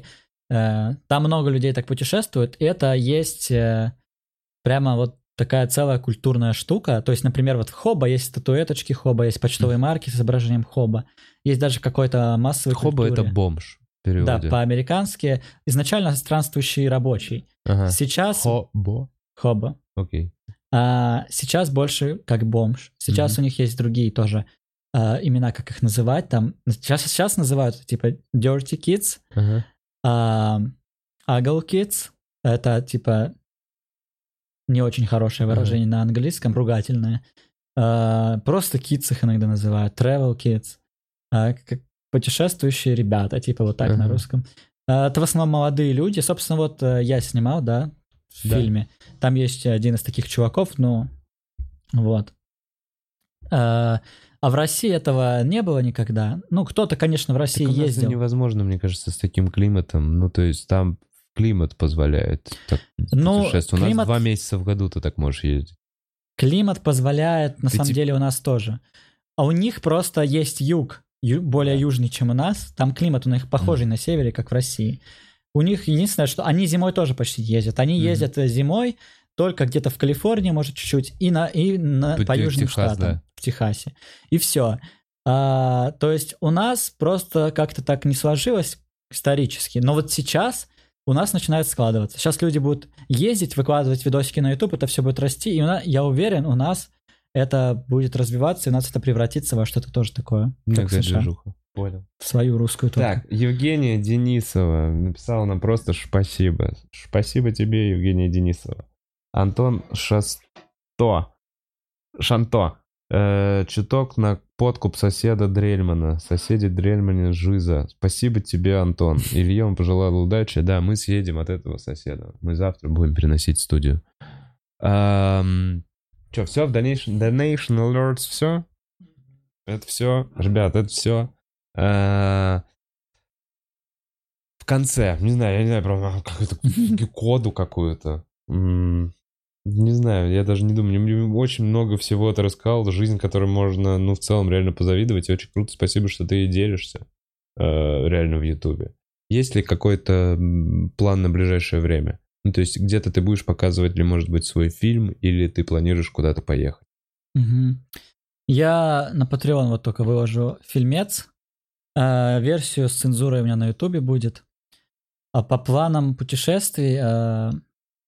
Э, там много людей так путешествует, и это есть э, прямо вот такая целая культурная штука. То есть, например, вот в Хоба есть статуэточки Хоба, есть почтовые марки с изображением Хоба. Есть даже какой-то массовый Хоба — это бомж в переводе. Да, по-американски. Изначально странствующий рабочий. Ага. Сейчас... Хобо? Хоба. Окей. А сейчас больше как бомж. Сейчас mm-hmm. у них есть другие тоже а, имена, как их называть. Там сейчас, сейчас называют типа dirty kids, uh-huh. а, ugly kids. Это типа не очень хорошее выражение uh-huh. на английском, ругательное. А, просто kids их иногда называют. Travel kids. А, как путешествующие ребята, типа вот так uh-huh. на русском. А, это в основном молодые люди. Собственно, вот я снимал, да, в да. фильме. Там есть один из таких чуваков, ну, вот. А, а в России этого не было никогда. Ну, кто-то, конечно, в России так у нас ездил. Невозможно, мне кажется, с таким климатом. Ну, то есть там климат позволяет так ну, путешествовать. У климат... нас два месяца в году ты так можешь ездить. Климат позволяет, на ты самом тип... деле, у нас тоже. А у них просто есть юг, ю... более да. южный, чем у нас. Там климат у них похожий mm. на севере, как в России. У них единственное, что они зимой тоже почти ездят. Они mm-hmm. ездят зимой только где-то в Калифорнии, может, чуть-чуть, и, на, и на, по южным Техас, штатам, да. в Техасе. И все. А, то есть у нас просто как-то так не сложилось исторически. Но вот сейчас у нас начинает складываться. Сейчас люди будут ездить, выкладывать видосики на YouTube, это все будет расти. И у нас, я уверен, у нас это будет развиваться, и у нас это превратится во что-то тоже такое, как в США. Движуха. Понял. В свою русскую только. Так, Евгения Денисова написала нам просто спасибо. Спасибо тебе, Евгения Денисова. Антон Шасто. Шанто. Э, чуток на подкуп соседа Дрельмана. Соседи Дрельмана Жиза. Спасибо тебе, Антон. Илья вам пожелал удачи. Да, мы съедем от этого соседа. Мы завтра будем переносить в студию. Эм, что, все? В дальнейшем Donation Alerts все? Это все? Ребят, это все. В конце, не знаю, я не знаю, про какую-то коду какую-то. Не знаю, я даже не думаю. Мне очень много всего ты рассказал, жизнь, которой можно, ну, в целом реально позавидовать. И очень круто, спасибо, что ты делишься реально в Ютубе. Есть ли какой-то план на ближайшее время? Ну, то есть где-то ты будешь показывать, или, может быть, свой фильм, или ты планируешь куда-то поехать? Угу. Я на Patreon вот только выложу фильмец. Uh, версию с цензурой у меня на Ютубе будет. А по планам путешествий uh,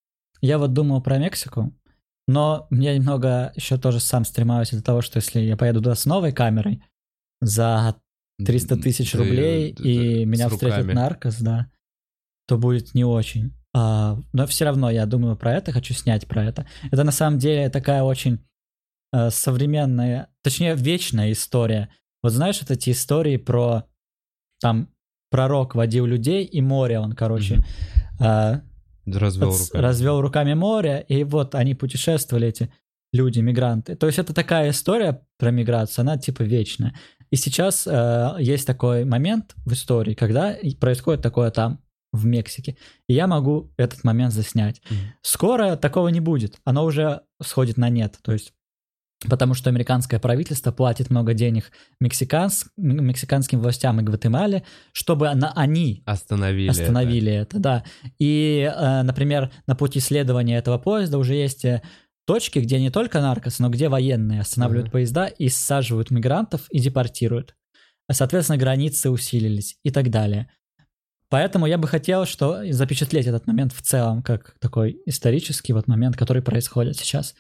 я вот думал про Мексику, но я немного еще тоже сам стремаюсь из-за того, что если я поеду туда с новой камерой за триста тысяч рублей да, и да, меня встретит руками. Наркос, да, то будет не очень. Uh, но все равно я думаю про это, хочу снять про это. Это на самом деле такая очень uh, современная, точнее вечная история. Вот знаешь, вот эти истории про, там, пророк водил людей и море, он, короче, mm-hmm. э, развел, под, руками. развел руками море, и вот они путешествовали, эти люди, мигранты. То есть это такая история про миграцию, она типа вечная. И сейчас э, есть такой момент в истории, когда происходит такое там, в Мексике, и я могу этот момент заснять. Mm-hmm. Скоро такого не будет, оно уже сходит на нет, то есть потому что американское правительство платит много денег мексиканс, мексиканским властям и Гватемале, чтобы она, они остановили, остановили это. это, да. И, э, например, на пути исследования этого поезда уже есть точки, где не только наркос, но где военные останавливают uh-huh. поезда и саживают мигрантов и депортируют. Соответственно, границы усилились и так далее. Поэтому я бы хотел что запечатлеть этот момент в целом, как такой исторический вот момент, который происходит сейчас.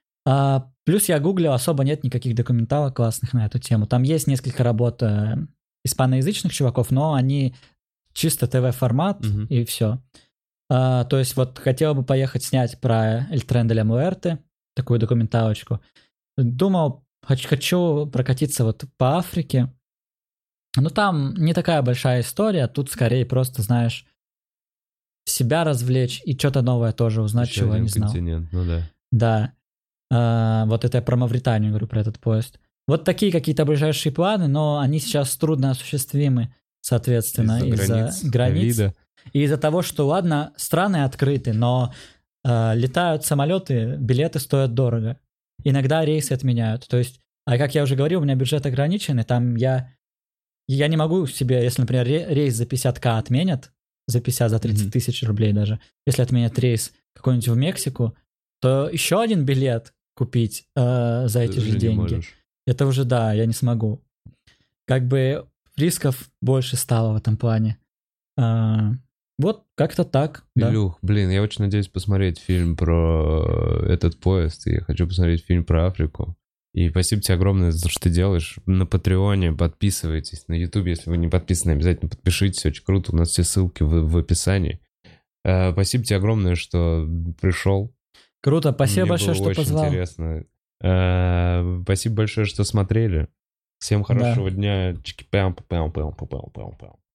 А, плюс я гуглил, особо нет никаких документалок классных на эту тему. Там есть несколько работ э, испаноязычных чуваков, но они чисто ТВ-формат mm-hmm. и все. А, то есть вот хотел бы поехать снять про El Tren de la Muerte, такую документалочку. Думал, хочу, хочу прокатиться вот по Африке. Но там не такая большая история, тут скорее просто, знаешь, себя развлечь и что-то новое тоже узнать, еще чего я не знал. Ну да. Да. Uh, вот это я про Мавританию говорю, про этот поезд. Вот такие какие-то ближайшие планы, но они сейчас трудно осуществимы, соответственно, из-за, из-за границ. границ ковида. И из-за того, что, ладно, страны открыты, но uh, летают самолеты, билеты стоят дорого. Иногда рейсы отменяют. То есть, а как я уже говорил, у меня бюджет ограниченный, там я, я не могу себе, если, например, рейс за пятьдесят тысяч отменят за пятьдесят, за тридцать Мгм. тысяч рублей даже. Если отменят рейс какой-нибудь в Мексику, то еще один билет купить э, за эти Ты же уже не деньги. можешь. Это уже, да, я не смогу. Как бы рисков больше стало в этом плане. А, вот как-то так, да. Илюх, блин, я очень надеюсь посмотреть фильм про этот поезд, и я хочу посмотреть фильм про Африку. И спасибо тебе огромное за то, что ты делаешь. На Патреоне подписывайтесь, на Ютубе, если вы не подписаны, обязательно подпишитесь, очень круто, у нас все ссылки в, в описании. Э, спасибо тебе огромное, что пришел. Круто, спасибо Мне большое, было что очень позвал. интересно. Э, спасибо большое, что смотрели. Всем хорошего дня. Чики-пям-пам-пам-пам-пам-пам.